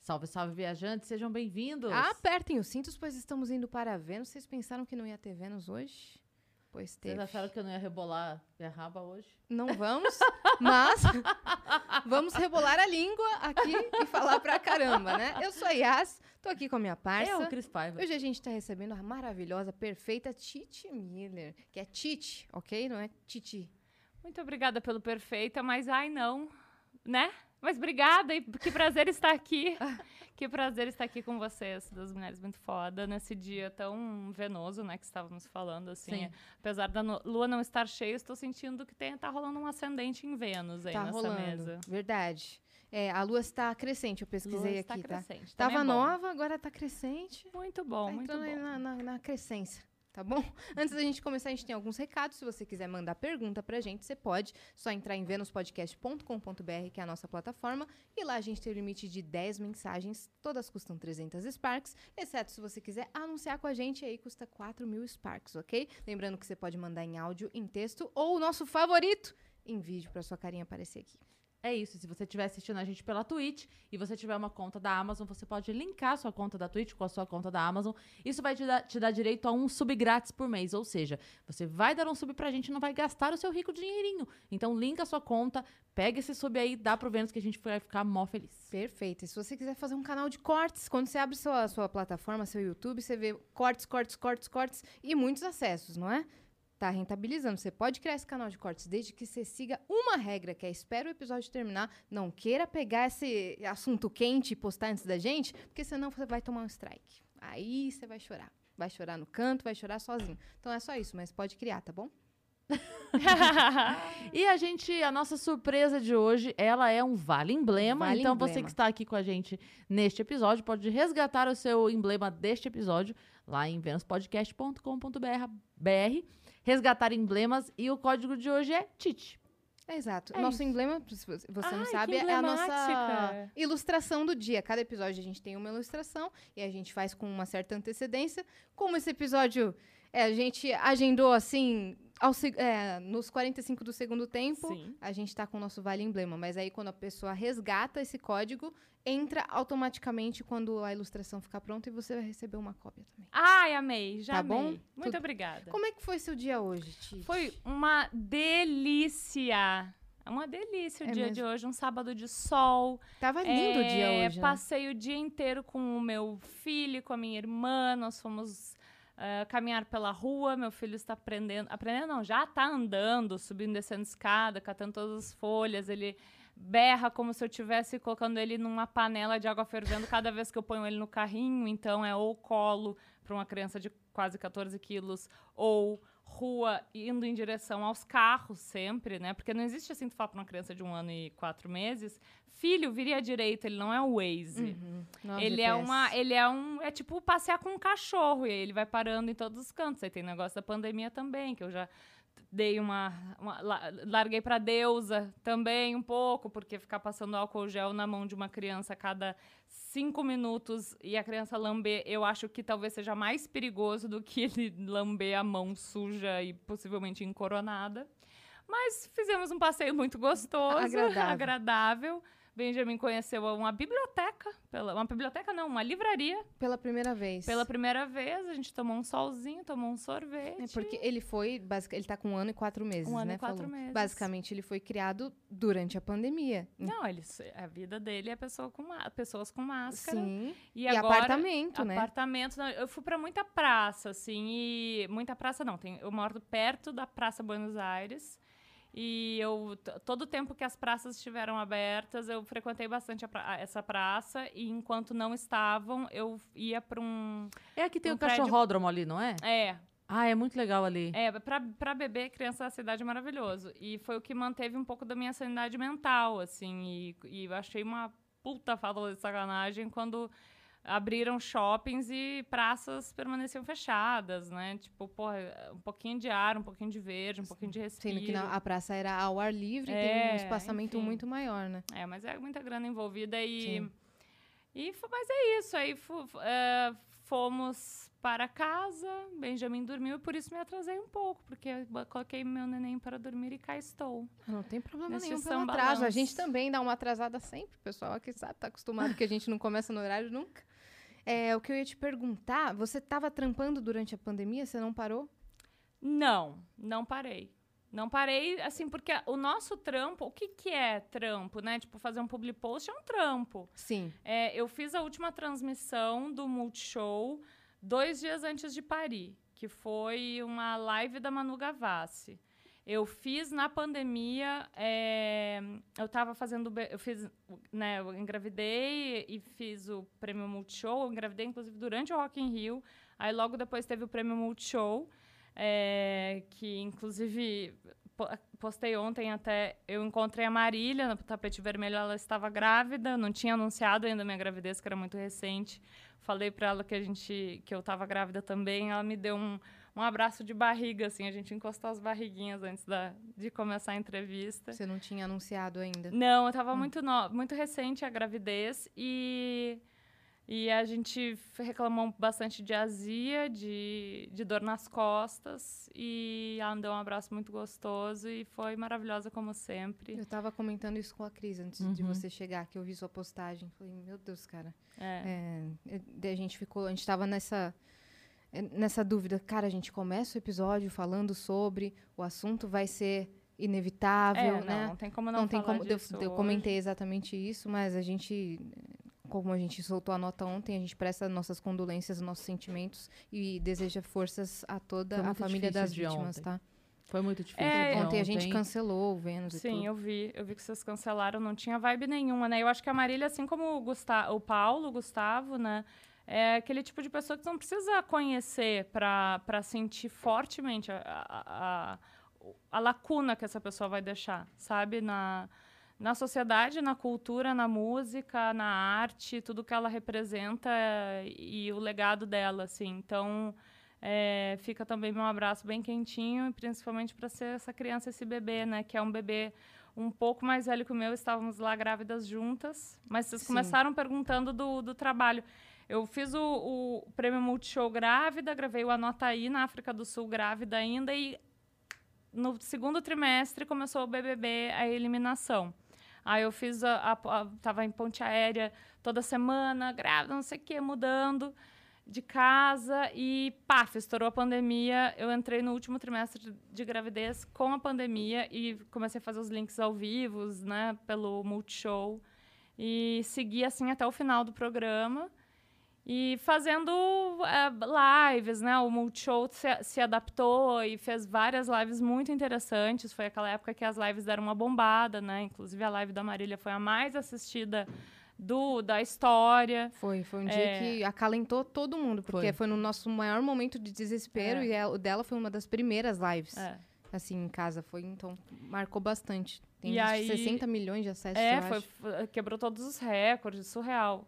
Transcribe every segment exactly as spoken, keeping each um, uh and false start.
Salve, salve, viajantes, sejam bem-vindos. Apertem os cintos, pois estamos indo para Vênus. Vocês pensaram que não ia ter Vênus hoje? Pois teve. Vocês acharam que eu não ia rebolar minha raba hoje? Não vamos, mas vamos rebolar a língua aqui e falar pra caramba, né? Eu sou a Yas, tô aqui com a minha parça. Eu, Cris Paiva. Hoje a gente tá recebendo a maravilhosa, perfeita Titi Miller, que é Titi, ok? Não é Titi. Muito obrigada pelo perfeita, mas ai não, né? Mas obrigada e que prazer estar aqui. Que prazer estar aqui com vocês, das mulheres muito foda, nesse dia tão venoso, né, que estávamos falando, assim. Sim. Apesar da no- lua não estar cheia, estou sentindo que tem, tá rolando um ascendente em Vênus aí Tá nessa rolando, mesa. verdade. É, a lua está crescente, eu pesquisei Lua está aqui, tá? crescente, também Tava é bom. nova, agora tá crescente. Muito bom, Tá muito entrando aí bom. na, na, na crescência, tá bom? Antes da gente começar, a gente tem alguns recados. Se você quiser mandar pergunta pra gente, você pode. Só entrar em venus podcast ponto com ponto b r, que é a nossa plataforma. E lá a gente tem o limite de dez mensagens. Todas custam trezentos Sparks. Exceto se você quiser anunciar com a gente, aí custa quatro mil Sparks, ok? Lembrando que você pode mandar em áudio, em texto ou o nosso favorito, em vídeo, pra sua carinha aparecer aqui. É isso, se você estiver assistindo a gente pela Twitch e você tiver uma conta da Amazon, você pode linkar a sua conta da Twitch com a sua conta da Amazon. Isso vai te dar, te dar direito a um sub grátis por mês, ou seja, você vai dar um sub pra gente e não vai gastar o seu rico dinheirinho. Então, linka a sua conta, pega esse sub aí, dá pro Vênus que a gente vai ficar mó feliz. Perfeito. E se você quiser fazer um canal de cortes, quando você abre sua, sua plataforma, seu YouTube, você vê cortes, cortes, cortes, cortes e muitos acessos, não é? Tá rentabilizando. Você pode criar esse canal de cortes desde que você siga uma regra, que é espera o episódio terminar, não queira pegar esse assunto quente e postar antes da gente, porque senão você vai tomar um strike. Aí você vai chorar. Vai chorar no canto, vai chorar sozinho. Então é só isso, mas pode criar, tá bom? E a gente, a nossa surpresa de hoje, ela é um vale emblema. Vale então emblema. você que está aqui com a gente neste episódio pode resgatar o seu emblema deste episódio lá em venus podcast ponto com ponto b r. Resgatar emblemas e o código de hoje é Titi. É exato. É Nosso isso. emblema, se você você não Ai, sabe, que é a nossa emblemática. ilustração do dia. Cada episódio a gente tem uma ilustração e a gente faz com uma certa antecedência. Como esse episódio é, a gente agendou assim ao, seg- é, nos quarenta e cinco do segundo tempo, Sim. a gente tá com o nosso vale emblema. Mas aí quando a pessoa resgata esse código, entra automaticamente quando a ilustração ficar pronta e você vai receber uma cópia também. Ai, amei, já Tá amei. bom? Muito Tudo- obrigada. Como é que foi seu dia hoje, Titi? Foi uma delícia. Uma delícia o É dia mesmo? de hoje, um sábado de sol. Tava lindo o dia É, hoje, né? Passei o dia inteiro com o meu filho, com a minha irmã. Nós fomos ah, caminhar pela rua. Meu filho está aprendendo. Aprendendo não, já está andando, subindo e descendo escada, catando todas as folhas. Ele berra como se eu estivesse colocando ele numa panela de água fervendo cada vez que eu ponho ele no carrinho. Então é ou colo para uma criança de quase catorze quilos, ou rua indo em direção aos carros sempre, né? Porque não existe assim, tu fala pra uma criança de um ano e quatro meses, filho, vire à direita, ele não é o Waze. Uhum. Não, Ele G P é S. uma, ele é um, é tipo passear com um cachorro, e aí ele vai parando em todos os cantos. Aí tem negócio da pandemia também, que eu já dei uma, uma la- larguei pra deusa também um pouco, porque ficar passando álcool gel na mão de uma criança a cada cinco minutos e a criança lamber, eu acho que talvez seja mais perigoso do que ele lamber a mão suja e possivelmente encoronada. Mas fizemos um passeio muito gostoso, Agradável. agradável. Benjamin conheceu uma biblioteca, pela, uma biblioteca não, uma livraria, Pela primeira vez. pela primeira vez. A gente tomou um solzinho, tomou um sorvete. É porque ele foi, basic, ele tá com um ano e quatro meses, Um ano né? e quatro falou. meses. Basicamente, ele foi criado durante a pandemia. Não, ele, a vida dele é pessoa com ma- pessoas com máscara. Sim. E, E, agora, apartamento, né? Apartamento. Não, eu fui pra muita praça, assim, e... Muita praça não, tem, eu moro perto da Praça Buenos Aires. E eu, t- todo o tempo que as praças estiveram abertas, eu frequentei bastante a pra- a- essa praça. E enquanto não estavam, eu ia pra um... É aqui tem Um o prédio- cachorródromo ali, não é? É, Ah, é muito legal ali. É, pra, pra bebê, criança da cidade é maravilhoso. E foi o que manteve um pouco da minha sanidade mental, assim. E, e eu achei uma puta falta de sacanagem quando abriram shoppings e praças permaneciam fechadas, né? Tipo, porra, um pouquinho de ar, um pouquinho de verde, um pouquinho de respiro. Sendo que na- a praça era ao ar livre, tem É, um espaçamento enfim. muito maior, né? É, mas é muita grana envolvida e... Sim. E, fo- mas é isso, aí fu- fu- é, fomos para casa, Benjamin dormiu e por isso me atrasei um pouco, porque eu coloquei meu neném para dormir e cá estou. Não tem problema Nesse nenhum pelo samba atraso. A lance. gente também dá uma atrasada sempre. O pessoal aqui sabe, tá acostumado que a gente não começa no horário nunca. É, o que eu ia te perguntar, você estava trampando durante a pandemia? Você não parou? Não, não parei. Não parei, assim, porque o nosso trampo, o que, que é trampo, né? Tipo, fazer um public post é um trampo. Sim. É, eu fiz a última transmissão do Multishow dois dias antes de parir, que foi uma live da Manu Gavassi. Eu fiz na pandemia, é, eu estava fazendo, eu fiz, né, eu engravidei e fiz o Prêmio Multishow, eu engravidei, inclusive, durante o Rock in Rio, aí logo depois teve o Prêmio Multishow, é, que, inclusive, postei ontem até, eu encontrei a Marília no tapete vermelho, ela estava grávida, não tinha anunciado ainda a minha gravidez, que era muito recente, falei para ela que, a gente, que eu estava grávida também, ela me deu um, um abraço de barriga, assim, a gente encostou as barriguinhas antes da, de começar a entrevista. Você não tinha anunciado ainda? Não, eu estava hum. muito, no, muito recente a gravidez e... E a gente reclamou bastante de azia, de, de dor nas costas. E ela me deu um abraço muito gostoso e foi maravilhosa, como sempre. Eu tava comentando isso com a Cris antes Uhum. de você chegar, que eu vi sua postagem. Falei, meu Deus, cara. É. É, a gente ficou, a gente tava nessa, nessa dúvida. Cara, a gente começa o episódio falando sobre, o assunto vai ser inevitável, É, né? Não, não tem como não, Não tem falar como. Eu, disso eu hoje. comentei exatamente isso, mas a gente, como a gente soltou a nota ontem, a gente presta nossas condolências, nossos sentimentos e deseja forças a toda Foi a muito família difícil das de vítimas, ontem. tá? Foi muito difícil. É, de Ontem a gente cancelou o Vênus e Sim, tudo. eu vi. Eu vi que vocês cancelaram, não tinha vibe nenhuma, né? Eu acho que a Marília, assim como o, Gusta o Paulo, o Gustavo, né? É aquele tipo de pessoa que não precisa conhecer para sentir fortemente a, a, a, a lacuna que essa pessoa vai deixar, sabe? Na, na sociedade, na cultura, na música, na arte, tudo que ela representa e o legado dela, assim. Então... É, fica também meu abraço bem quentinho, principalmente para ser essa criança, esse bebê, né? Que é um bebê um pouco mais velho que o meu, estávamos lá grávidas juntas. Mas vocês Sim. começaram perguntando do, do trabalho. Eu fiz o, o Prêmio Multishow grávida, gravei o Anotaí na África do Sul grávida ainda e no segundo trimestre começou o B B B, a eliminação. Aí eu fiz, a, a, a, tava em ponte aérea toda semana, grávida, não sei o quê, mudando de casa e, paf, estourou a pandemia. Eu entrei no último trimestre de, de gravidez com a pandemia e comecei a fazer os links ao vivo, né, pelo Multishow. E segui, assim, até o final do programa. E fazendo uh, lives, né? O Multishow se, se adaptou e fez várias lives muito interessantes. Foi aquela época que as lives deram uma bombada, né? Inclusive, a live da Marília foi a mais assistida Do, da história. Foi, foi um É. dia que acalentou todo mundo, porque Foi. foi, no nosso maior momento de desespero É. e a- o dela foi uma das primeiras lives, É, assim, em casa. Foi, então, marcou bastante. Tem E acho que aí- sessenta milhões de acessos, é eu foi, acho. foi- quebrou todos os recordes, surreal.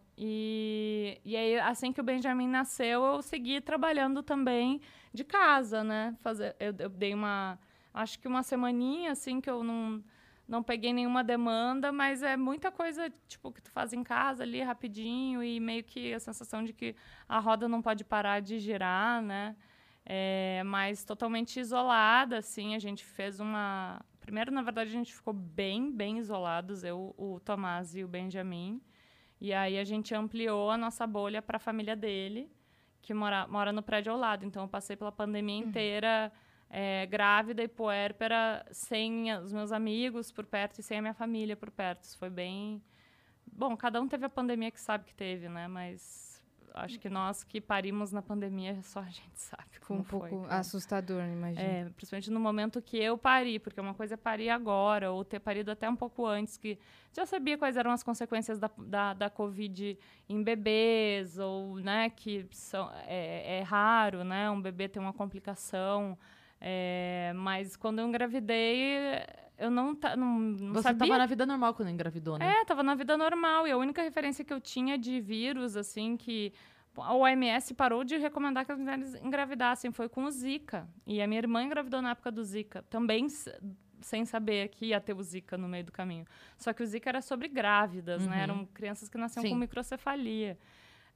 E, e aí, assim que o Benjamin nasceu, eu segui trabalhando também de casa, né? Fazer, eu, eu dei uma, acho que uma semaninha, assim, que eu não... Não peguei nenhuma demanda, mas é muita coisa, tipo, que tu faz em casa ali, rapidinho, e meio que a sensação de que a roda não pode parar de girar, né? É, mas totalmente isolada, assim, a gente fez uma... Primeiro, na verdade, a gente ficou bem, bem isolados, eu, o Tomás e o Benjamin. E aí a gente ampliou a nossa bolha para a família dele, que mora, mora no prédio ao lado. Então, eu passei pela pandemia inteira... É, grávida e puérpera, sem os meus amigos por perto e sem a minha família por perto. Isso foi bem... Bom, cada um teve a pandemia que sabe que teve, né? Mas acho que nós que parimos na pandemia, só a gente sabe Foi como um pouco foi, cara. assustador, imagino. É, principalmente no momento que eu pari, porque uma coisa é parir agora, ou ter parido até um pouco antes, que já sabia quais eram as consequências da, da, da Covid em bebês, ou, né, que são, é, é raro, né, um bebê ter uma complicação. É, mas quando eu engravidei, eu não, ta, não, não Você sabia. tava na vida normal quando engravidou, né? É, tava na vida normal. E a única referência que eu tinha de vírus, assim, que a O M S parou de recomendar que as mulheres engravidassem, foi com o Zika. E a minha irmã engravidou na época do Zika, também sem saber que ia ter o Zika no meio do caminho. Só que o Zika era sobre grávidas, Uhum. né? Eram crianças que nasciam Sim. com microcefalia.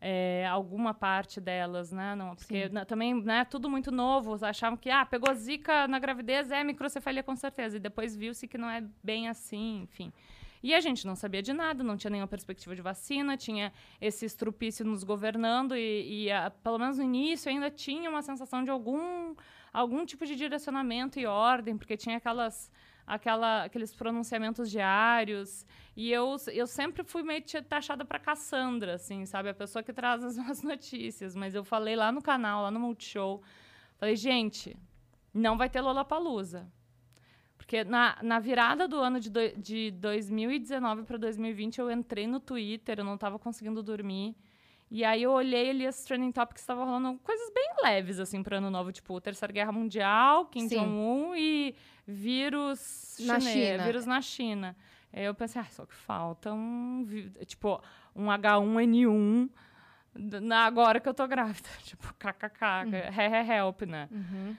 é, alguma parte delas, né? Não, porque na, também, né, tudo muito novo. Achavam que, ah, pegou zika na gravidez, é microcefalia com certeza. E depois viu-se que não é bem assim, enfim. E a gente não sabia de nada, não tinha nenhuma perspectiva de vacina, tinha esse estrupício nos governando e, e a, pelo menos no início, ainda tinha uma sensação de algum, algum tipo de direcionamento e ordem, porque tinha aquelas... Aquela, aqueles pronunciamentos diários. E eu, eu sempre fui meio taxada para Cassandra, assim, sabe? A pessoa que traz as más notícias. Mas eu falei lá no canal, lá no Multishow, falei, gente, não vai ter Lollapalooza. Porque na, na virada do ano de, do, de dois mil e dezenove para dois mil e vinte, eu entrei no Twitter, eu não estava conseguindo dormir. E aí eu olhei ali as trending topics que estavam rolando, coisas bem leves, assim, para ano novo. Tipo, Terceira Guerra Mundial, Kim Jong-un e vírus na chinês, China. vírus na China. Aí eu pensei, ah, só que falta um, tipo, um agá um ene um na, agora que eu tô grávida. Tipo, kkk, uhum. help, né? Uhum.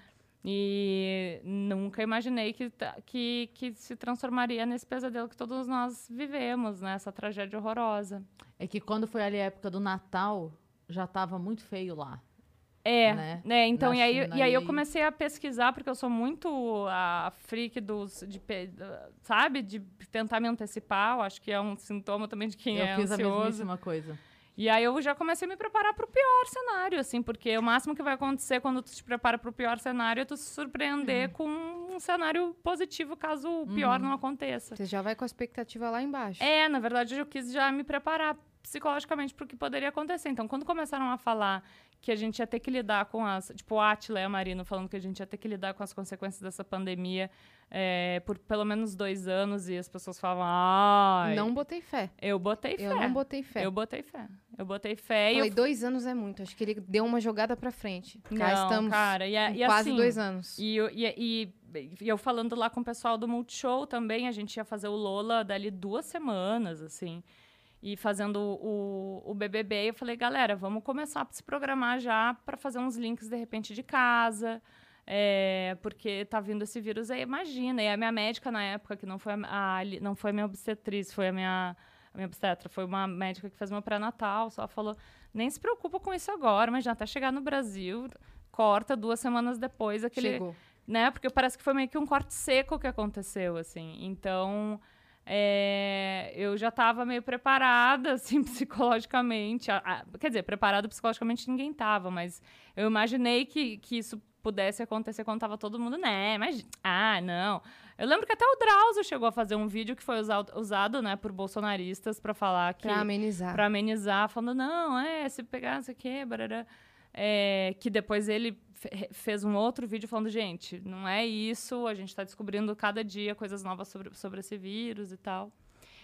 E nunca imaginei que, que, que se transformaria nesse pesadelo que todos nós vivemos, né? Essa tragédia horrorosa. É que quando foi ali a época do Natal, já estava muito feio lá. É, né? né? Então, Na e aí, China, e aí e eu aí- comecei a pesquisar, porque eu sou muito a freak dos, de, pe- da- sabe? De tentar me antecipar. Eu acho que é um sintoma também de quem Eu é fiz a ansioso. mesmíssima coisa. E aí eu já comecei a me preparar para o pior cenário, assim, porque o máximo que vai acontecer quando tu te prepara para o pior cenário é tu se surpreender com um cenário positivo, caso o pior não aconteça. Você já vai com a expectativa lá embaixo. É, na verdade, eu quis já me preparar psicologicamente para o que poderia acontecer. Então, quando começaram a falar que a gente ia ter que lidar com as... Tipo, o Átila e a Marina falando que a gente ia ter que lidar com as consequências dessa pandemia é, por pelo menos dois anos, e as pessoas falavam, ai... Não botei fé. Eu botei fé. Eu não botei fé. Eu botei fé. Eu botei fé e Falei, eu... dois anos é muito. Acho que ele deu uma jogada pra frente. Cá Não, estamos cara, e, a- com e quase assim, dois anos. E, eu- e, e, e eu falando lá com o pessoal do Multishow também, a gente ia fazer o Lola dali duas semanas, assim, e fazendo o, o B B B. Eu falei, galera, vamos começar a se programar já para fazer uns links, de repente, de casa, é, porque tá vindo esse vírus aí, imagina. E a minha médica, na época, que não foi a, a, Ali- não foi a minha obstetriz, foi a minha, a minha obstetra, foi uma médica que fez meu pré-natal, só falou, nem se preocupa com isso agora, mas já até chegar no Brasil, corta duas semanas depois aquele... Chegou. Né? Porque parece que foi meio que um corte seco que aconteceu, assim. Então, é, eu já estava meio preparada, assim, psicologicamente. A- a- quer dizer, preparada psicologicamente ninguém estava, mas eu imaginei que, que isso pudesse acontecer quando estava todo mundo, né? Mas, ah, não. Eu lembro que até o Drauzio chegou a fazer um vídeo que foi usado, usado né, por bolsonaristas para falar que... Pra amenizar. Pra amenizar, falando, não, é, se pegar, não sei o quê, barará. É, que depois ele fe- fez um outro vídeo falando, gente, não é isso, a gente está descobrindo cada dia coisas novas sobre, sobre esse vírus e tal.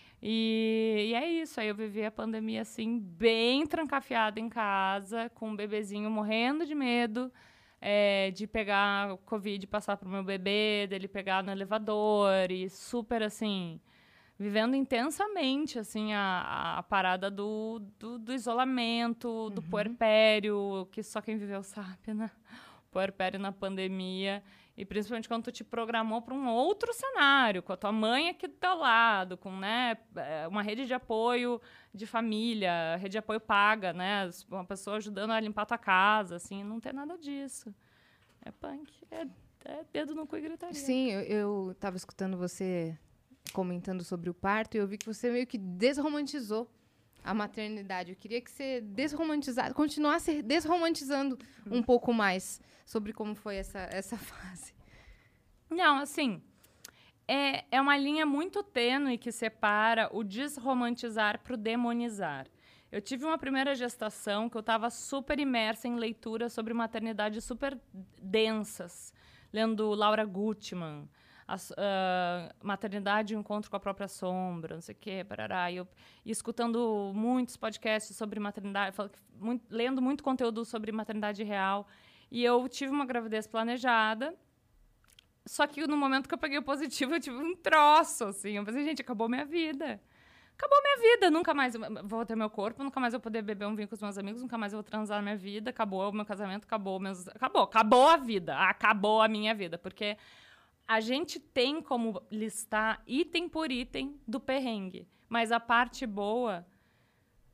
E, e é isso, aí eu vivi a pandemia, assim, bem trancafiada em casa, com um bebezinho morrendo de medo, é, de pegar o Covid e passar pro meu bebê, dele pegar no elevador, e super, assim... Vivendo intensamente, assim, a, a parada do, do, do isolamento, do puerpério, que só quem viveu sabe, né? Puerpério na pandemia. E principalmente quando tu te programou para um outro cenário, com a tua mãe aqui do teu lado, com, né, uma rede de apoio de família, rede de apoio paga, né? Uma pessoa ajudando a limpar a tua casa, assim, não tem nada disso. É punk, é, é dedo no cu e gritaria. Sim, eu, eu tava escutando você comentando sobre o parto e eu vi que você meio que desromantizou a maternidade. Eu queria que você desromantizasse, continuasse desromantizando um pouco mais sobre como foi essa, essa fase. Não, assim, é, é uma linha muito tênue que separa o desromantizar para o demonizar. Eu tive uma primeira gestação que eu estava super imersa em leituras sobre maternidade super densas, lendo Laura Gutman, a, uh, maternidade e o encontro com a própria sombra, não sei o quê, parará. E eu e escutando muitos podcasts sobre maternidade, fal- muito, lendo muito conteúdo sobre maternidade real. E eu tive uma gravidez planejada, só que no momento que eu peguei o positivo, eu tive um troço, assim. Eu pensei, gente, acabou minha vida. Acabou minha vida, nunca mais eu vou ter meu corpo, nunca mais eu vou poder beber um vinho com os meus amigos, nunca mais eu vou transar na minha vida, acabou o meu casamento, acabou meus... Acabou, acabou a vida, acabou a minha vida, porque a gente tem como listar item por item do perrengue, mas a parte boa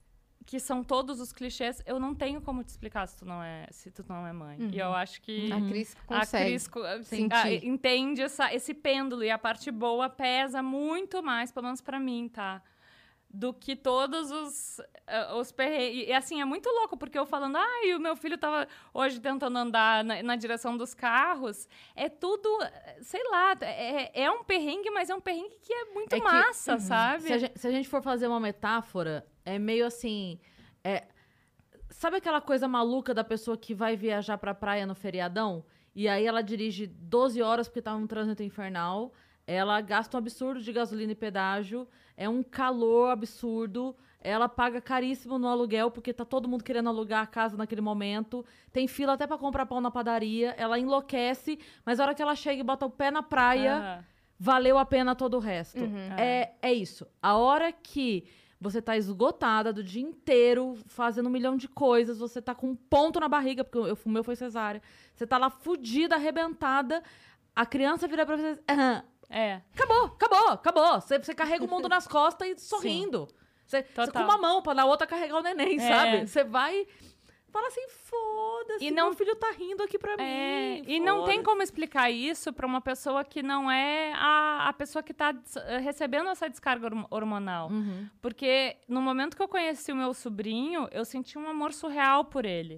que são todos os clichês, eu não tenho como te explicar se tu não é, se tu não é mãe. Uhum. E eu acho que A Cris consegue a Cris co- sentir. ah, entende essa, esse pêndulo. E a parte boa pesa muito mais, pelo menos pra mim, tá? Do que todos os, uh, os perrengues. E, assim, é muito louco, porque eu falando, ai, ah, o meu filho tava hoje tentando andar na, na direção dos carros. É tudo, sei lá, é, é um perrengue, mas é um perrengue que é muito É que- massa, uhum. sabe? Se a, gente, se a gente for fazer uma metáfora, é meio assim... é, sabe aquela coisa maluca da pessoa que vai viajar pra praia no feriadão? E aí ela dirige doze horas porque tá um trânsito infernal. Ela gasta um absurdo de gasolina e pedágio. É um calor absurdo. Ela paga caríssimo no aluguel porque tá todo mundo querendo alugar a casa naquele momento. Tem fila até pra comprar pão na padaria. Ela enlouquece, mas a hora que ela chega e bota o pé na praia... Aham. valeu a pena todo o resto. Uhum. É, é isso. A hora que você tá esgotada do dia inteiro, fazendo um milhão de coisas, você tá com um ponto na barriga, porque eu, o meu foi cesárea. Você tá lá fudida, arrebentada, a criança vira pra você... "Aham, É. acabou, acabou, acabou. Você, você carrega o mundo nas costas e sorrindo. Você, você Total. com uma mão pra na outra carregar o neném, É. sabe? Você vai... Fala assim, foda-se, E não- meu filho tá rindo aqui pra É, mim. e não tem foda-se." como explicar isso para uma pessoa que não é a, a pessoa que está recebendo essa descarga horm- hormonal. Uhum. Porque no momento que eu conheci o meu sobrinho, eu senti um amor surreal por ele.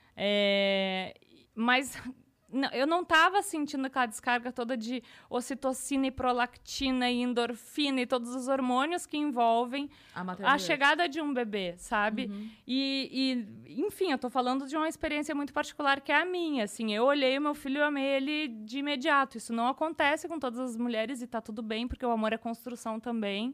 É, mas não, eu não estava sentindo aquela descarga toda de ocitocina e prolactina e endorfina e todos os hormônios que envolvem A, a maternidade. chegada de um bebê, sabe? Uhum. E, e, enfim, eu tô falando de uma experiência muito particular que é a minha, assim. Eu olhei o meu filho e amei ele de imediato. Isso não acontece com todas as mulheres e tá tudo bem, porque o amor é construção também.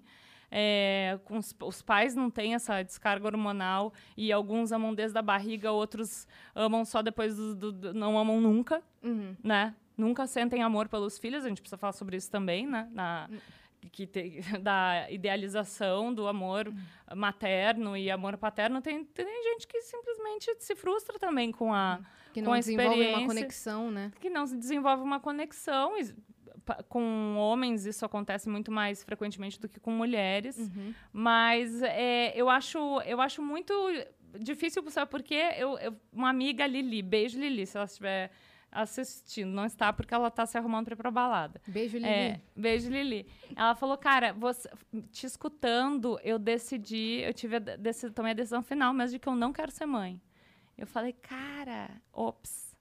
É, com os, os pais não têm essa descarga hormonal e alguns amam desde a barriga, outros amam só depois do... do- do- não amam nunca, Uhum. né? Nunca sentem amor pelos filhos. A gente precisa falar sobre isso também, né? Na, que te- da idealização do amor materno e amor paterno. Tem, tem gente que simplesmente se frustra também com a... Que Com não a desenvolve uma experiência. conexão, né? que não se desenvolve uma conexão. E, pa- com homens isso acontece muito mais frequentemente do que com mulheres. Uhum. Mas é, eu, acho, eu acho muito difícil, sabe por quê? Eu, eu, uma amiga, Lili, beijo Lili, se ela estiver assistindo. Não está porque ela está se arrumando para ir pra balada. Beijo, Lili. É, beijo, Lili. Ela falou, cara, você, te escutando, eu decidi, eu tive a, deci, tomei a decisão final mesmo de que eu não quero ser mãe. Eu falei, cara, ops.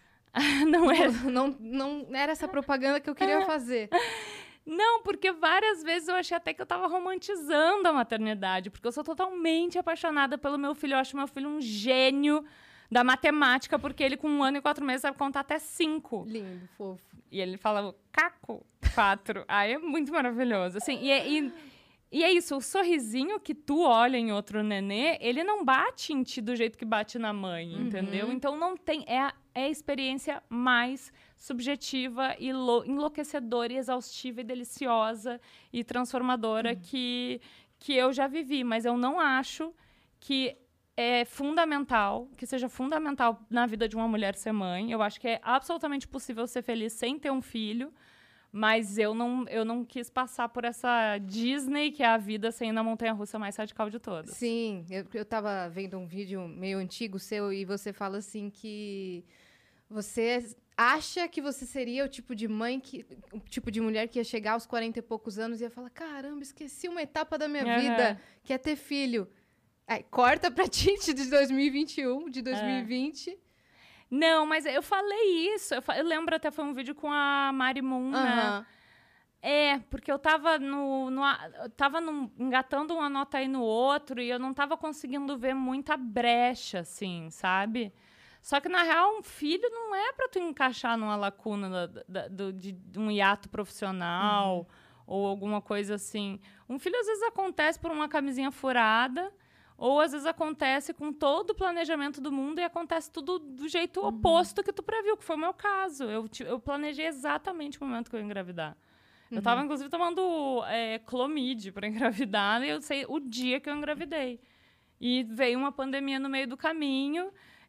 Não é. Não, não era essa propaganda que eu queria fazer. Não, porque várias vezes eu achei até que eu tava romantizando a maternidade, porque eu sou totalmente apaixonada pelo meu filho. Eu acho meu filho um gênio da matemática, porque ele, com um ano e quatro meses, sabe contar até cinco. Lindo, fofo. E ele fala, caco, quatro. Aí é muito maravilhoso. Assim, e, é- e, e é isso, o sorrisinho que tu olha em outro nenê, ele não bate em ti do jeito que bate na mãe, entendeu? Então não tem... É a, é a experiência mais subjetiva, e lo- enlouquecedora, e exaustiva, e deliciosa, e transformadora que, que eu já vivi. Mas eu não acho que é fundamental, que seja fundamental na vida de uma mulher ser mãe. Eu acho que é absolutamente possível ser feliz sem ter um filho, mas eu não, eu não quis passar por essa Disney, que é a vida sendo a montanha-russa mais radical de todas. Sim, eu, eu tava vendo um vídeo meio antigo seu e você fala assim que você acha que você seria o tipo de mãe, que, o tipo de mulher que ia chegar aos quarenta e poucos anos e ia falar, caramba, esqueci uma etapa da minha Aham. vida, que é ter filho. Aí, corta pra Tite de dois mil e vinte e um, de dois mil e vinte. Não, mas eu falei isso. Eu, fa- eu lembro até, foi um vídeo com a Mari Moon, né? Aham. É, porque eu tava no, no a- eu tava num- engatando uma nota aí no outro e eu não tava conseguindo ver muita brecha, assim, sabe? Só que, na real, um filho não é pra tu encaixar numa lacuna da- da- do- de, de um hiato profissional ou alguma coisa assim. Um filho, às vezes, acontece por uma camisinha furada, ou, às vezes, acontece com todo o planejamento do mundo e acontece tudo do jeito oposto que tu previu, que foi o meu caso. Eu, ti- eu planejei exatamente o momento que eu ia engravidar. Eu tava, inclusive, tomando é, Clomid para engravidar, e eu sei o dia que eu engravidei. E veio uma pandemia no meio do caminho.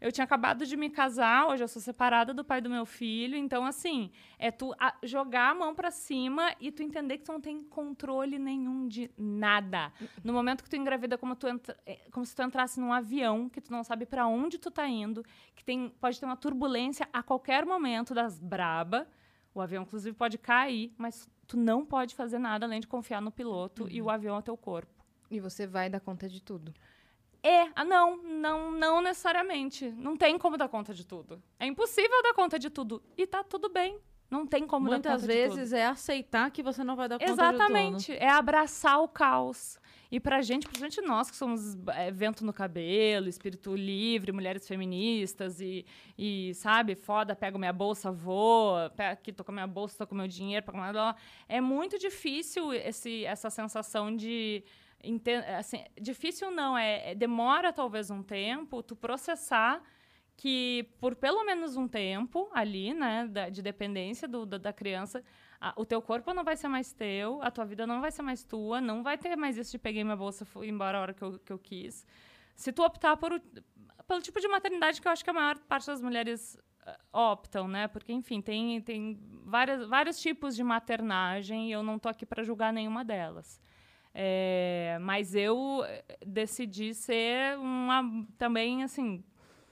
Eu tinha acabado de me casar, hoje eu sou separada do pai do meu filho. Então, assim, é tu a, jogar a mão pra cima e tu entender que tu não tem controle nenhum de nada. No momento que tu engravida, como, tu entra, como se tu entrasse num avião, que tu não sabe pra onde tu tá indo, que tem, pode ter uma turbulência a qualquer momento das braba. O avião, inclusive, pode cair, mas tu não pode fazer nada além de confiar no piloto, uhum. e o avião é teu corpo. E você vai dar conta de tudo. É, ah, não, não, não necessariamente. Não tem como dar conta de tudo. É impossível dar conta de tudo. E tá tudo bem. Não tem como dar conta de tudo. Muitas vezes é aceitar que você não vai dar conta Exatamente. de tudo. É abraçar o caos. E pra gente, principalmente nós que somos é, vento no cabelo, espírito livre, mulheres feministas e, e sabe, foda, pego minha bolsa, vou, aqui tô com a minha bolsa, tô com meu dinheiro, é muito difícil esse, essa sensação de... Assim, difícil não, é, é demora talvez um tempo tu processar que por pelo menos um tempo ali, né, da, de dependência do, da, da criança, a, o teu corpo não vai ser mais teu, a tua vida não vai ser mais tua, não vai ter mais isso de peguei minha bolsa e fui embora a hora que eu, que eu quis. Se tu optar por, pelo tipo de maternidade que eu acho que a maior parte das mulheres uh, optam, né, porque, enfim, tem, tem várias, vários tipos de maternagem e eu não tô aqui para julgar nenhuma delas. É, mas eu decidi ser uma também assim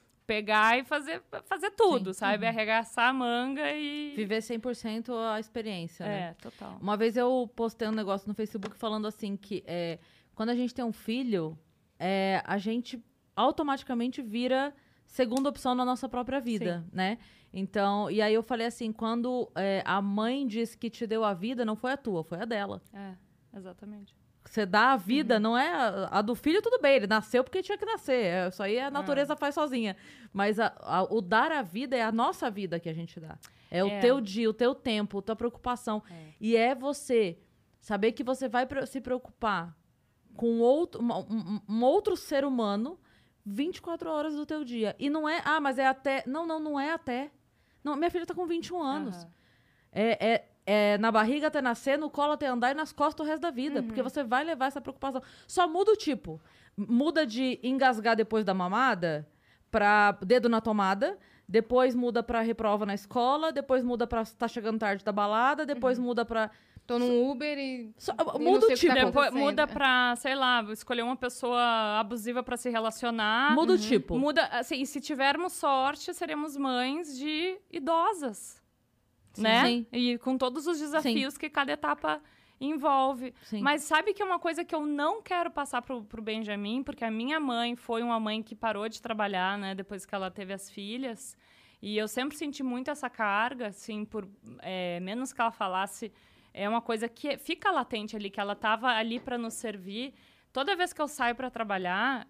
pegar e fazer fazer tudo, Sim. sabe, uhum. arregaçar a manga e viver cem por cento a experiência, é, né? total. Uma vez eu postei um negócio no Facebook falando assim que é, quando a gente tem um filho, é, a gente automaticamente vira segunda opção na nossa própria vida, Sim. né? Então, e aí eu falei assim, quando é, a mãe disse que te deu a vida, não foi a tua, foi a dela. É, exatamente. Você dá a vida, uhum. não é... A, a do filho, tudo bem, ele nasceu porque tinha que nascer. É, isso aí a natureza ah. faz sozinha. Mas a, a, o dar a vida é a nossa vida que a gente dá. É, é. o teu dia, o teu tempo, a tua preocupação. É. E é você saber que você vai se preocupar com outro, um, um outro ser humano vinte e quatro horas do teu dia. E não é... Ah, mas é até... Não, não, não é até. Não, minha filha tá com vinte e um anos. Uhum. É... é É, na barriga até nascer, no colo até andar e nas costas o resto da vida. Uhum. Porque você vai levar essa preocupação. Só muda o tipo. Muda de engasgar depois da mamada pra dedo na tomada. Depois muda pra reprova na escola. Depois muda pra tá chegando tarde da balada. Depois uhum. muda pra... Tô num Uber e... Só, e muda o tipo. Depois muda pra, sei lá, escolher uma pessoa abusiva pra se relacionar. Muda uhum. o tipo. Muda, assim, e se tivermos sorte, seremos mães de idosas. Sim, né? Sim. E com todos os desafios sim. que cada etapa envolve. Sim. Mas sabe que é uma coisa que eu não quero passar pro, pro Benjamin, porque a minha mãe foi uma mãe que parou de trabalhar, né? Depois que ela teve as filhas. E eu sempre senti muito essa carga, assim, por é, menos que ela falasse, é uma coisa que fica latente ali, que ela estava ali para nos servir. Toda vez que eu saio para trabalhar,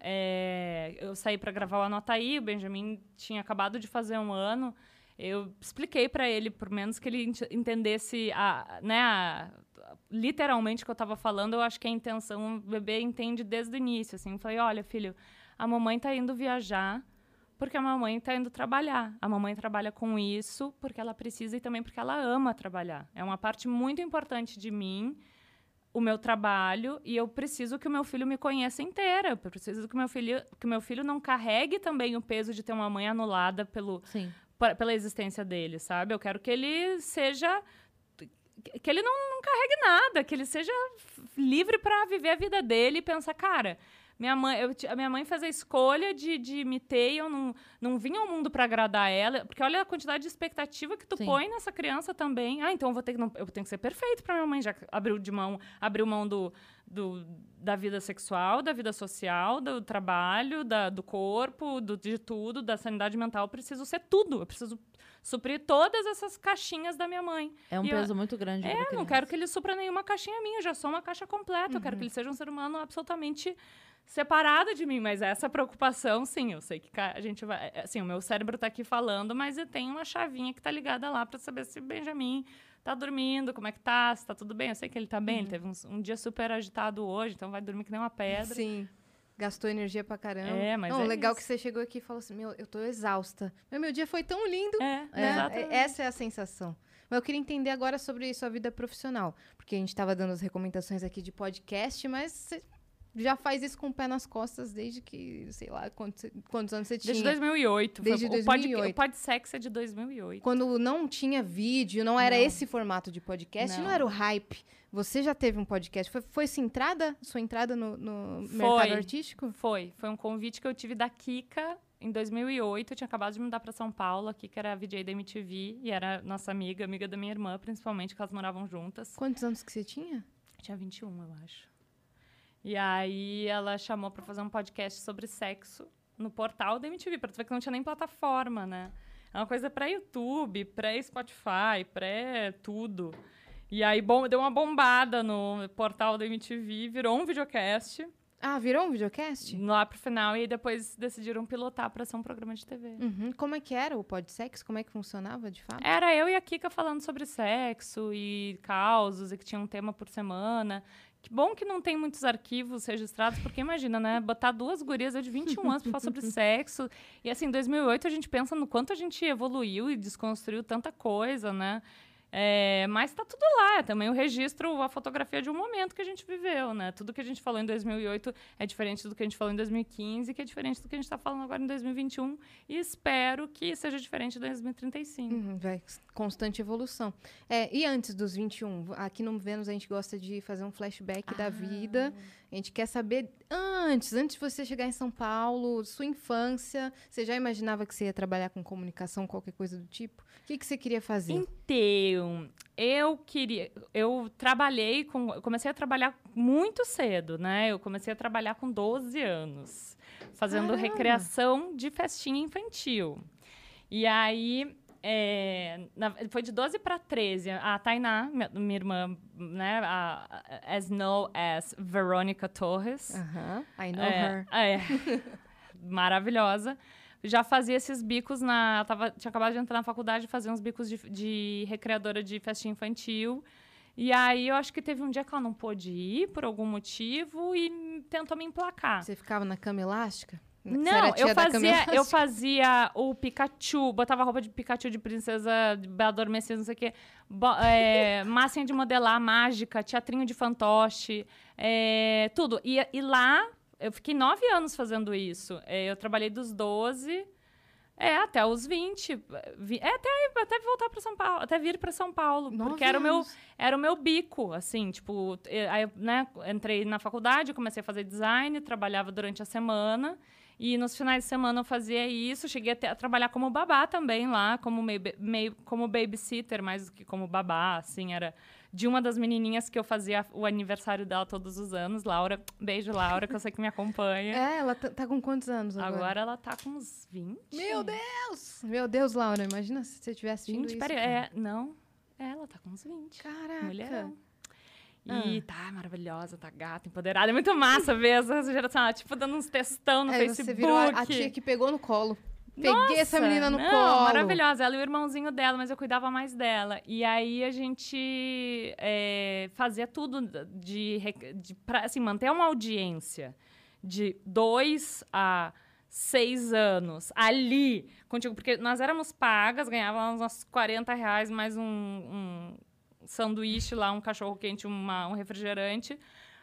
é, eu saí para gravar o Anota Aí, o Benjamin tinha acabado de fazer um ano. Eu expliquei para ele, por menos que ele entendesse a, né, a, literalmente o que eu estava falando, eu acho que a intenção, o bebê entende desde o início. Assim, eu falei, olha, filho, a mamãe está indo viajar porque a mamãe está indo trabalhar. A mamãe trabalha com isso porque ela precisa e também porque ela ama trabalhar. É uma parte muito importante de mim, o meu trabalho, e eu preciso que o meu filho me conheça inteira. Eu preciso que o meu filho, que o meu filho não carregue também o peso de ter uma mãe anulada pelo... Sim. pela existência dele, sabe? Eu quero que ele seja... que ele não, não carregue nada, que ele seja livre para viver a vida dele e pensar, cara, minha mãe, eu, a minha mãe fez a escolha de, de me ter e eu não, não vim ao mundo para agradar ela, porque olha a quantidade de expectativa que tu Sim. põe nessa criança também. Ah, então eu vou ter que, não, eu tenho que ser perfeito para minha mãe, já abriu de mão, abriu mão do, do, da vida sexual, da vida social, do trabalho, da, do corpo, do, de tudo, da sanidade mental. Eu preciso ser tudo, eu preciso suprir todas essas caixinhas da minha mãe. É um e peso eu, muito grande. É, não quero que ele supra nenhuma caixinha minha, eu já sou uma caixa completa, uhum. eu quero que ele seja um ser humano absolutamente separado de mim, mas essa preocupação, sim, eu sei que a gente vai... Assim, o meu cérebro tá aqui falando, mas tem uma chavinha que tá ligada lá para saber se o Benjamin tá dormindo, como é que tá, se tá tudo bem. Eu sei que ele tá bem, uhum. ele teve um, um dia super agitado hoje, então vai dormir que nem uma pedra. Sim. Gastou energia pra caramba. É, mas Não, é legal isso. que você chegou aqui e falou assim, meu, eu tô exausta. Meu, meu dia foi tão lindo. É, né? exatamente. Essa é a sensação. Mas eu queria entender agora sobre sua vida profissional. Porque a gente tava dando as recomendações aqui de podcast, mas você já faz isso com o pé nas costas desde que, sei lá, quantos, quantos anos você tinha. Desde dois mil e oito. Desde Foi, dois mil e oito. O Podsex é de dois mil e oito. Quando não tinha vídeo, não era Não. esse formato de podcast, não. Não. era o hype. Você já teve um podcast. Foi, foi sua entrada, sua entrada no, no Foi. mercado artístico? Foi. Foi um convite que eu tive da Kika em dois mil e oito. Eu tinha acabado de mudar para São Paulo. A Kika era a V J da M T V e era nossa amiga, amiga da minha irmã, principalmente, que elas moravam juntas. Quantos anos que você tinha? Eu tinha vinte e um, eu acho. E aí ela chamou para fazer um podcast sobre sexo no portal da M T V, para tu ver que não tinha nem plataforma, né? É uma coisa pré-YouTube, pré-Spotify, pré-tudo. E aí bom, deu uma bombada no portal da M T V, virou um videocast. Ah, virou um videocast? Lá pro final, e aí depois decidiram pilotar para ser um programa de T V. Uhum. Como é que era o Podsex? Como é que funcionava, de fato? Era eu e a Kika falando sobre sexo e causos, e que tinha um tema por semana. Que bom que não tem muitos arquivos registrados, porque imagina, né? Botar duas gurias de vinte e um anos pra falar sobre sexo. E assim, em dois mil e oito a gente pensa no quanto a gente evoluiu e desconstruiu tanta coisa, né? É, mas tá tudo lá, é também o registro, a fotografia de um momento que a gente viveu, né? Tudo que a gente falou em dois mil e oito é diferente do que a gente falou em dois mil e quinze, que é diferente do que a gente tá falando agora em dois mil e vinte e um, e espero que seja diferente em dois mil e trinta e cinco. Uhum, vai, constante evolução. É, e antes dos vinte e um? Aqui no Vênus a gente gosta de fazer um flashback Ah. da vida. A gente quer saber antes, antes de você chegar em São Paulo, sua infância. Você já imaginava que você ia trabalhar com comunicação, qualquer coisa do tipo? O que, que você queria fazer? Então, eu queria... Eu trabalhei com... Eu comecei a trabalhar muito cedo, né? Eu comecei a trabalhar com doze anos. Fazendo Caramba! recreação de festinha infantil. E aí... É, na, foi de doze para treze. A Tainá, minha, minha irmã, né? A, a, as known as Verônica Torres. Aham, I know é, her. É, maravilhosa. Já fazia esses bicos na... Ela tava, tinha acabado de entrar na faculdade e fazia uns bicos de, de recreadora de festinha infantil. E aí, eu acho que teve um dia que ela não pôde ir, por algum motivo, e tentou me emplacar. Você ficava na cama elástica? Você Não, era a tia eu da cama fazia, elástica? eu fazia o Pikachu, botava roupa de Pikachu de princesa de Bela Adormecida, não sei o quê. Bo é, massinha de modelar, mágica, teatrinho de fantoche, é, tudo. E, e lá, eu fiquei nove anos fazendo isso. É, eu trabalhei dos doze é, até os vinte. Vi, é, até, até voltar para São Paulo, até vir para São Paulo. Nove porque era o, meu, anos. era o meu bico, assim, tipo... Aí, né, entrei na faculdade, comecei a fazer design, trabalhava durante a semana... E nos finais de semana eu fazia isso. Cheguei até a trabalhar como babá também lá, como, meio, meio, como babysitter, mais do que como babá, assim. Era de uma das menininhas que eu fazia o aniversário dela todos os anos. Laura, beijo, Laura, que eu sei que me acompanha. É, ela tá, tá com quantos anos agora? Agora ela tá com uns vinte. Meu Deus! Meu Deus, Laura, imagina se você estivesse assistindo vinte, isso. pera, cara. é, não, é, ela tá com uns vinte. Caraca! Mulherão. E Ah. tá maravilhosa, tá gata, empoderada. É muito massa ver essa geração, ela, tipo, dando uns textão no Aí Facebook. você virou a, a tia que pegou no colo. Peguei essa Nossa, menina no não, colo. maravilhosa. Ela e o irmãozinho dela, mas eu cuidava mais dela. E aí a gente é, fazia tudo de, de pra, assim, manter uma audiência de dois a seis anos ali contigo, porque nós éramos pagas, ganhávamos uns quarenta reais mais um, um sanduíche lá, um cachorro quente, uma, um refrigerante,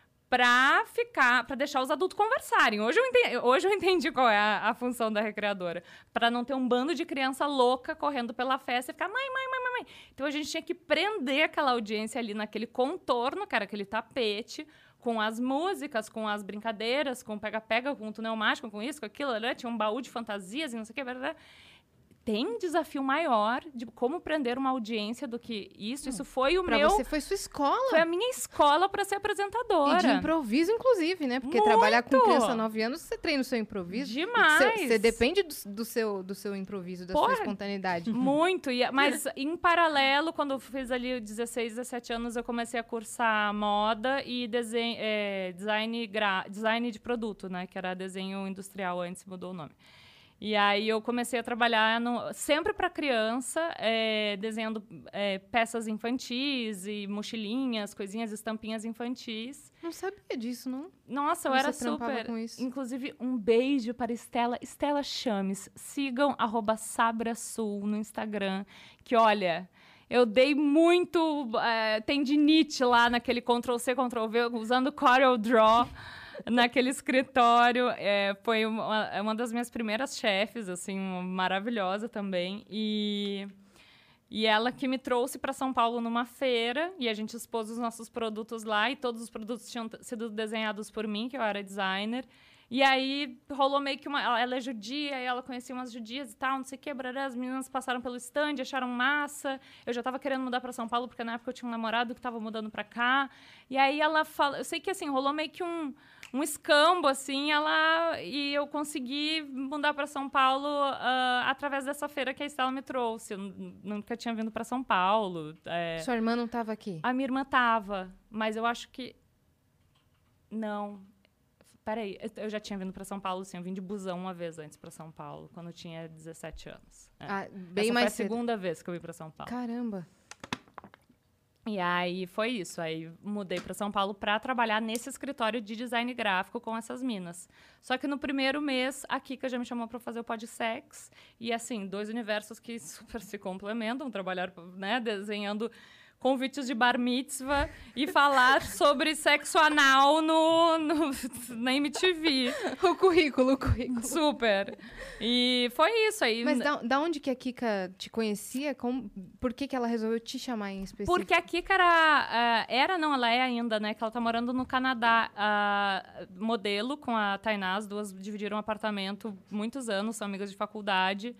pra ficar, para deixar os adultos conversarem. Hoje eu entendi, hoje eu entendi qual é a, a função da recreadora. Para não ter um bando de criança louca correndo pela festa e ficar mãe, mãe, mãe, mãe, mãe. Então a gente tinha que prender aquela audiência ali naquele contorno, que era aquele tapete, com as músicas, com as brincadeiras, com pega-pega, com o túnel mágico, com isso, com aquilo, né? Tinha um baú de fantasias e não sei o que, blá, blá, blá. Tem um desafio maior de como prender uma audiência do que isso. Isso foi o Pra meu... você foi sua escola. Foi a minha escola para ser apresentadora. E de improviso, inclusive, né? Porque Muito! trabalhar com criança nove anos, você treina o seu improviso. Demais! Você, você depende do, do, seu, do seu improviso, da Porra! sua espontaneidade. Muito. E, mas, em paralelo, quando eu fiz ali dezesseis, dezessete anos, eu comecei a cursar moda e desenho, é, design, gra, design de produto, né? Que era desenho industrial, antes mudou o nome. E aí eu comecei a trabalhar no, sempre para criança, é, desenhando é, peças infantis e mochilinhas, coisinhas, estampinhas infantis. Não sabia disso, não? Nossa, eu Você era trampava super... com isso. Inclusive, um beijo para Estela, Estela Chames. Sigam, arroba Sabrasul no Instagram, que olha... Eu dei muito é, tendinite lá naquele control C, control V, usando Corel Draw. naquele escritório. É, foi uma, uma das minhas primeiras chefes, assim, maravilhosa também. E, e ela que me trouxe para São Paulo numa feira, e a gente expôs os nossos produtos lá, e todos os produtos tinham sido desenhados por mim, que eu era designer. E aí rolou meio que uma... Ela, ela é judia, e ela conhecia umas judias e tal, não sei o que, brará, as meninas passaram pelo stand, acharam massa. Eu já tava querendo mudar para São Paulo, porque na época eu tinha um namorado que tava mudando para cá. E aí ela fala... Eu sei que, assim, rolou meio que um, um escambo, assim, ela... E eu consegui mudar para São Paulo uh, através dessa feira que a Estela me trouxe. Eu nunca tinha vindo para São Paulo. É... Sua irmã não tava aqui? A minha irmã tava, mas eu acho que... Não... Peraí, eu já tinha vindo para São Paulo, sim. Eu vim de busão uma vez antes para São Paulo, quando eu tinha dezessete anos. É. Ah, bem Essa mais foi a cedo. segunda vez que eu vim para São Paulo. Caramba. E aí foi isso. Aí mudei para São Paulo para trabalhar nesse escritório de design gráfico com essas minas. Só que no primeiro mês, a Kika já me chamou para fazer o Podsex. E assim, dois universos que super se complementam. Trabalhar, né, desenhando convites de bar mitzvah e falar sobre sexo anal no, no, na M T V. O currículo, o currículo. Super. E foi isso aí. Mas da, da onde que a Kika te conhecia? Como, por que que ela resolveu te chamar em específico? Porque a Kika era... Uh, era, não, ela é ainda, né? Que ela tá morando no Canadá. Uh, modelo com a Tainá, as duas dividiram um apartamento muitos anos, são amigas de faculdade.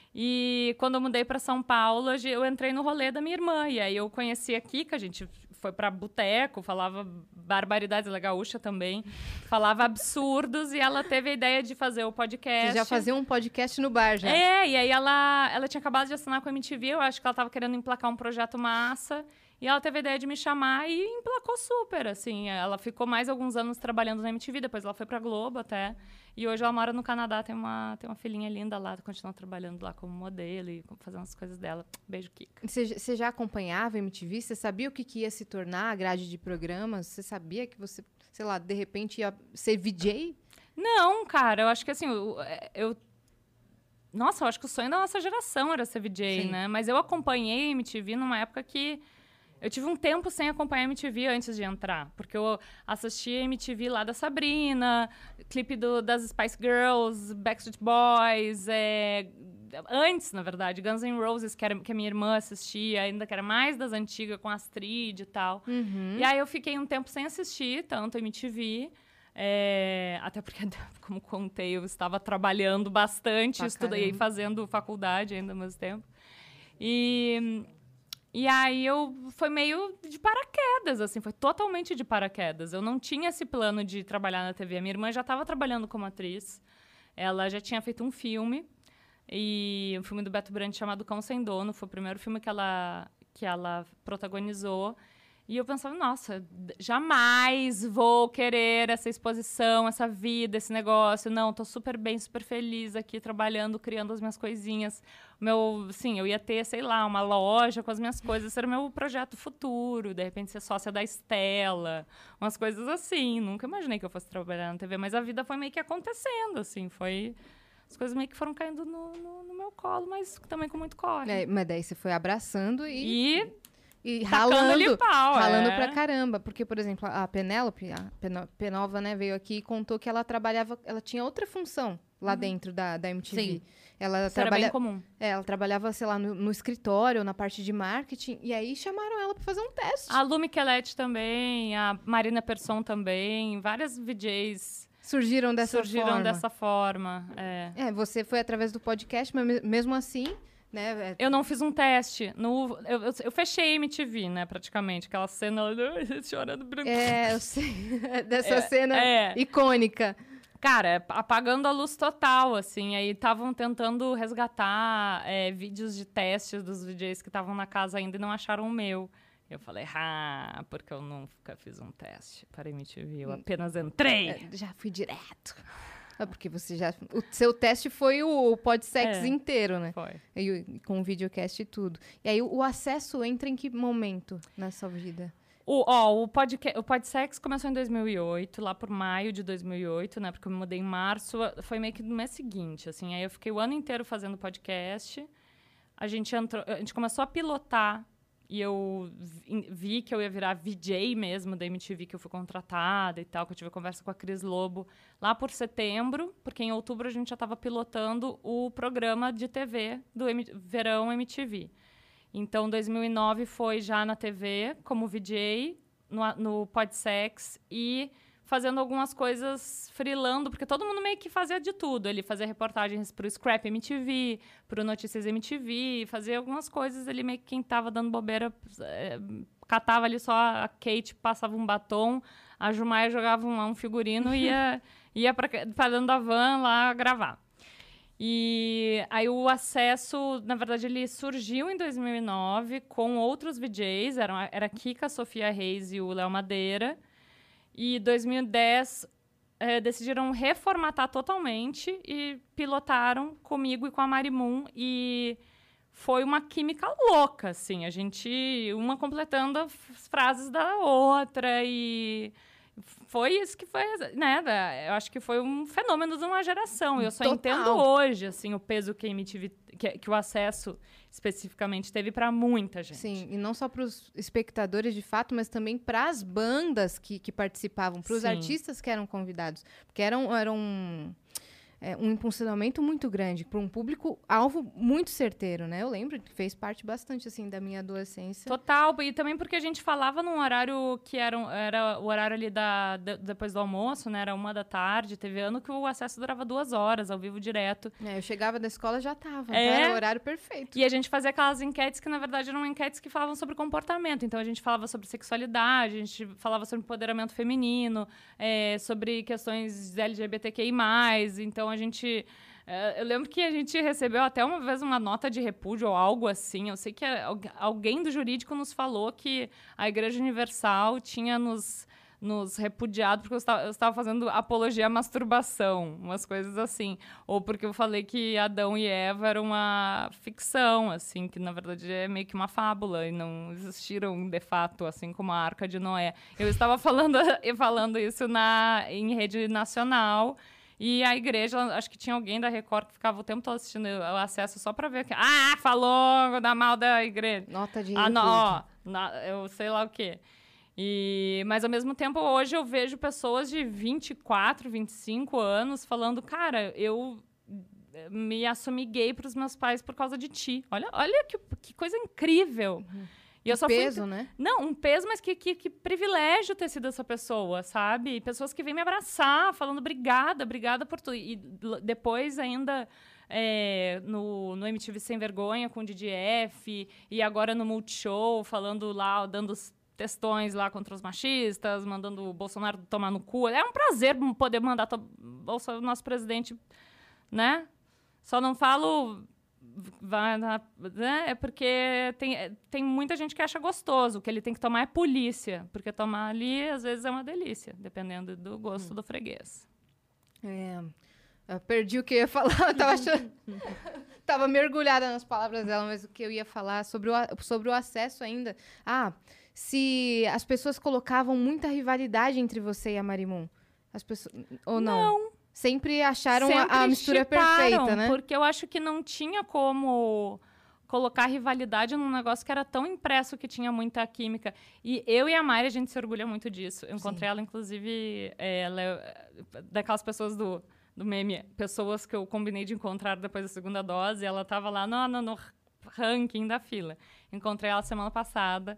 E quando eu mudei para São Paulo, eu entrei no rolê da minha irmã. E aí eu conheci a Kika, a gente foi para boteco, falava barbaridades, ela é gaúcha também, falava absurdos, e ela teve a ideia de fazer o podcast. Você já fazia um podcast no bar, já. É, e aí ela, ela tinha acabado de assinar com a M T V, eu acho que ela estava querendo emplacar um projeto massa, e ela teve a ideia de me chamar e emplacou super, assim. Ela ficou mais alguns anos trabalhando na M T V, depois ela foi pra Globo até. E hoje ela mora no Canadá, tem uma, tem uma filhinha linda lá, continua trabalhando lá como modelo e fazendo as coisas dela. Beijo, Kika. Você já acompanhava a M T V? Você sabia o que, que ia se tornar a grade de programas? Você sabia que você, sei lá, de repente ia ser V J? Não, cara, eu acho que assim, eu... eu nossa, eu acho que o sonho da nossa geração era ser V J, Sim. né? Mas eu acompanhei a M T V numa época que... Eu tive um tempo sem acompanhar a M T V antes de entrar, porque eu assistia a M T V lá da Sabrina, clipe do, das Spice Girls, Backstreet Boys, é, antes, na verdade, Guns N' Roses, que, era, que a minha irmã assistia, ainda que era mais das antigas, com Astrid e tal. Uhum. E aí eu fiquei um tempo sem assistir tanto a M T V, é, até porque, como contei, eu estava trabalhando bastante, Pra estudei caramba. fazendo faculdade ainda ao mesmo tempo. E... E aí eu foi meio de paraquedas, assim, foi totalmente de paraquedas. Eu não tinha esse plano de trabalhar na T V. A minha irmã já estava trabalhando como atriz. Ela já tinha feito um filme, e um filme do Beto Brandt chamado Cão Sem Dono. Foi o primeiro filme que ela, que ela protagonizou. E eu pensava, nossa, jamais vou querer essa exposição, essa vida, esse negócio. Não, tô super bem, super feliz aqui, trabalhando, criando as minhas coisinhas. Meu, sim, eu ia ter, sei lá, uma loja com as minhas coisas. Esse era o meu projeto futuro. De repente, ser sócia da Estela. Umas coisas assim. Nunca imaginei que eu fosse trabalhar na T V. Mas a vida foi meio que acontecendo, assim. Foi... As coisas meio que foram caindo no, no, no meu colo, mas também com muito corre. É, mas daí você foi abraçando e... E... E Tacando-lhe ralando, pau, ralando é. pra caramba. Porque, por exemplo, a Penélope, a Peno- Penova, né, veio aqui e contou que ela trabalhava... Ela tinha outra função lá Uhum. dentro da, da M T V. Sim. Ela, Isso era trabalha... bem comum. é, ela trabalhava, sei lá, no, no escritório, na parte de marketing. E aí chamaram ela pra fazer um teste. A Lu Micheletti também, a Marina Persson também, várias V Js Surgiram dessa surgiram forma. dessa forma. É. É, você foi através do podcast, mas me- mesmo assim, né? é- Eu não fiz um teste. No, eu, eu, eu fechei a M T V, né, praticamente. Aquela cena chorando branco. É, eu sei. Dessa É, cena é. icônica. Cara, apagando a luz total, assim. Aí estavam tentando resgatar é, vídeos de testes dos V Js que estavam na casa ainda e não acharam o meu. Eu falei, ah, porque eu nunca fiz um teste para a M T V. Eu apenas entrei. É, já fui direto. É porque você já... O seu teste foi o Podsex É. inteiro, né? Foi. E, o- com o videocast e tudo. E aí, o, o acesso entra em que momento na sua vida? O, ó, o, podca- o Podsex começou em dois mil e oito, lá por maio de dois mil e oito, né? Porque eu me mudei em março. Foi meio que no mês seguinte, assim. Aí eu fiquei o ano inteiro fazendo podcast. A gente entrou... A gente começou a pilotar e eu vi, vi que eu ia virar V J mesmo da M T V, que eu fui contratada e tal, que eu tive conversa com a Cris Lobo lá por setembro, porque em outubro a gente já estava pilotando o programa de T V do M- Verão M T V. Então, dois mil e nove foi já na T V, como V J, no, no Podsex, e fazendo algumas coisas freelando, porque todo mundo meio que fazia de tudo. Ele fazia reportagens pro Scrap M T V, pro Notícias M T V, fazia algumas coisas. Ele meio que quem tava dando bobeira, é, catava ali só a Kate, passava um batom, a Jumaia jogava um, um figurino e ia, ia pra, pra dentro da van lá gravar. E aí o Acesso, na verdade, ele surgiu em dois mil e nove com outros V Js, eram, era a Kika, a Sofia Reis e o Léo Madeira. E em dois mil e dez eh, decidiram reformatar totalmente e pilotaram comigo e com a Marimun. E foi uma química louca, assim. A gente, uma completando as frases da outra e... Foi isso que foi, né? Eu acho que foi um fenômeno de uma geração. Eu só Total. entendo hoje, assim, o peso que a M T V, que, que o Acesso especificamente teve para muita gente. Sim, e não só para os espectadores de fato, mas também para as bandas que, que participavam, para os Sim. artistas que eram convidados. Porque era um, era um, é, um impulsionamento muito grande, para um público-alvo muito certeiro, né? Eu lembro que fez parte bastante, assim, da minha adolescência. Total, e também porque a gente falava num horário que era, um- era o horário ali da, de- depois do almoço, né? Era uma da tarde. Teve ano que o acesso durava duas horas, ao vivo direto. É, eu chegava da escola já tava, É. então era o horário perfeito. E a gente fazia aquelas enquetes que, na verdade, eram enquetes que falavam sobre comportamento. Então, a gente falava sobre sexualidade, a gente falava sobre empoderamento feminino, é, sobre questões L G B T Q I mais. Então, a gente... é, eu lembro que a gente recebeu até uma vez uma nota de repúdio ou algo assim. Eu sei que al- alguém do jurídico nos falou que a Igreja Universal tinha nos... nos repudiado porque eu estava, eu estava fazendo apologia à masturbação, umas coisas assim. Ou porque eu falei que Adão e Eva era uma ficção, assim, que na verdade é meio que uma fábula e não existiram de fato, assim como a Arca de Noé. Eu estava falando, falando isso na, em rede nacional. E a igreja, acho que tinha alguém da Record que ficava o tempo todo assistindo o acesso só para ver que... Ah, falou da mal da igreja. Nota de Ah, não, repúdio. ó, na- eu sei lá o quê. E, mas, ao mesmo tempo, hoje eu vejo pessoas de vinte e quatro, vinte e cinco anos falando, cara, eu me assumi gay para os meus pais por causa de ti. Olha, olha que, que coisa incrível. E eu só fui Peso, né? não, um peso, mas que, que, que privilégio ter sido essa pessoa, sabe? Pessoas que vêm me abraçar, falando obrigada, obrigada por tudo. E l- depois ainda é, no, no M T V Sem Vergonha com o D D F e agora no Multishow, falando lá, dando os textões lá contra os machistas, mandando o Bolsonaro tomar no cu. É um prazer poder mandar to- o nosso presidente, né? Só não falo... Vai na, né? É porque tem, tem muita gente que acha gostoso. O que ele tem que tomar é polícia. Porque tomar ali, às vezes, é uma delícia. Dependendo do gosto do freguês. É, eu perdi o que eu ia falar. Eu tava achando... tava mergulhada nas palavras dela, mas o que eu ia falar sobre o, a- sobre o acesso ainda. Ah, se as pessoas colocavam muita rivalidade entre você e a Marimun. As pessoas... Ou não? Não. Sempre acharam a- Sempre a mistura shipparam, perfeita, né? Porque eu acho que não tinha como colocar rivalidade num negócio que era tão impresso que tinha muita química. E eu e a Mari, a gente se orgulha muito disso. Eu encontrei Sim. ela, inclusive, é, ela é daquelas pessoas do, do meme, pessoas que eu combinei de encontrar depois da segunda dose. Ela estava lá no, no, no ranking da fila. Encontrei ela semana passada.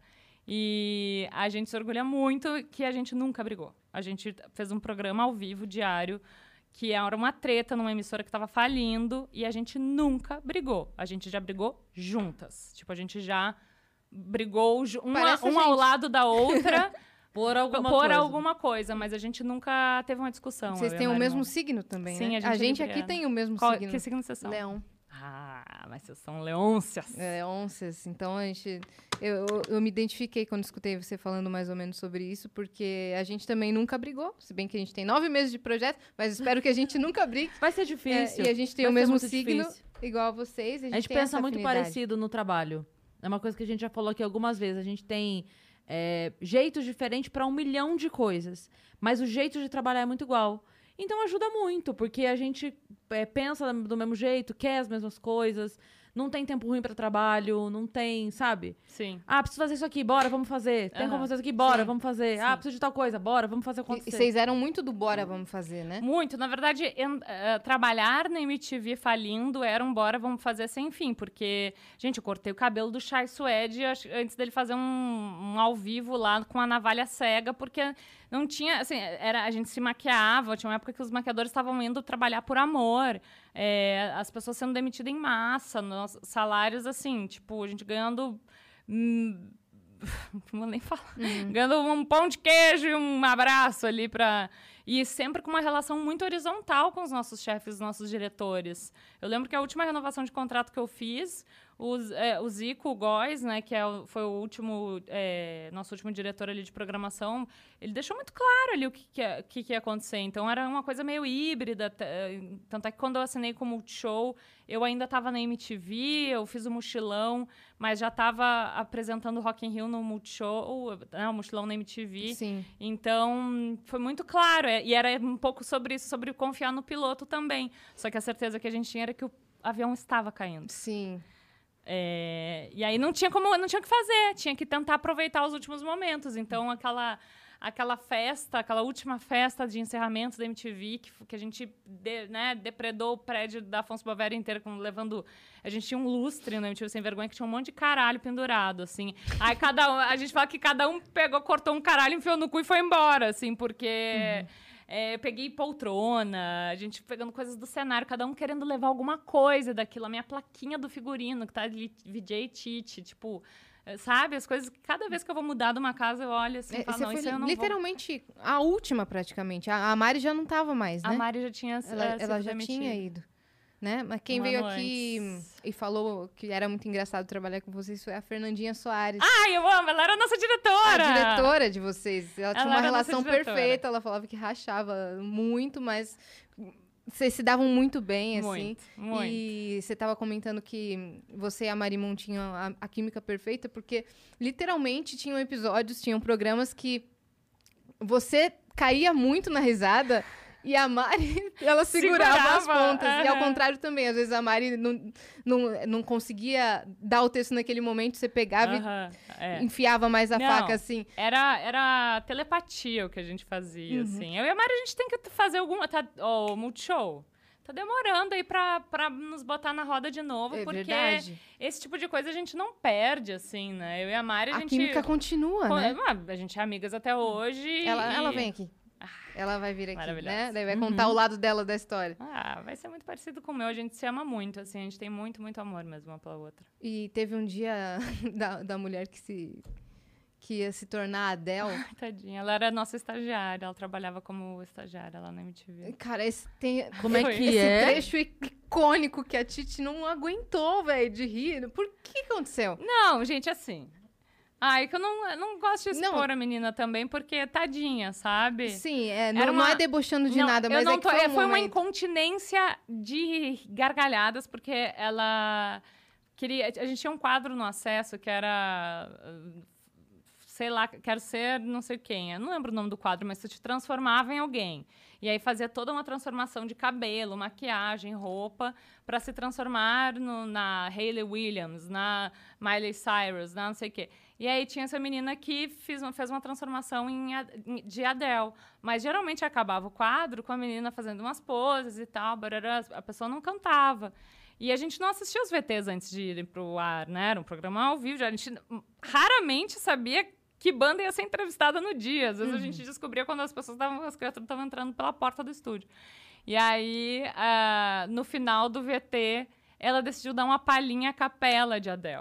E a gente se orgulha muito que a gente nunca brigou. A gente fez um programa ao vivo, diário, que era uma treta numa emissora que estava falindo, e a gente nunca brigou. A gente já brigou juntas. Tipo, a gente já brigou ju- uma, Parece a uma ao gente. lado da outra Por alguma por coisa. alguma coisa, mas a gente nunca teve uma discussão. Vocês eu e têm a o Mari mesmo não. signo também, Sim, né? a gente A é gente aqui libriana. tem o mesmo Qual, signo. que signo vocês são? Leão. Ah, mas vocês são leôncias. É, onças. Então, a gente... Eu, eu, eu me identifiquei quando escutei você falando mais ou menos sobre isso, porque a gente também nunca brigou, se bem que a gente tem nove meses de projeto, mas espero que a gente nunca brigue. Vai ser É, difícil. e a gente tem Vai o ser mesmo muito signo, difícil. igual a vocês. A gente, A gente tem pensa essa muito afinidade. parecido no trabalho. É uma coisa que a gente já falou aqui algumas vezes. A gente tem é, jeitos diferentes para um milhão de coisas, mas o jeito de trabalhar é muito igual. Então ajuda muito, porque a gente é, pensa do mesmo jeito, quer as mesmas coisas. não tem tempo ruim pra trabalho, não tem, sabe? Sim. Ah, preciso fazer isso aqui, bora, vamos fazer. Tem Aham. como fazer isso aqui, bora, Sim. vamos fazer. Sim. Ah, preciso de tal coisa, bora, vamos fazer E acontecer. vocês eram muito do bora, vamos fazer, né? Muito. Na verdade, en- eh, trabalhar na M T V falindo era um bora, vamos fazer sem fim. Porque, gente, eu cortei o cabelo do Chai Suede acho- antes dele fazer um, um ao vivo lá com a navalha cega, porque não tinha, assim, era, a gente se maquiava, tinha uma época que os maquiadores estavam indo trabalhar por amor, é, as pessoas sendo demitidas em massa, nos salários, assim, tipo, a gente ganhando... hum, não vou nem falar. Uhum. Ganhando um pão de queijo e um abraço ali pra... E sempre com uma relação muito horizontal com os nossos chefes, os nossos diretores. Eu lembro que a última renovação de contrato que eu fiz, os, é, o Zico Góes, né, que é o, foi o último, é, nosso último diretor ali de programação, ele deixou muito claro ali o que, que, ia- que, que ia acontecer. Então, era uma coisa meio híbrida. t- eh, Tanto é que quando eu assinei com o Multishow, eu ainda estava na M T V, eu fiz o mochilão, mas já estava apresentando o Rock in Rio no Multishow, né, o mochilão na M T V. Sim. Então, foi muito claro. é, E era um pouco sobre isso, sobre confiar no piloto também. Só que a certeza que a gente tinha era que o avião estava caindo. Sim. É, e aí não tinha como, não tinha o que fazer, tinha que tentar aproveitar os últimos momentos. Então, aquela, aquela festa, aquela última festa de encerramento da M T V, que, f- que a gente de- né, depredou o prédio da Afonso Bovero inteiro, com, levando... A gente tinha um lustre na M T V Sem Vergonha, que tinha um monte de caralho pendurado, assim. Aí cada um, a gente fala que cada um pegou, cortou um caralho, enfiou no cu e foi embora, assim, porque... É, eu peguei poltrona, a gente pegando coisas do cenário, cada um querendo levar alguma coisa daquilo. A minha plaquinha do figurino, que tá ali, V J Tite, tipo... é, Sabe? As coisas que cada vez que eu vou mudar de uma casa, eu olho assim e É, falo, você não, foi isso aí eu não literalmente a última, praticamente. A, a Mari já não tava mais, vou... né? A Mari já tinha Ela, eh, sido ela já demitida. tinha ido. Né? Mas quem Um veio ano aqui antes. e falou que era muito engraçado trabalhar com vocês foi a Fernandinha Soares. Ai, eu amo, ela era a nossa A diretora! diretora de vocês. Ela tinha Ela uma era a nossa relação diretora. perfeita. Ela falava que rachava muito, mas vocês se davam muito bem, assim. Muito, muito. E você estava comentando que você e a Marimon tinham a, a química perfeita, porque literalmente tinham episódios, tinham programas que você caía muito na risada e a Mari, ela segurava, as Segurava, pontas. E ao aham. contrário também, às vezes a Mari não, não, não conseguia dar o texto naquele momento, você pegava Aham, é. e enfiava mais a Não. faca, assim. Era, era telepatia o que a gente fazia, Uhum. assim. Eu e a Mari, a gente tem que fazer alguma... Tá, ó, o Multishow tá demorando aí pra, pra nos botar na roda de novo, É porque verdade. esse tipo de coisa a gente não perde, assim, né? Eu e a Mari, a, A gente... química continua, co- né? Ah, a gente é amigas até hoje. Ela, e- ela vem aqui. Ela vai vir aqui, Maravilhosa. né? Daí vai Uhum. contar o lado dela da história. Ah, vai ser muito parecido com o meu. A gente se ama muito, assim. A gente tem muito, muito amor mesmo uma pela outra. E teve um dia da, da mulher que se que ia se tornar a Adele. Ai, tadinha. Ela era nossa estagiária. Ela trabalhava como estagiária lá na M T V. Cara, esse, tem, Como é Foi. que esse é? trecho icônico que a Titi não aguentou, velho, de rir. Por que aconteceu? Não, gente, assim... Ai, que eu não, eu não gosto de Não. expor a menina também, porque tadinha, sabe? Sim, é, não, Era não uma- é debochando de Não, nada, eu mas não é que tô- foi, é, um foi uma momento. incontinência de gargalhadas, porque ela queria... A gente tinha um quadro no Acesso que era... uh, Sei lá, quero ser não sei quem. Eu não lembro o nome do quadro, mas você te transformava em alguém. E aí fazia toda uma transformação de cabelo, maquiagem, roupa, para se transformar no- na Hayley Williams, na Miley Cyrus, na não sei o quê. E aí tinha essa menina que fez uma, fez uma transformação em, A- em- de Adele. Mas geralmente acabava o quadro com a menina fazendo umas poses e tal, barará, a pessoa não cantava. E a gente não assistia os V Ts antes de irem pro ar, né? Era um programa ao vivo. A gente raramente sabia que banda ia ser entrevistada no dia. Às vezes a gente descobria quando as pessoas estavam, as criaturas estavam entrando pela porta do estúdio. E aí, ah, no final do V T, ela decidiu dar uma palhinha a capela de Adele.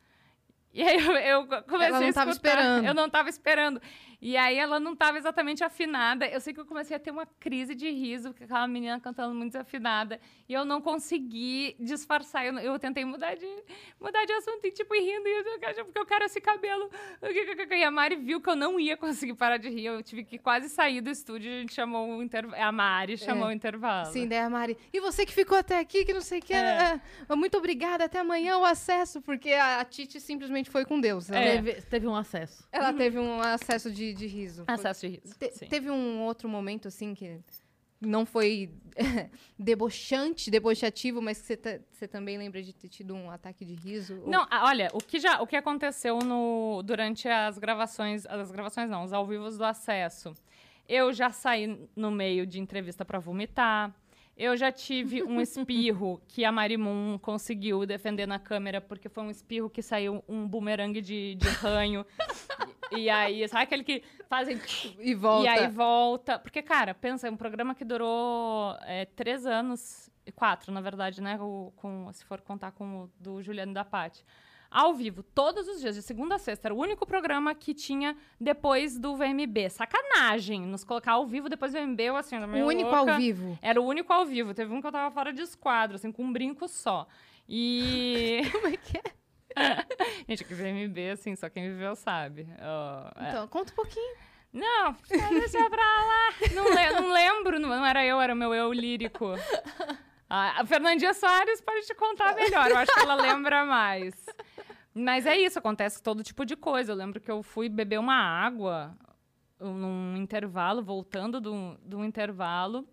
E aí eu, eu comecei Ela não a tava escutar. esperando. Eu não estava esperando. E aí ela não estava exatamente afinada. Eu sei que eu comecei a ter uma crise de riso, porque aquela menina cantando muito desafinada. E eu não consegui disfarçar. Eu, eu tentei mudar de, mudar de assunto e, tipo, ir rindo. E eu, porque eu quero esse cabelo. E a Mari viu que eu não ia conseguir parar de rir. Eu tive que quase sair do estúdio. A gente chamou o intervalo. A Mari chamou É. o intervalo. Sim, daí a Mari. E você que ficou até aqui, que não sei o que. É. É. Muito obrigada, até amanhã o acesso, porque a, a Titi simplesmente foi com Deus. Ela, É. Teve, teve um acesso. ela teve um acesso de, de riso. Foi- Acesso de riso. Te- sim. teve um outro momento, assim, que não foi debochante, debochativo, mas que você, ta- você também lembra de ter tido um ataque de riso? Ou- Não, ah, olha, o que, já, o que aconteceu no, durante as gravações, as gravações não, os ao vivos do Acesso. Eu já saí no meio de entrevista para vomitar. Eu já tive um espirro que a Marimun conseguiu defender na câmera, porque foi um espirro que saiu um bumerangue de, de ranho. e, e aí, sabe aquele que fazem... E volta. E aí volta. Porque, cara, pensa, é um programa que durou é, três anos, quatro, na verdade, né? O, com, se for contar com o do Juliano e da Paty. Ao vivo, todos os dias, de segunda a sexta. Era o único programa que tinha depois do V M B. Sacanagem, nos colocar ao vivo depois do V M B, eu assim, era meio O único louca. ao vivo. Era o único ao vivo. Teve um que eu tava fora de esquadro, assim, com um brinco só. E... Como é que é? Gente, que V M B, assim, só quem viveu sabe. Ó, é. Então, conta um pouquinho. Não, deixa pra lá. Não, le- não lembro, não, não era eu, era o meu eu lírico. Ah, a Fernandinha Soares pode te contar melhor, eu acho que ela lembra mais. Mas é isso, acontece todo tipo de coisa. Eu lembro que eu fui beber uma água num intervalo, voltando do, do intervalo.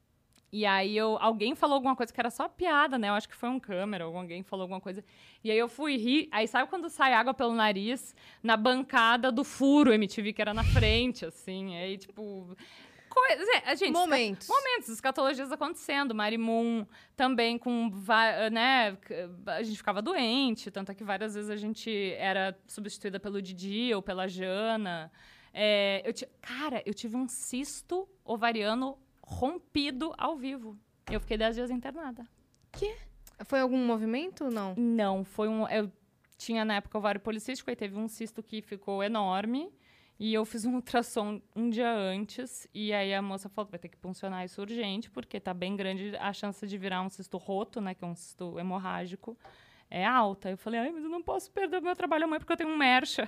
E aí eu, alguém falou alguma coisa que era só piada, né? Eu acho que foi um câmera, ou alguém falou alguma coisa. E aí eu fui rir. Aí sabe quando sai água pelo nariz? Na bancada do Furo M T V, que era na frente, assim. Aí, tipo... Coisa, é, gente, Momentos. Momentos, escatologias acontecendo. Marimun também com, va- né, a gente ficava doente, tanto é que várias vezes a gente era substituída pelo Didi ou pela Jana. É, eu ti- cara, eu tive um cisto ovariano rompido ao vivo. Eu fiquei dez dias internada. Foi algum movimento? Não. Não, foi um... Eu tinha, na época, ovário policístico, aí teve um cisto que ficou enorme. E eu fiz um ultrassom um dia antes, e aí a moça falou, vai ter que puncionar isso urgente, porque tá bem grande a chance de virar um cisto roto, né, que é um cisto hemorrágico, é alta. Eu falei, ai, mas eu não posso perder o meu trabalho amanhã porque eu tenho um mercha.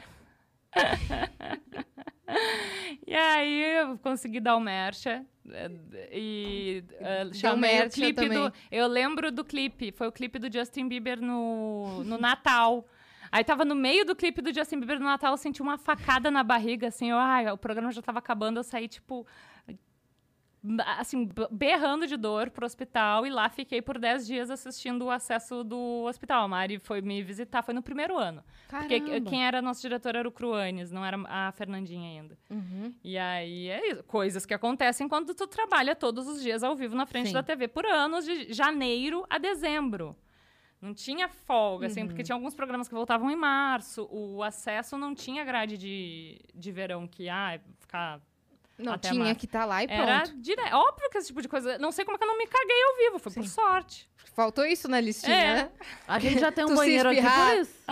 E aí eu consegui dar o mercha, eh, e uh, chamei o mercha clipe também. do... Eu lembro do clipe, foi o clipe do Justin Bieber no, no Natal. Aí tava no meio do clipe do Justin Bieber no Natal, eu senti uma facada na barriga, assim, eu, ai, o programa já tava acabando, eu saí, tipo, assim, b- berrando de dor pro hospital, e lá fiquei por dez dias assistindo o acesso do hospital. A Mari foi me visitar, foi no primeiro ano. Porque Caramba. quem era nosso diretor era o Cruanes, não era a Fernandinha ainda. Uhum. E aí, é isso. Coisas que acontecem quando tu trabalha todos os dias ao vivo na frente Sim. da T V por anos, de janeiro a dezembro. Não tinha folga, assim, porque tinha alguns programas que voltavam em março. O acesso não tinha grade de, de verão, que, ah, ficar... Não, Até tinha março. que estar lá e Era pronto. direto. Óbvio que esse tipo de coisa... Não sei como é que eu não me caguei ao vivo, foi por Sim. sorte. Faltou isso na listinha, É. né? A gente já tem um Tu se banheiro aqui espirrar. por isso.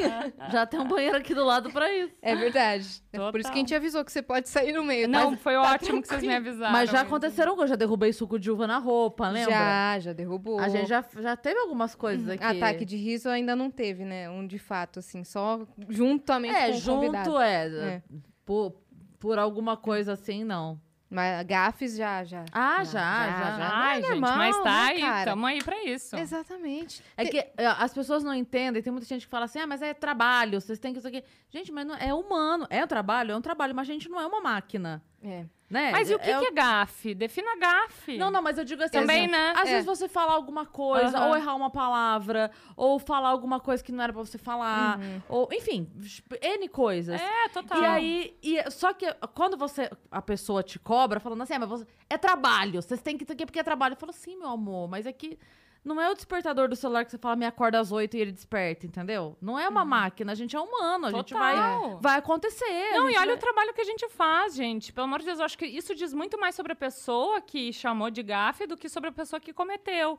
Já tem um banheiro aqui do lado pra isso. É verdade. É por isso Total. que a gente avisou que você pode sair no meio. Não, mas foi ótimo que vocês me avisaram. Mas já isso. aconteceram coisas. Eu já derrubei suco de uva na roupa, lembra? Já, já derrubou. A gente já, já teve algumas coisas aqui. Ataque de riso ainda não teve, né? Um de fato, assim, só juntamente É, com o convidado. junto é. É. Por, por alguma coisa assim, não. Mas gafes já, já. Ah, já, já. já. Ai, Não é gente, normal, mas tá né, aí, cara? tamo aí pra isso. Exatamente. É que é, as pessoas não entendem, tem muita gente que fala assim, ah, mas é trabalho, vocês têm que isso aqui. Gente, mas não, é humano. É um trabalho, é um trabalho, mas a gente não é uma máquina, É. né? Mas e o que, é, que é gafe? Defina gafe. Não, não, mas eu digo assim... Também, assim, né? Às É. vezes você falar alguma coisa, Aham. ou errar uma palavra, ou falar alguma coisa que não era pra você falar, ou, enfim, N coisas. É, total. E aí, e, só que quando você, a pessoa te cobra, falando assim, ah, mas você, é trabalho, vocês têm que isso aqui porque é trabalho. Eu falo, sim, meu amor, mas é que não é o despertador do celular que você fala, me acorda às oito e ele desperta, entendeu? Não é uma máquina, a gente é humano, a gente vai, Total. vai acontecer. a Não, gente e olha vai- o trabalho que a gente faz, gente. Pelo amor de Deus, eu acho que isso diz muito mais sobre a pessoa que chamou de gafe do que sobre a pessoa que cometeu.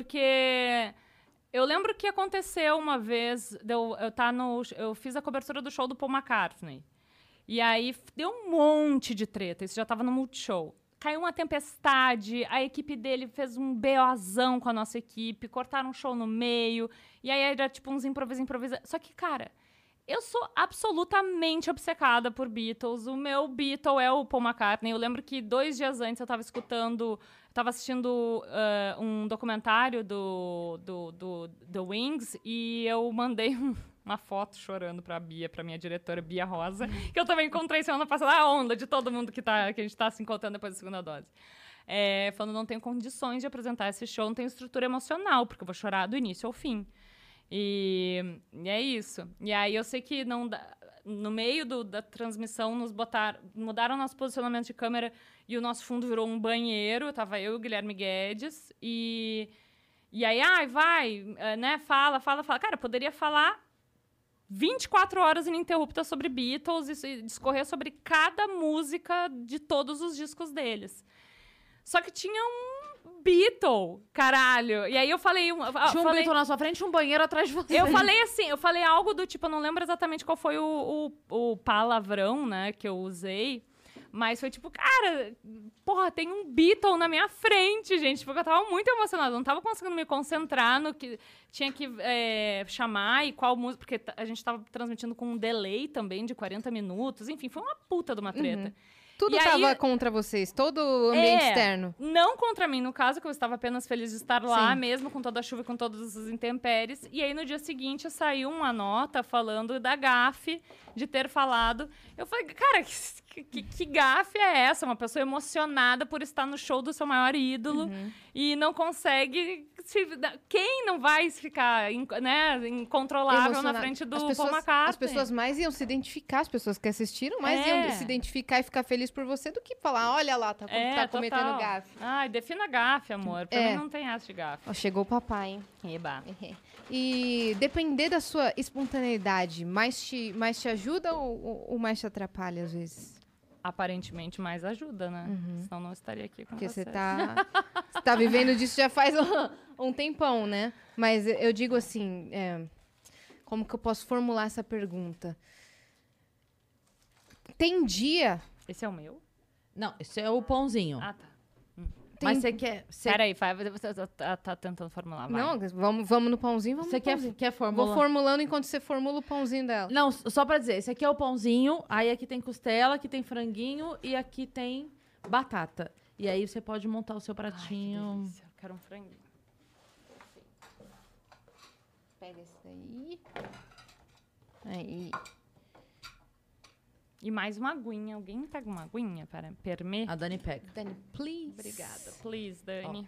Porque eu lembro que aconteceu uma vez, de eu, eu, tá no, eu fiz a cobertura do show do Paul McCartney. E aí f- deu um monte de treta, isso já tava no Multishow. Caiu uma tempestade, a equipe dele fez um BOzão com a nossa equipe, cortaram um show no meio, e aí era tipo uns improvisa, improvisa. Só que, cara, eu sou absolutamente obcecada por Beatles. O meu Beatle é o Paul McCartney. Eu lembro que dois dias antes eu tava escutando... Tava assistindo ah, um documentário do, do, do, do Wings e eu mandei um- uma foto chorando pra Bia, pra minha diretora Bia Rosa, que eu também encontrei semana passada, a onda de todo mundo que, tá, que a gente tá se encontrando depois da segunda dose. É, falando, não tenho condições de apresentar esse show, não tenho estrutura emocional, porque eu vou chorar do início ao fim. E, e é isso. E aí eu sei que não dá, no meio do, da transmissão nos botaram, mudaram nosso posicionamento de câmera e o nosso fundo virou um banheiro. Tava eu e o Guilherme Guedes. E, e aí, ai, vai, né? Fala, fala, fala. Cara, eu poderia falar vinte e quatro horas ininterruptas sobre Beatles e discorrer sobre cada música de todos os discos deles. Só que tinha um Beatle, caralho. E aí eu falei... Um, Tinha um falei, Beatle na sua frente e um banheiro atrás de você. Eu falei assim, eu falei algo do tipo, eu não lembro exatamente qual foi o, o, o palavrão, né, que eu usei, mas foi tipo, cara, porra, tem um Beatle na minha frente, gente, porque eu tava muito emocionada, não tava conseguindo me concentrar no que tinha que é, chamar e qual música, porque a gente tava transmitindo com um delay também de quarenta minutos, enfim, foi uma puta de uma treta. Uhum. Tudo E estava aí- contra vocês, todo o ambiente É, externo. Não contra mim, no caso, que eu estava apenas feliz de estar lá, Sim. mesmo com toda a chuva e com todos os intempéries. E aí, no dia seguinte, saiu uma nota falando da gafe de ter falado. Eu falei, cara, que, que, que gafe é essa? Uma pessoa emocionada por estar no show do seu maior ídolo Uhum. e não consegue... Se, quem não vai ficar in- né, incontrolável na Emocionado. frente do as Paul pessoas, McCartney? as pessoas mais iam se identificar, as pessoas que assistiram mais É. iam se identificar e ficar feliz por você do que falar, olha lá, tá, É, tá cometendo total. gafe. Ai, defina gafe, amor. Pra É. mim não tem essa de gafe. Ó, chegou o papai, hein? Eba. E depender da sua espontaneidade, mais te, mais te ajuda ou, ou- ou mais te atrapalha às vezes? Aparentemente mais ajuda, né? Uhum. Senão não estaria aqui com Porque você. você tá, você tá vivendo disso já faz um, um tempão, né? Mas eu- eu digo assim, é, como que eu posso formular essa pergunta? Tem dia... Esse é o meu? Não, esse é o pãozinho. Ah, tá. Mas tem- você quer... Você, Peraí, vai, você tá, tá- tá tentando formular, vai. Não, vamos, vamos no pãozinho, vamos você no quer, pãozinho. quer Vou formular? formulando enquanto você formula o pãozinho dela. Não, só pra dizer, esse aqui é o pãozinho, aí aqui tem costela, aqui tem franguinho e aqui tem batata. E aí você pode montar o seu Ai, que pratinho. delícia. Eu quero um franguinho. Pega esse daí. Aí. E mais uma aguinha. Alguém pega uma aguinha para permer? A Dani pega. Dani, please. Obrigada. Please, Dani.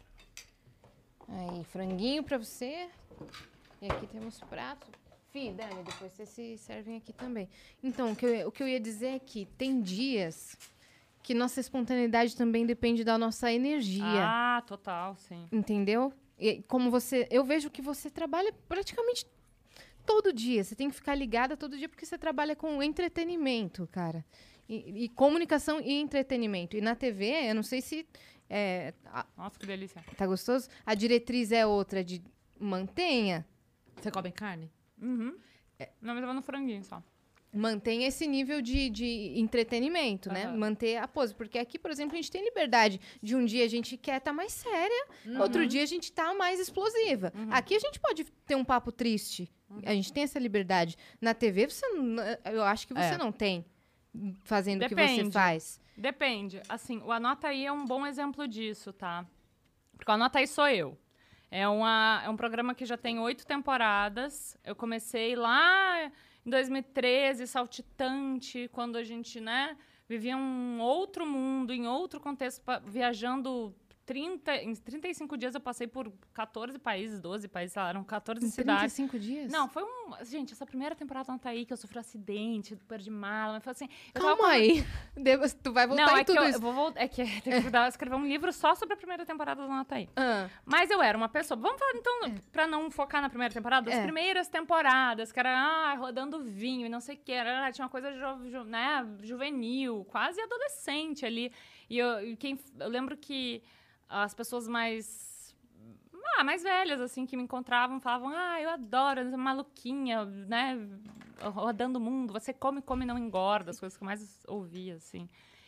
Aí, franguinho pra você. E aqui temos prato. Fih, Dani, depois vocês se servem aqui também. Então, o que, eu, o que eu ia dizer é que tem dias que nossa espontaneidade também depende da nossa energia. Ah, total, sim. Entendeu? E como você... Eu vejo que você trabalha praticamente todo dia. Você tem que ficar ligada todo dia porque você trabalha com entretenimento, cara. E, e comunicação e entretenimento. E na T V, eu não sei se... É, a- Nossa, que delícia. tá gostoso? A diretriz é outra de mantenha. Você come carne? Uhum. Não, mas eu vou no franguinho só. Mantenha esse nível de, de entretenimento, né? Aham. Manter a pose. Porque aqui, por exemplo, a gente tem liberdade. De um dia a gente quer estar mais séria, outro dia a gente tá mais explosiva. Aqui a gente pode ter um papo triste. A gente tem essa liberdade. Na T V, você não- eu acho que você É. não tem. Fazendo o que você Depende. faz. Depende. Assim, o Anota Aí é um bom exemplo disso, tá? Porque o Anota Aí sou eu. É, uma, é um programa que já tem oito temporadas. Eu comecei lá em dois mil e treze, saltitante, quando a gente, né, vivia um outro mundo, em outro contexto, pa- viajando trinta, em trinta e cinco dias eu passei por quatorze países, doze países, sei lá, eram quatorze Em cidades. trinta e cinco dias? Não, foi um... Gente, essa primeira temporada não tá aí, que eu sofri um acidente, perdi mala, mas foi assim... eu tava Calma aí. Deus, tu vai voltar Não, em é que tudo eu, isso. eu vou voltar... É que tem que dar- escrever um livro só sobre a primeira temporada do Nota Aí. Ah, Mas eu era uma pessoa... Vamos falar, então, pra não focar na primeira temporada, as É. primeiras temporadas, que era ah, rodando vinho e não sei o que, era, tinha uma coisa ju, ju- né, juvenil, quase adolescente ali. E eu, e quem, eu lembro que as pessoas mais... Ah, mais velhas, assim, que me encontravam, falavam, ah, eu adoro, essa maluquinha, né, rodando o mundo, você come, come, não engorda, as coisas que eu mais ouvia, assim.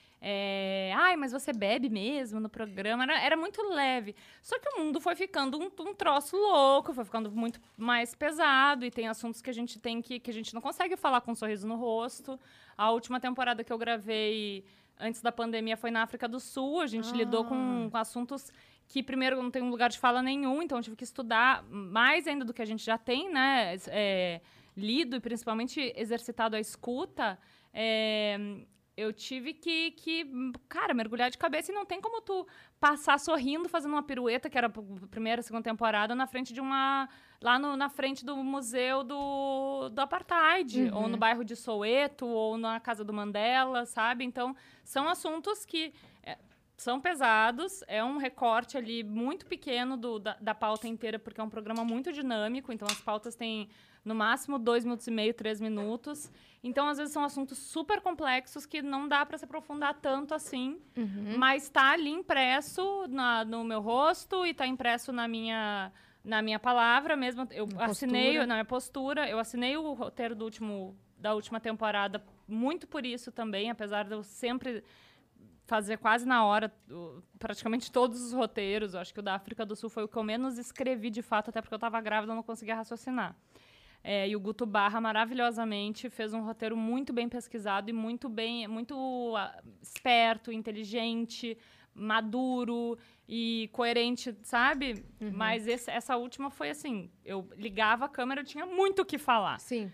É, ai, mas você bebe mesmo no programa? Era, era muito leve. Só que o mundo foi ficando um, um troço louco, foi ficando muito mais pesado, e tem assuntos que a gente tem que, que a gente não consegue falar com um sorriso no rosto. A última temporada que eu gravei antes da pandemia foi na África do Sul, a gente Ah. lidou com, com assuntos que, primeiro, não tem um lugar de fala nenhum, então eu tive que estudar mais ainda do que a gente já tem, né? É, lido e principalmente exercitado a escuta. É, eu tive que, que, cara, mergulhar de cabeça e não tem como tu passar sorrindo, fazendo uma pirueta, que era a primeira, segunda temporada, na frente de uma... lá no, na frente do museu do, do Apartheid, Uhum. ou no bairro de Soweto, ou na casa do Mandela, sabe? Então, são assuntos que é, são pesados, é um recorte ali muito pequeno do, da, da pauta inteira, porque é um programa muito dinâmico, então as pautas têm, no máximo, dois minutos e meio, três minutos. Então, às vezes, são assuntos super complexos que não dá para se aprofundar tanto assim, Uhum. mas está ali impresso na, no meu rosto e está impresso na minha... na minha palavra mesmo, eu Na assinei, postura. na minha postura, eu assinei o roteiro do último, da última temporada muito por isso também, apesar de eu sempre fazer quase na hora o- praticamente todos os roteiros. Eu acho que o da África do Sul foi o que eu menos escrevi de fato, até porque eu estava grávida e não conseguia raciocinar. É, e o Guto Barra, maravilhosamente, fez um roteiro muito bem pesquisado e muito bem, muito ah, esperto, inteligente, maduro e coerente, sabe? Uhum. Mas esse- essa última foi assim, eu ligava a câmera, eu tinha muito o que falar. Sim.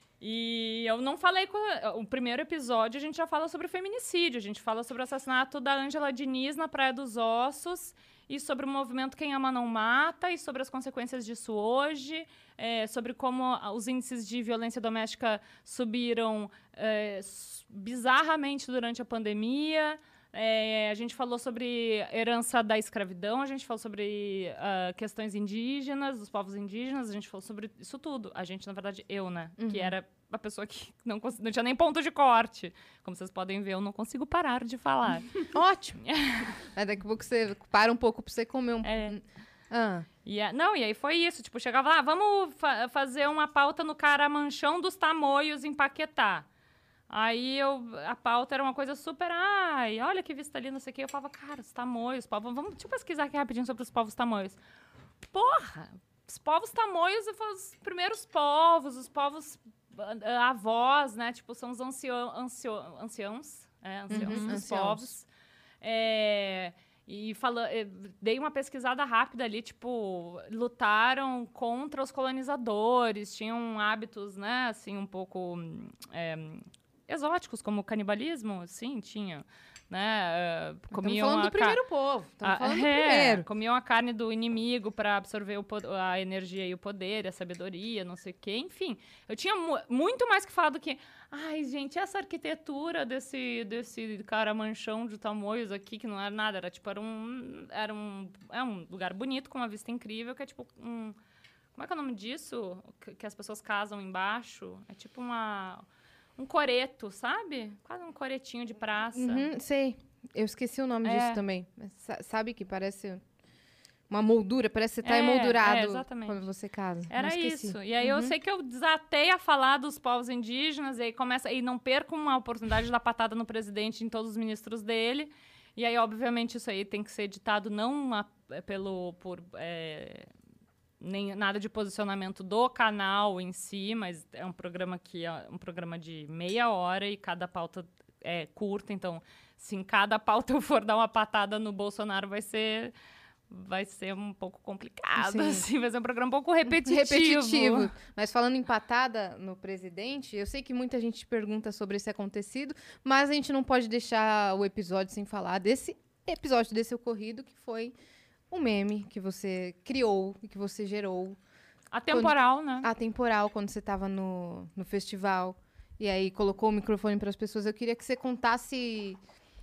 E eu não falei com... O primeiro episódio, a gente já fala sobre feminicídio, a gente fala sobre o assassinato da Ângela Diniz na Praia dos Ossos, e sobre o movimento Quem Ama Não Mata, e sobre as consequências disso hoje, é, sobre como a- os índices de violência doméstica subiram é, s- bizarramente durante a pandemia. É, a gente falou sobre herança da escravidão, a gente falou sobre ah, questões indígenas, dos povos indígenas, a gente falou sobre isso tudo. A gente, na verdade, eu, né? Que era a pessoa que não, cons- não tinha nem ponto de corte. Como vocês podem ver, eu não consigo parar de falar. Ótimo. Mas daqui a pouco você para um pouco pra você comer um... É. Ah. E a- não, e aí foi isso. Tipo, chegava lá, vamos fa- fazer uma pauta no Caramanchão dos Tamoios em Paquetá. Aí eu, a pauta era uma coisa super, ai, olha que vista ali, não sei o quê. Eu falava, cara, os tamoios, povos, vamos deixa eu pesquisar aqui rapidinho sobre os povos tamoios. Porra, os povos tamoios são os primeiros povos, os povos ah, ah, avós, né? Tipo, são os ancião, ancião, anciãos, é, anciãos Uhum, dos anciãos. povos. É, e fala, eh, dei uma pesquisada rápida ali, tipo, lutaram contra os colonizadores, tinham hábitos, né, assim, um pouco hum, é, exóticos, como o canibalismo, sim, tinha, né, eh, Estamos comiam falando a do ca- primeiro povo. Estamos ah, falando do é, primeiro. comiam a carne do inimigo para absorver o po- a energia e o poder, a sabedoria, não sei o quê. Enfim, eu tinha mu- muito mais que falar do que... Ai, gente, essa arquitetura desse, desse caramanchão de Tamoios aqui, que não era nada, era tipo, era um, era um, é um lugar bonito, com uma vista incrível, que é tipo um... Como é que é o nome disso? Que, que as pessoas casam embaixo? É tipo uma... Um coreto, sabe? Quase um coretinho de praça. Uhum, sei. Eu esqueci o nome É. disso também. Mas sa- sabe que parece uma moldura, parece que você tá É, emoldurado é, exatamente. quando você casa. Era Não esqueci. isso. E aí eu sei que eu desatei a falar dos povos indígenas, e aí começa. E não perco uma oportunidade de dar patada no presidente e em todos os ministros dele. E aí, obviamente, isso aí tem que ser editado não a- pelo. por. é, nem nada de posicionamento do canal em si, mas é um programa que é um programa de meia hora e cada pauta é curta, então se em cada pauta eu for dar uma patada no Bolsonaro vai ser vai ser um pouco complicado, Sim. assim, vai ser um programa um pouco repetitivo. Repetitivo. Mas falando em patada no presidente, eu sei que muita gente pergunta sobre esse acontecido, mas a gente não pode deixar o episódio sem falar desse episódio desse ocorrido, que foi um meme que você criou e que você gerou Atemporal, né? atemporal quando você estava no, no festival e aí colocou o microfone para as pessoas. Eu queria que você contasse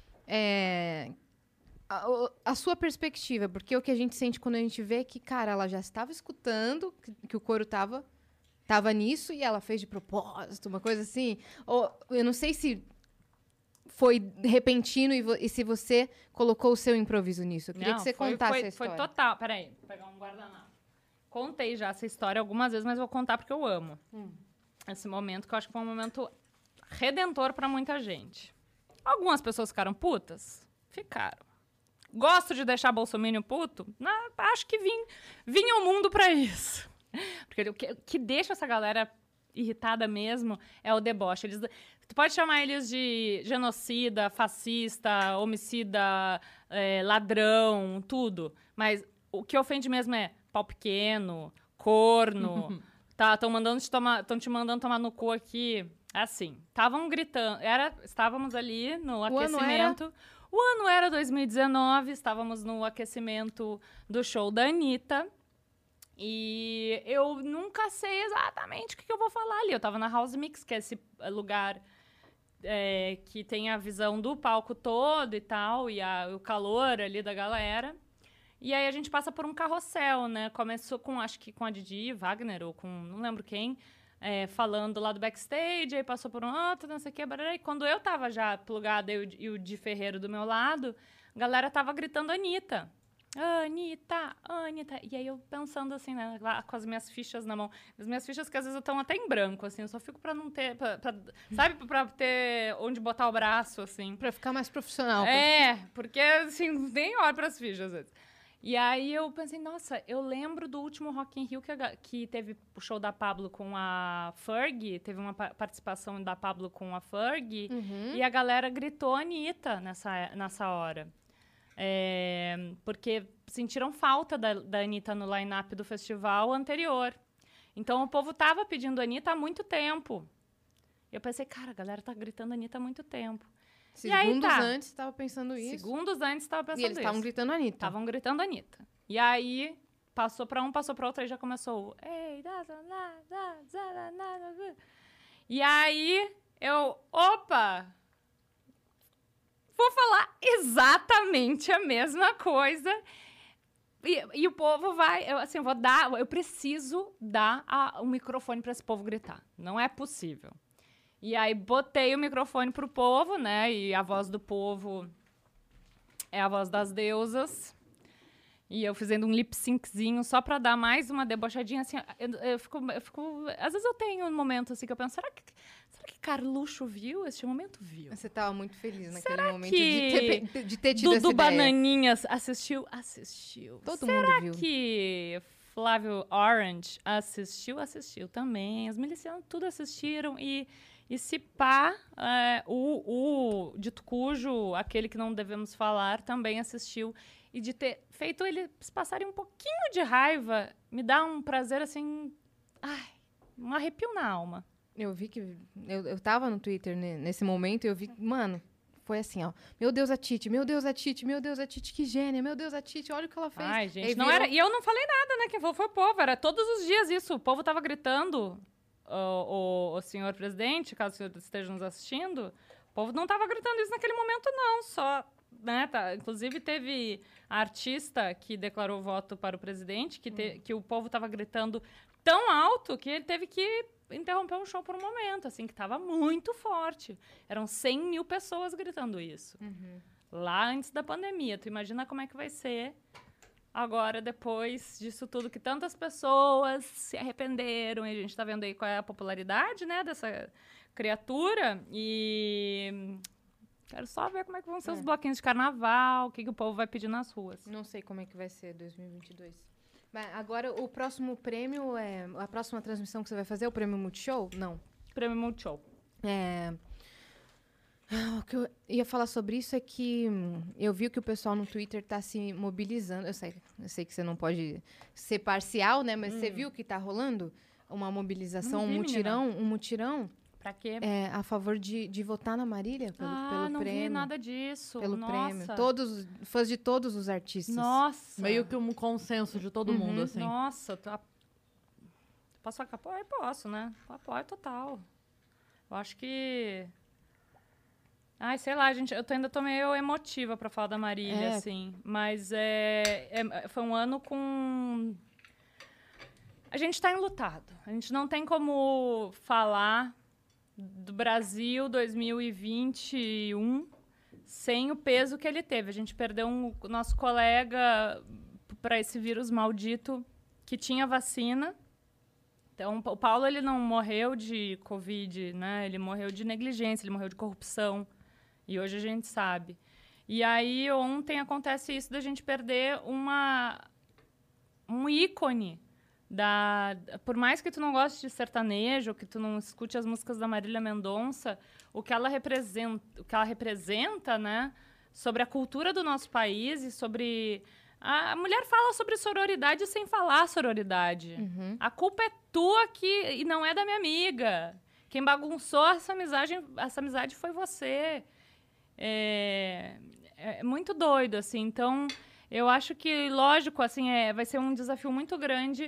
é, a, o- a sua perspectiva, porque o que a gente sente quando a gente vê é que, cara, ela já estava escutando que, que o coro tava, tava nisso e ela fez de propósito, uma coisa assim. Ou, eu não sei se foi repentino e, vo- e se você colocou o seu improviso nisso. Eu queria Não, que você foi, contasse foi, a história. Foi total. Peraí, vou pegar um guardanapo. Contei já essa história algumas vezes, mas vou contar porque eu amo. Hum. Esse momento que eu acho que foi um momento redentor pra muita gente. Algumas pessoas ficaram putas? Ficaram. Gosto de deixar Bolsonaro puto? Não, acho que vim, vinha o mundo pra isso. Porque o que, o que deixa essa galera irritada mesmo é o deboche. Eles, tu pode chamar eles de genocida, fascista, homicida, é, ladrão, tudo. Mas o que ofende mesmo é pau pequeno, corno, tá, estão mandando te tomar, estão te mandando tomar no cu aqui. Assim, estavam gritando, era, estávamos ali no O ano aquecimento. era? O ano era dois mil e dezenove, estávamos no aquecimento do show da Anitta. E eu nunca sei exatamente o que, que eu vou falar ali. Eu tava na House Mix, que é esse lugar é, que tem a visão do palco todo e tal, e a, o calor ali da galera. E aí a gente passa por um carrossel, né? Começou com, acho que com a Didi Wagner, ou com não lembro quem, é, falando lá do backstage, aí passou por um outro, não sei o que, barará, e quando eu tava já plugada e o, e o Di Ferreiro do meu lado, a galera tava gritando Anitta. Anitta, Anitta. E aí eu pensando assim, né, lá com as minhas fichas na mão. As minhas fichas que às vezes estão até em branco, assim, eu só fico pra não ter, pra, pra, sabe, pra ter onde botar o braço, assim. Pra ficar mais profissional. É, porque assim, nem olho pras fichas às vezes. E aí eu pensei, nossa, eu lembro do último Rock in Rio que, a, que teve o show da Pablo com a Fergie, teve uma pa- participação da Pablo com a Fergie, Uhum. e a galera gritou Anitta nessa, nessa hora. É, porque sentiram falta da, da Anitta no line-up do festival anterior. Então o povo tava pedindo Anitta há muito tempo. Eu pensei, cara, a galera tá gritando Anitta há muito tempo. Segundos aí tá. antes, estava pensando isso. Segundos antes tava pensando E eles estavam isso. gritando Anitta. Estavam gritando Anitta. E aí, passou pra um, passou pra outro, aí já começou o... Ei, da, da, da, da, da, da, da. E aí, eu... Opa! Vou falar exatamente a mesma coisa. E, e o povo vai... Eu, assim, eu vou dar... Eu preciso dar a, o microfone pra esse povo gritar. Não é possível. E aí, botei o microfone pro povo, né? E a voz do povo é a voz das deusas. E eu fazendo um lip synczinho só pra dar mais uma debochadinha, assim. Eu, eu, fico, eu fico... Às vezes eu tenho um momento, assim, que eu penso, será que, será que Carluxo viu? Este momento viu? Você tava muito feliz naquele Será momento que de ter, de ter tido essa Dudu ideia. Bananinhas assistiu? Assistiu. Todo será mundo viu. que Flávio Orange assistiu? Assistiu também. Os milicianos tudo assistiram e... E se pá, é, o, o dito cujo, aquele que não devemos falar, também assistiu. E de ter feito eles passarem um pouquinho de raiva, me dá um prazer, assim... Ai, um arrepio na alma. Eu vi que... Eu, eu tava no Twitter ne- nesse momento e eu vi... Mano, foi assim, ó. Meu Deus, a Titi. Meu Deus, a Titi. Meu Deus, a Titi, que gênia. Meu Deus, a Titi. Olha o que ela fez. Ai, gente, Aí não virou- era... E eu não falei nada, né? Quem falou foi o povo. Era todos os dias isso. O povo tava gritando... O, o, o senhor presidente, caso o senhor esteja nos assistindo, o povo não estava gritando isso naquele momento, não. Só, né, tá, inclusive, teve a artista que declarou voto para o presidente, que, te, que o povo estava gritando tão alto que ele teve que interromper um show por um momento, assim, que estava muito forte. Eram cem mil pessoas gritando isso. Uhum. Lá antes da pandemia. Tu imagina como é que vai ser... Agora, depois disso tudo, que tantas pessoas se arrependeram, e a gente tá vendo aí qual é a popularidade, né, dessa criatura, e quero só ver como é que vão ser É. os bloquinhos de carnaval, o que, que o povo vai pedir nas ruas. Não sei como é que vai ser dois mil e vinte e dois. Mas agora, o próximo prêmio, é a próxima transmissão que você vai fazer é o prêmio Multishow? Não. Prêmio Multishow. É... Ah, o que eu ia falar sobre isso é que hum, eu vi que o pessoal no Twitter tá se mobilizando. Eu sei, eu sei que você não pode ser parcial, né? Mas você viu que tá rolando uma mobilização, Não um vi, mutirão, um mutirão Pra quê? é, a favor de, de votar na Marília pelo, ah, pelo não prêmio. vi nada disso. Pelo Nossa. prêmio. Todos, fãs de todos os artistas. Nossa. Meio que um consenso de todo Uhum. mundo, assim. Nossa. Tá... Posso apoiar? Posso, né? Apoio total. Eu acho que... Ai, sei lá, gente, eu tô, ainda tô meio emotiva pra falar da Marília, É. assim. Mas é, é- foi um ano com... A gente tá enlutado. A gente não tem como falar do Brasil dois mil e vinte e um sem o peso que ele teve. A gente perdeu um o nosso colega para esse vírus maldito que tinha vacina. Então, o Paulo, ele não morreu de Covid, né? Ele morreu de negligência, ele morreu de corrupção. E hoje a gente sabe. E aí, ontem acontece isso da gente perder uma, um ícone. Da, por mais que tu não goste de sertanejo, que tu não escute as músicas da Marília Mendonça, o que ela representa, o que ela representa, né? Sobre a cultura do nosso país e sobre... A, a mulher fala sobre sororidade sem falar sororidade. Uhum. A culpa é tua que, e não é da minha amiga. Quem bagunçou essa amizade, essa amizade foi você. É, é muito doido, assim. Então, eu acho que, lógico, assim, é, vai ser um desafio muito grande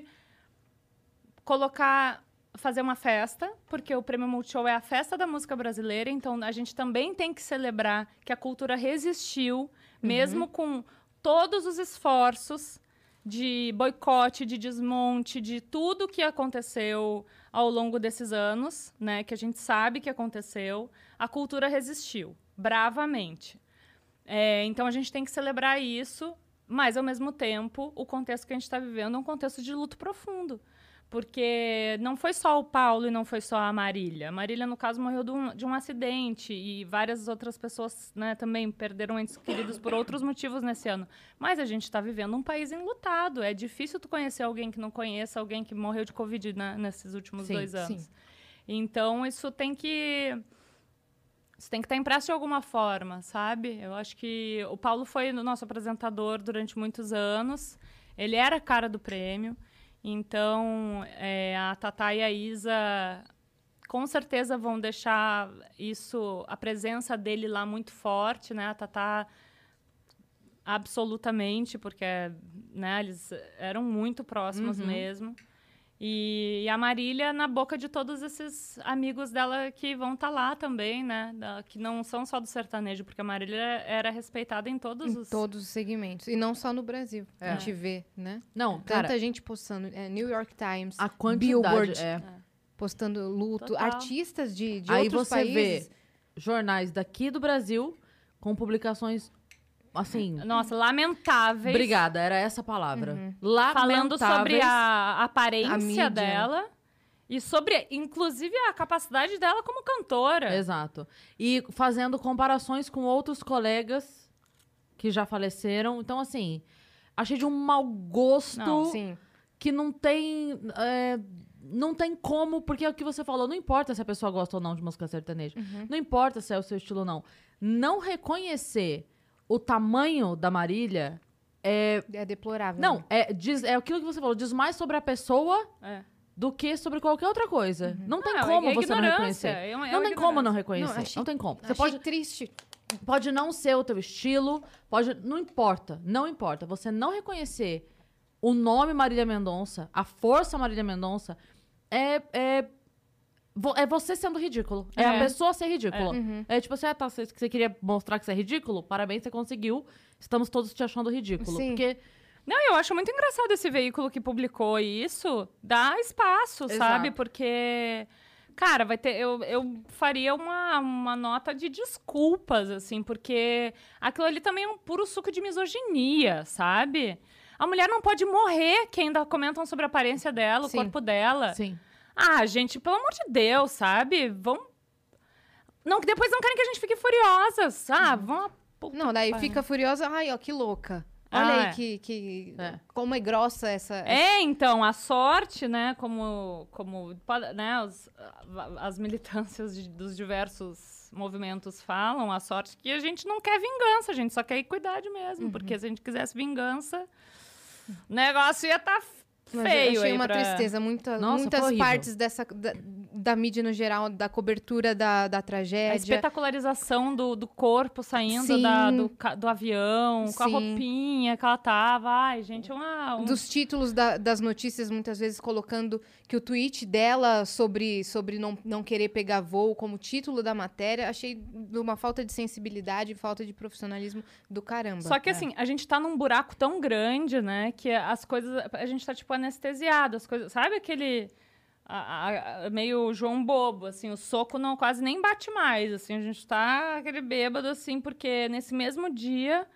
colocar... fazer uma festa, porque o Prêmio Multishow é a festa da música brasileira, então a gente também tem que celebrar que a cultura resistiu, uhum. mesmo com todos os esforços de boicote, de desmonte, de tudo que aconteceu ao longo desses anos, né, que a gente sabe que aconteceu, a cultura resistiu, bravamente. É, então a gente tem que celebrar isso, mas, ao mesmo tempo, o contexto que a gente está vivendo é um contexto de luto profundo. Porque não foi só o Paulo e não foi só a Marília. A Marília, no caso, morreu de um, de um acidente e várias outras pessoas, né, também perderam entes queridos por outros motivos nesse ano. Mas a gente está vivendo um país enlutado. É difícil tu conhecer alguém que não conheça, alguém que morreu de Covid, né, nesses últimos sim, dois anos. Sim. Então, isso tem que... Isso tem que estar impresso de alguma forma, sabe? Eu acho que o Paulo foi o nosso apresentador durante muitos anos. Ele era a cara do prêmio. Então, é, a Tatá e a Isa com certeza vão deixar isso, a presença dele lá muito forte, né? A Tatá absolutamente, porque, né, eles eram muito próximos uhum. mesmo. E, e a Marília na boca de todos esses amigos dela que vão estar tá lá também, né? Da, que não são só do sertanejo, porque a Marília era respeitada em todos em os... todos os segmentos. E não só no Brasil. É. A gente vê, né? Não, Tanta cara, gente postando. É, New York Times, a quantidade, Billboard, é. postando luto. Total. Artistas de, de Aí outros você países. vê jornais daqui do Brasil com publicações... Assim, nossa, lamentáveis. Obrigada, era essa a palavra. Uhum. Lamentáveis. Falando sobre a aparência a dela e sobre, inclusive, a capacidade dela como cantora. Exato. E fazendo comparações com outros colegas que já faleceram. Então, assim, achei de um mau gosto Não, sim. que não tem... É, não tem como, porque é o que você falou, não importa se a pessoa gosta ou não de música sertaneja. Uhum. Não importa se é o seu estilo ou não. Não reconhecer o tamanho da Marília é... É deplorável. Não, né? é, diz, é aquilo que você falou. Diz mais sobre a pessoa É. do que sobre qualquer outra coisa. Uhum. Não tem Não, como é você não ignorância, reconhecer. é uma- é não uma tem como não ignorância. reconhecer. Não, Não, achei- tem como. Você Achei pode, triste. pode não ser o teu estilo, pode... Não importa, não importa. Você não reconhecer o nome Marília Mendonça, a força Marília Mendonça, é... é vo- é você sendo ridículo. É, É. a pessoa ser ridícula. Uhum. É tipo assim, ah, tá, você, você queria mostrar que você é ridículo? Parabéns, você conseguiu. Estamos todos te achando ridículo. Sim. Porque Não, eu acho muito engraçado esse veículo que publicou isso. Dá espaço, Exato. sabe? Porque, cara, vai ter. Eu, eu faria uma, uma nota de desculpas, assim, porque aquilo ali também é um puro suco de misoginia, sabe? A mulher não pode morrer, que ainda comentam sobre a aparência dela, Sim. o corpo dela. sim. Ah, gente, pelo amor de Deus, sabe? Vão. Não, que depois não querem que a gente fique furiosas. Ah, vão. Não, daí Pai. fica furiosa. Ai, ó, que louca. Olha Ah, aí é. que, que É. como é grossa essa... É, então, a sorte, né, como, como né, os- as militâncias de- dos diversos movimentos falam, a sorte que a gente não quer vingança, a gente só quer equidade mesmo, porque se a gente quisesse vingança, o negócio ia estar Mas feio eu achei aí uma pra... tristeza. Muita, Nossa, muitas foi horrível. partes dessa, da, da mídia no geral, da cobertura da, da A tragédia. espetacularização do, do corpo saindo Sim. da- do, ca- do avião, com a Sim. roupinha que ela tava. Ai, gente, uma... um- Dos títulos da- das notícias, muitas vezes colocando que o tweet dela sobre, sobre não, não querer pegar voo como título da matéria, achei de uma falta de sensibilidade, falta de profissionalismo do caramba. Só que, É. assim, a gente tá num buraco tão grande, né? Que as coisas... A gente tá, tipo, anestesiado. As coisas... Sabe aquele... a- a- a- meio João Bobo, assim. O soco não quase nem bate mais, assim. A gente tá aquele bêbado, assim, porque nesse mesmo dia...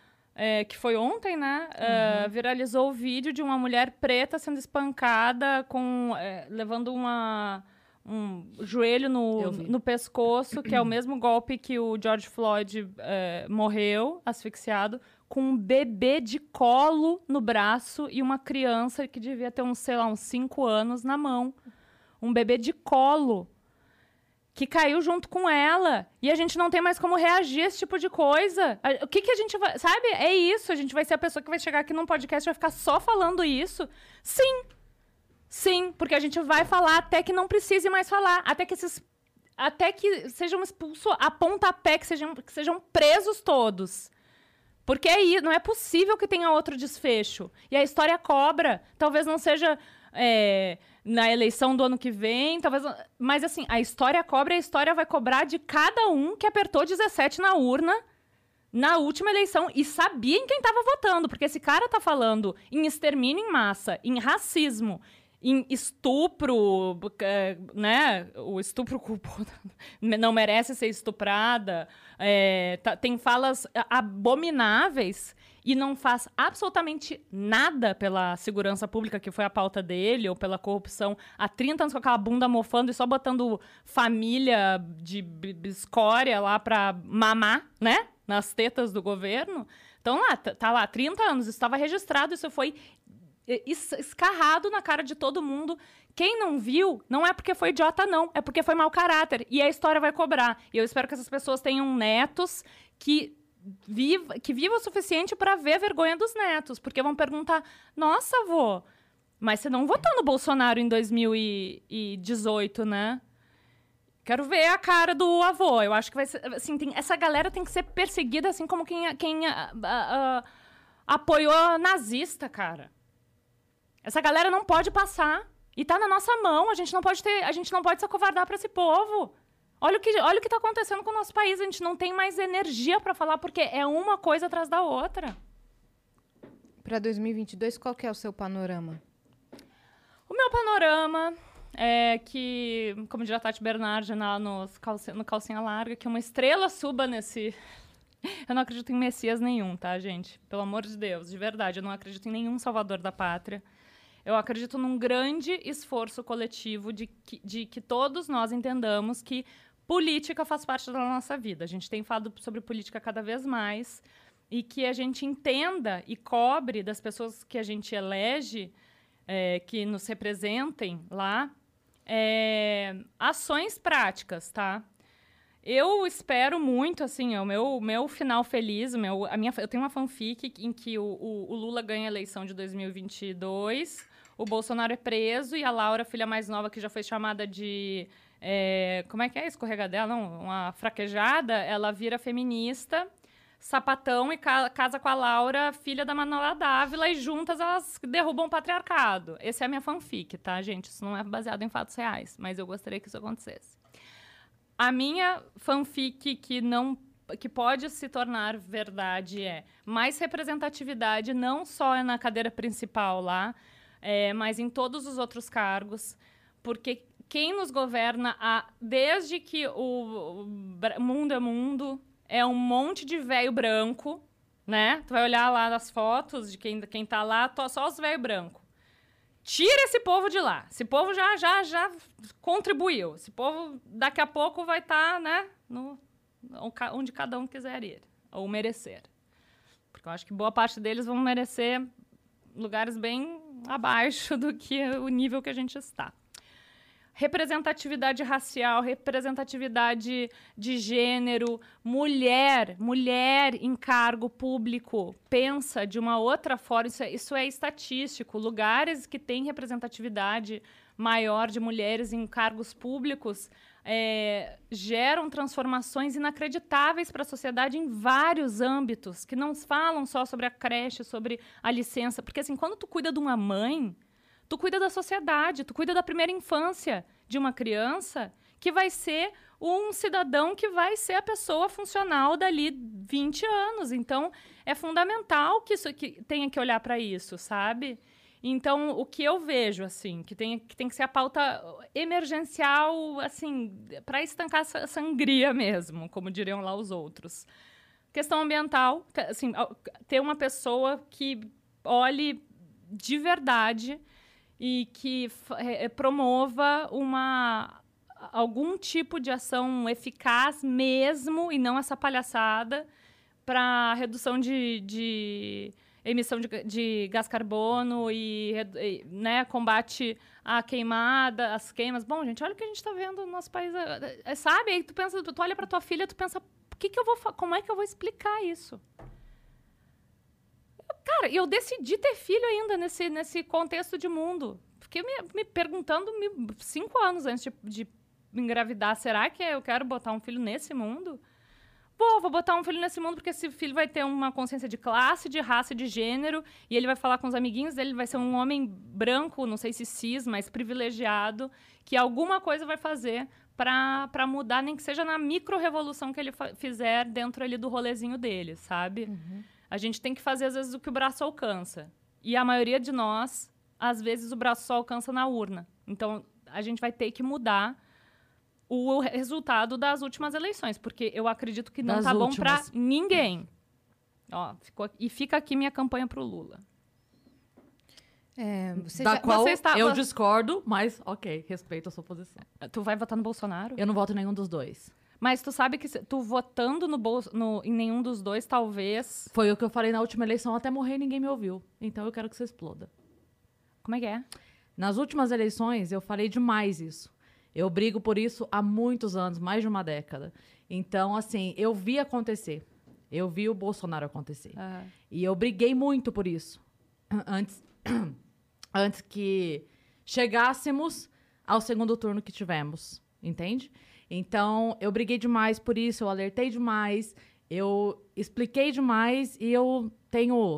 é, que foi ontem, né? é, viralizou o vídeo de uma mulher preta sendo espancada, com, é, levando uma, um joelho Eu no, vi. no pescoço, que é o mesmo golpe que o George Floyd é, morreu, asfixiado, com um bebê de colo no braço e uma criança que devia ter uns, sei lá, uns cinco anos na mão. Um bebê de colo que caiu junto com ela. E a gente não tem mais como reagir a esse tipo de coisa. A- O que que a gente vai... Sabe? É isso. A gente vai ser a pessoa que vai chegar aqui num podcast e vai ficar só falando isso. Sim. Sim. Sim, porque a gente vai falar até que não precise mais falar, até que esses, até que sejam expulsos a pontapé, que sejam, que sejam presos todos. Porque aí não é possível que tenha outro desfecho. E a história cobra. Talvez não seja é, na eleição do ano que vem, talvez. Mas assim, a história cobra e a história vai cobrar de cada um que apertou dezessete na urna na última eleição e sabia em quem estava votando. Porque esse cara tá falando em extermínio em massa, em racismo, em estupro, né? O estupro culposo não merece ser estuprada. É, tá, tem falas abomináveis e não faz absolutamente nada pela segurança pública, que foi a pauta dele, ou pela corrupção há trinta anos com aquela bunda mofando e só botando família de escória lá para mamar, né? Nas tetas do governo. Então, lá, tá lá, trinta anos, isso estava registrado, isso foi escarrado na cara de todo mundo. Quem não viu, não é porque foi idiota, não. É porque foi mau caráter. E a história vai cobrar. E eu espero que essas pessoas tenham netos que viva, que viva o suficiente para ver a vergonha dos netos. Porque vão perguntar, nossa, avô, mas você não votou no Bolsonaro em dois mil e dezoito, né? Quero ver a cara do avô. Eu acho que vai ser... Assim, tem, essa galera tem que ser perseguida assim como quem, quem a, a, a, apoiou a nazista, cara. Essa galera não pode passar. E tá na nossa mão. A gente não pode ter, a gente não pode se acovardar para esse povo. Olha o que, olha o que tá acontecendo com o nosso país. A gente não tem mais energia para falar, porque é uma coisa atrás da outra. Para dois mil e vinte e dois, qual que é o seu panorama? O meu panorama é que, como diz a Tati Bernardi lá no calcinha, no calcinha larga, que uma estrela suba nesse... Eu não acredito em messias nenhum, tá, gente? Pelo amor de Deus, de verdade. Eu não acredito em nenhum salvador da pátria. Eu acredito num grande esforço coletivo de que, de que todos nós entendamos que política faz parte da nossa vida. A gente tem falado sobre política cada vez mais e que a gente entenda e cobre das pessoas que a gente elege, é, que nos representem lá, é, ações práticas, tá? Eu espero muito, assim, o meu, meu final feliz, o meu, a minha, eu tenho uma fanfic em que o, o, o Lula ganha a eleição de dois mil e vinte e dois, o Bolsonaro é preso e a Laura, filha mais nova, que já foi chamada de... É, como é que é? Escorregadela? Não, uma fraquejada. Ela vira feminista, sapatão, e ca casa com a Laura, filha da Manuela Dávila, e juntas elas derrubam o patriarcado. Essa é a minha fanfic, tá, gente? Isso não é baseado em fatos reais, mas eu gostaria que isso acontecesse. A minha fanfic que não... que pode se tornar verdade é mais representatividade, não só na cadeira principal lá, é, mas em todos os outros cargos, porque quem nos governa, a, desde que o, o mundo é mundo, é um monte de velho branco, né? Tu vai olhar lá nas fotos de quem, quem tá lá, só os velho branco. Tira esse povo de lá. Esse povo já, já, já contribuiu. Esse povo, daqui a pouco, vai estar, tá, né, no, onde cada um quiser ir, ou merecer. Porque eu acho que boa parte deles vão merecer lugares bem abaixo do que o nível que a gente está. Representatividade racial, representatividade de gênero, mulher, mulher em cargo público, pensa de uma outra forma, isso é, isso é estatístico. Lugares que têm representatividade maior de mulheres em cargos públicos é, geram transformações inacreditáveis para a sociedade em vários âmbitos, que não falam só sobre a creche, sobre a licença. Porque, assim, quando tu cuida de uma mãe, tu cuida da sociedade, tu cuida da primeira infância de uma criança, que vai ser um cidadão que vai ser a pessoa funcional dali vinte anos. Então, é fundamental que, isso, que tenha que olhar para isso, sabe? Então, o que eu vejo, assim, que tem que, tem que ser a pauta emergencial, assim, para estancar essa sangria mesmo, como diriam lá os outros. Questão ambiental, assim, ter uma pessoa que olhe de verdade e que é, promova uma, algum tipo de ação eficaz mesmo, e não essa palhaçada, para redução de... de emissão de, de gás carbono e, e né, combate à queimada, às queimas. Bom, gente, olha o que a gente está vendo no nosso país. É, é, sabe? Aí tu pensa, tu olha para tua filha, tu pensa, que que eu vou, como é que eu vou explicar isso? Cara, eu decidi ter filho ainda nesse, nesse contexto de mundo. fiquei me, me perguntando me, cinco anos antes de, de engravidar, será que eu quero botar um filho nesse mundo? Pô, vou botar um filho nesse mundo porque esse filho vai ter uma consciência de classe, de raça, de gênero, e ele vai falar com os amiguinhos dele, vai ser um homem branco, não sei se cis, mas privilegiado, que alguma coisa vai fazer para mudar, nem que seja na micro-revolução que ele fizer dentro ali do rolezinho dele, sabe? Uhum. A gente tem que fazer, às vezes, o que o braço alcança. E a maioria de nós, às vezes, o braço só alcança na urna. Então, a gente vai ter que mudar o resultado das últimas eleições, porque eu acredito que não das tá bom últimas. para ninguém. Ó, ficou, e fica aqui minha campanha pro Lula. É, você da já, qual você está, eu você... discordo, mas ok, respeito a sua posição. Tu vai votar no Bolsonaro? Eu não voto em nenhum dos dois. Mas tu sabe que se, tu votando no, Bol no em nenhum dos dois, talvez... Foi o que eu falei na última eleição, até morrer ninguém me ouviu. Então eu quero que você exploda. Como é que é? Nas últimas eleições, eu falei demais isso. Eu brigo por isso há muitos anos, mais de uma década. Então, assim, eu vi acontecer. Eu vi o Bolsonaro acontecer. Uhum. E eu briguei muito por isso. Antes, antes que chegássemos ao segundo turno que tivemos. Entende? Então, eu briguei demais por isso, eu alertei demais, eu expliquei demais e eu tenho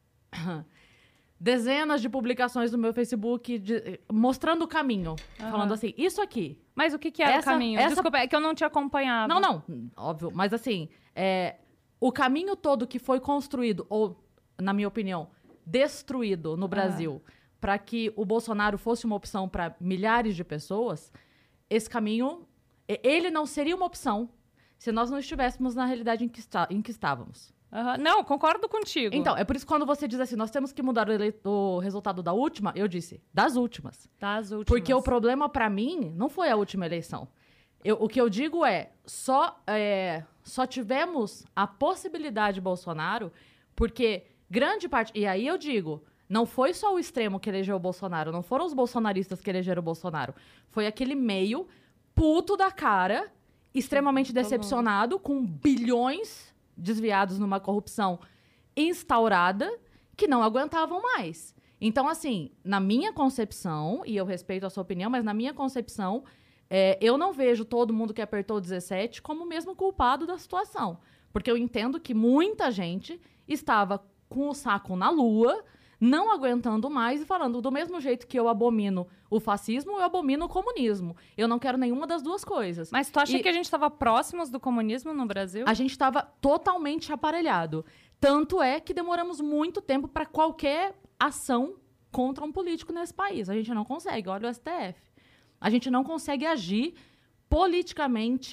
dezenas de publicações no meu Facebook de, mostrando o caminho. Uhum. Falando assim, isso aqui. Mas o que, que era essa, o caminho? Essa... Desculpa, é que eu não te acompanhava. Não, não, óbvio. Mas assim, é, o caminho todo que foi construído, ou, na minha opinião, destruído no Brasil, uhum. para que o Bolsonaro fosse uma opção para milhares de pessoas, esse caminho... Ele não seria uma opção se nós não estivéssemos na realidade em que, está, em que estávamos. Uhum. Não, concordo contigo. Então, é por isso que quando você diz assim, nós temos que mudar o, o resultado da última, eu disse, das últimas. Das últimas. Porque o problema, para mim, não foi a última eleição. Eu, o que eu digo é só, é, só tivemos a possibilidade Bolsonaro porque grande parte... E aí eu digo... Não foi só o extremo que elegeu o Bolsonaro, não foram os bolsonaristas que elegeram o Bolsonaro. Foi aquele meio... puto da cara, extremamente decepcionado, com bilhões desviados numa corrupção instaurada, que não aguentavam mais. Então, assim, na minha concepção, e eu respeito a sua opinião, mas na minha concepção, é, eu não vejo todo mundo que apertou o dezessete como o mesmo culpado da situação. Porque eu entendo que muita gente estava com o saco na lua, não aguentando mais e falando, do mesmo jeito que eu abomino o fascismo, eu abomino o comunismo. Eu não quero nenhuma das duas coisas. Mas tu acha e que a gente estava próximos do comunismo no Brasil? A gente estava totalmente aparelhado. Tanto é que demoramos muito tempo para qualquer ação contra um político nesse país. A gente não consegue, olha o S T F. A gente não consegue agir politicamente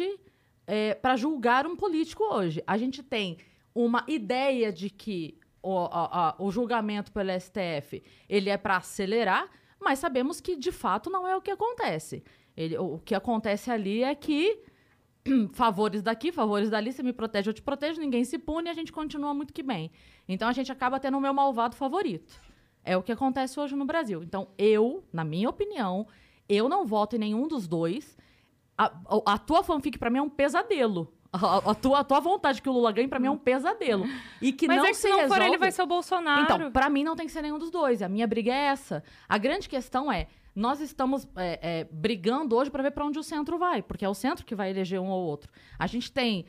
é, para julgar um político hoje. A gente tem uma ideia de que O, a, a, o julgamento pelo S T F, ele é para acelerar, mas sabemos que, de fato, não é o que acontece. Ele, o, o que acontece ali é que favores daqui, favores dali, você me protege, eu te protejo, ninguém se pune e a gente continua muito que bem. Então, a gente acaba tendo o meu malvado favorito. É o que acontece hoje no Brasil. Então, eu, na minha opinião, eu não voto em nenhum dos dois. A, a, a tua fanfic, para mim, é um pesadelo. A, a, tua, a tua vontade que o Lula ganhe, pra mim, é um pesadelo. E que Mas não é que se se não resolve... for ele, vai ser o Bolsonaro. Então, pra mim, não tem que ser nenhum dos dois. A minha briga é essa. A grande questão é, nós estamos é, é, brigando hoje pra ver pra onde o centro vai. Porque é o centro que vai eleger um ou outro. A gente tem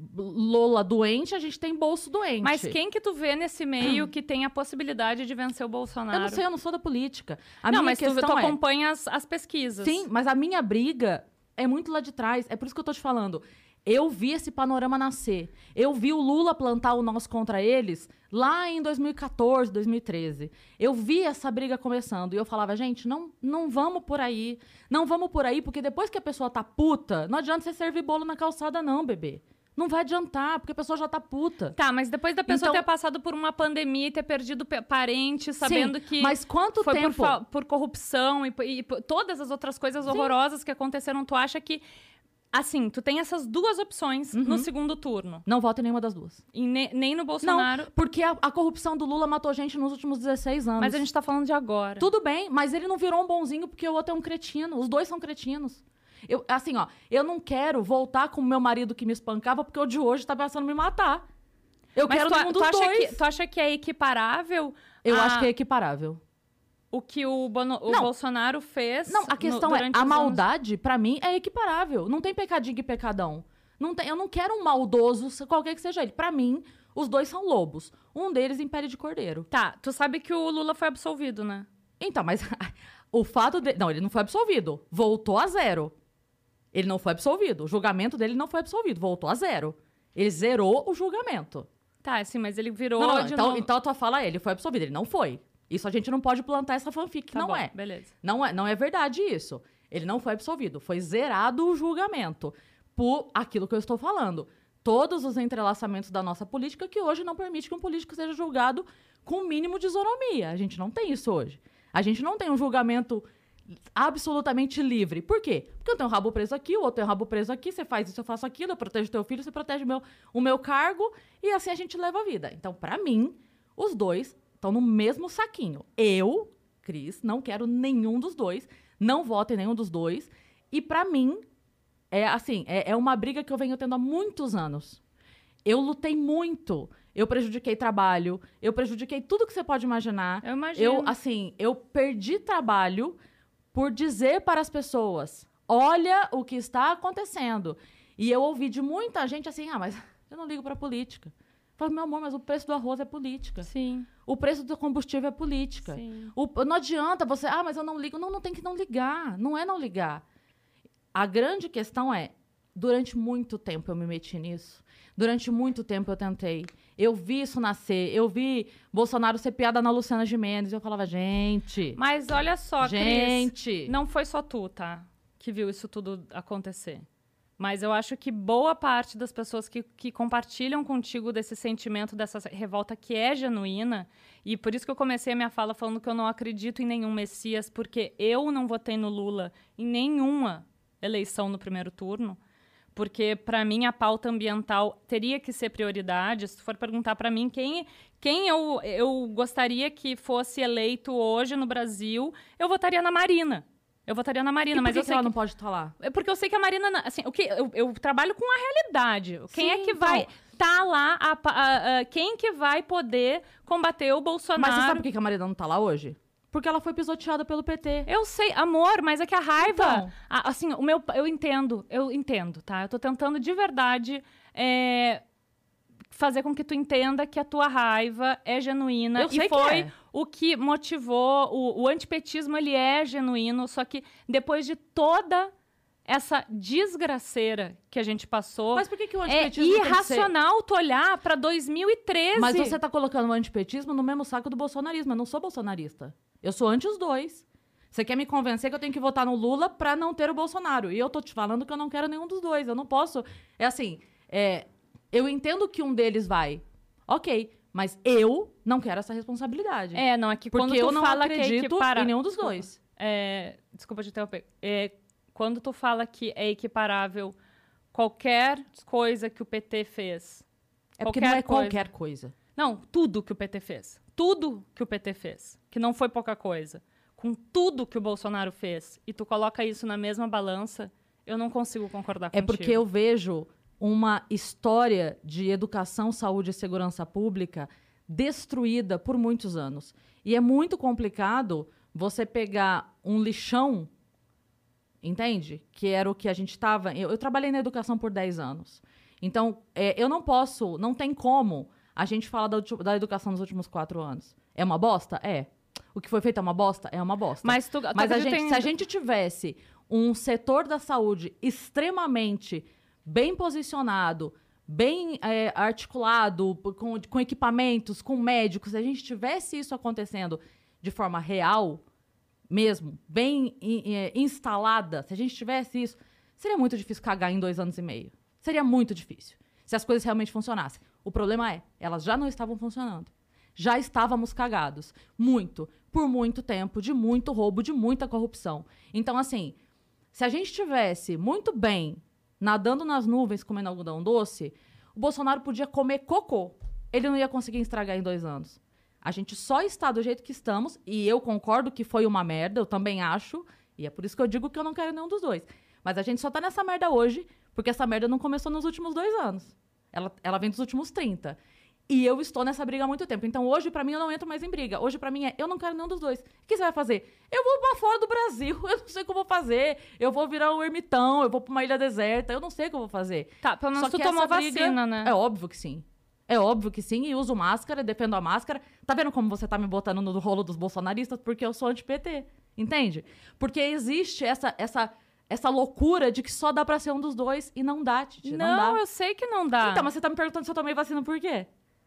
Lula doente, a gente tem Bolso doente. Mas quem que tu vê nesse meio que tem a possibilidade de vencer o Bolsonaro? Eu não sei, eu não sou da política. A não, minha mas tu, questão tu é... acompanha as, as pesquisas. Sim, mas a minha briga é muito lá de trás. É por isso que eu tô te falando. Eu vi esse panorama nascer. Eu vi o Lula plantar o nós contra eles lá em dois mil e quatorze, dois mil e treze. Eu vi essa briga começando. E eu falava, gente, não, não vamos por aí. Não vamos por aí, porque depois que a pessoa tá puta, não adianta você servir bolo na calçada não, bebê. Não vai adiantar, porque a pessoa já tá puta. Tá, mas depois da pessoa Então... ter passado por uma pandemia e ter perdido parente, sabendo Sim, que mas quanto foi tempo... por, por corrupção e, e por todas as outras coisas Sim. horrorosas que aconteceram, tu acha que... Assim, tu tem essas duas opções uhum. no segundo turno. Não voto em nenhuma das duas. E ne, nem no Bolsonaro. Não, porque a, a corrupção do Lula matou gente nos últimos dezesseis anos. Mas a gente tá falando de agora. Tudo bem, mas ele não virou um bonzinho porque o outro é um cretino. Os dois são cretinos. Eu, assim, ó, eu não quero voltar com o meu marido que me espancava porque o de hoje tá pensando em me matar. Eu mas quero tu, nenhum dos tu acha dois. Que, tu acha que é equiparável? Eu a... acho que é equiparável. o que o, Bono, o Não. Bolsonaro fez. Não, a questão no, é, durante a os maldade, pra mim, é equiparável. Não tem pecadinho e pecadão. Não tem, eu não quero um maldoso, qualquer que seja ele. Pra mim, os dois são lobos. Um deles em pele de cordeiro. anos. Tá, tu sabe que o Lula foi absolvido, né? Então, mas o fato de... Não, ele não foi absolvido. Voltou a zero. Ele não foi absolvido. O julgamento dele não foi absolvido. Voltou a zero. Ele zerou o julgamento. Tá, assim, mas ele virou Não, não, de então, novo. então a tua fala é, ele foi absolvido. Ele não foi. Isso a gente não pode plantar essa fanfic, Tá não bom, é. beleza. Não é. Não é verdade isso. Ele não foi absolvido. Foi zerado o julgamento por aquilo que eu estou falando. Todos os entrelaçamentos da nossa política que hoje não permite que um político seja julgado com o mínimo de isonomia. A gente não tem isso hoje. A gente não tem um julgamento absolutamente livre. Por quê? Porque eu tenho um rabo preso aqui, o outro tem um rabo preso aqui, você faz isso, eu faço aquilo, eu protejo teu filho, você protege o meu, o meu cargo, e assim a gente leva a vida. Então, pra mim, os dois estão no mesmo saquinho. Eu, Cris, não quero nenhum dos dois, não voto em nenhum dos dois, e pra mim, é assim, é, é uma briga que eu venho tendo há muitos anos. Eu lutei muito, eu prejudiquei trabalho, eu prejudiquei tudo que você pode imaginar. Eu imagino. Eu, assim, eu perdi trabalho por dizer para as pessoas, olha o que está acontecendo. E eu ouvi de muita gente assim, ah, mas eu não ligo para política. Eu falo, meu amor, mas o preço do arroz é política. Sim. O preço do combustível é política. Sim. O, não adianta você, ah, mas eu não ligo. Não, não tem que não ligar. Não é não ligar. A grande questão é, durante muito tempo eu me meti nisso. Durante muito tempo eu tentei. Eu vi isso nascer. Eu vi Bolsonaro ser piada na Luciana Gimenez. E eu falava, gente... Mas olha só, gente... Cris, não foi só tu, tá? Que viu isso tudo acontecer. Mas eu acho que boa parte das pessoas que, que compartilham contigo desse sentimento, dessa revolta que é genuína, e por isso que eu comecei a minha fala falando que eu não acredito em nenhum Messias, porque eu não votei no Lula em nenhuma eleição no primeiro turno, porque, para mim, a pauta ambiental teria que ser prioridade. Se tu for perguntar para mim quem, quem eu, eu gostaria que fosse eleito hoje no Brasil, eu votaria na Marina. Eu votaria na Marina, E por mas que eu que sei ela que... não pode estar lá? É porque eu sei que a Marina... Assim, o que, eu, eu trabalho com a realidade. Quem Sim, é que então. vai estar lá? A, a, a, quem que vai poder combater o Bolsonaro? Mas você sabe por que que a Marina não tá lá hoje? Porque ela foi pisoteada pelo P T. Eu sei, amor, mas é que a raiva... Então. a- assim, o meu... Eu entendo, eu entendo, tá? Eu tô tentando de verdade é, fazer com que tu entenda que a tua raiva é genuína. Eu e sei que foi é. o que motivou... O, o antipetismo, ele é genuíno, só que depois de toda essa desgraceira que a gente passou... Mas por que que o É antipetismo tem que ser... irracional tu olhar pra dois mil e treze. Mas você tá colocando o antipetismo no mesmo saco do bolsonarismo. Eu não sou bolsonarista. Eu sou anti os dois. Você quer me convencer que eu tenho que votar no Lula pra não ter o Bolsonaro. E eu tô te falando que eu não quero nenhum dos dois. Eu não posso... É assim, é, eu entendo que um deles vai. Ok, mas eu não quero essa responsabilidade. É, não, é que quando porque tu eu não fala que é acredito equipara- em nenhum dos Desculpa. dois. É, desculpa te interromper. É, quando tu fala que é equiparável qualquer coisa que o P T fez. É porque qualquer não é coisa. qualquer coisa. Não, tudo que o P T fez. Tudo que o P T fez. Que não foi pouca coisa. Com tudo que o Bolsonaro fez. E tu coloca isso na mesma balança, eu não consigo concordar É contigo. porque eu vejo uma história de educação, saúde e segurança pública destruída por muitos anos. E é muito complicado você pegar um lixão, entende? Que era o que a gente estava... Eu, eu trabalhei na educação por dez anos. Então, é, eu não posso, não tem como a gente falar da, ulti- da educação nos últimos quatro anos. É uma bosta? É. O que foi feito é uma bosta? É uma bosta. Mas, tu, tu Mas a acredita gente, em- se a gente tivesse um setor da saúde extremamente bem posicionado, bem é, articulado, p- com, com equipamentos, com médicos, se a gente tivesse isso acontecendo de forma real, mesmo, bem in- é, instalada, se a gente tivesse isso, seria muito difícil cagar em dois anos e meio. Seria muito difícil, se as coisas realmente funcionassem. O problema é, elas já não estavam funcionando. Já estávamos cagados. Muito. Por muito tempo, de muito roubo, de muita corrupção. Então, assim, se a gente tivesse muito bem nadando nas nuvens, comendo algodão doce, o Bolsonaro podia comer cocô. Ele não ia conseguir estragar em dois anos. A gente só está do jeito que estamos, e eu concordo que foi uma merda, eu também acho, e é por isso que eu digo que eu não quero nenhum dos dois. Mas a gente só tá nessa merda hoje, porque essa merda não começou nos últimos dois anos. Ela, ela vem dos últimos trinta. E eu estou nessa briga há muito tempo. Então, hoje, pra mim, eu não entro mais em briga. Hoje, pra mim, é, eu não quero nenhum dos dois. O que você vai fazer? Eu vou pra fora do Brasil. Eu não sei o que eu vou fazer. Eu vou virar um ermitão. Eu vou pra uma ilha deserta. Eu não sei o que eu vou fazer. Tá, pelo menos Só tu que tomou essa briga- vacina, né? É óbvio que sim. É óbvio que sim. E uso máscara, defendo a máscara. Tá vendo como você tá me botando no rolo dos bolsonaristas? Porque eu sou anti-P T. Entende? Porque existe essa... essa Essa loucura de que só dá pra ser um dos dois e não dá, Titi. Não, Não, dá. eu sei que não dá. Então, mas você tá me perguntando se eu tomei vacina por quê?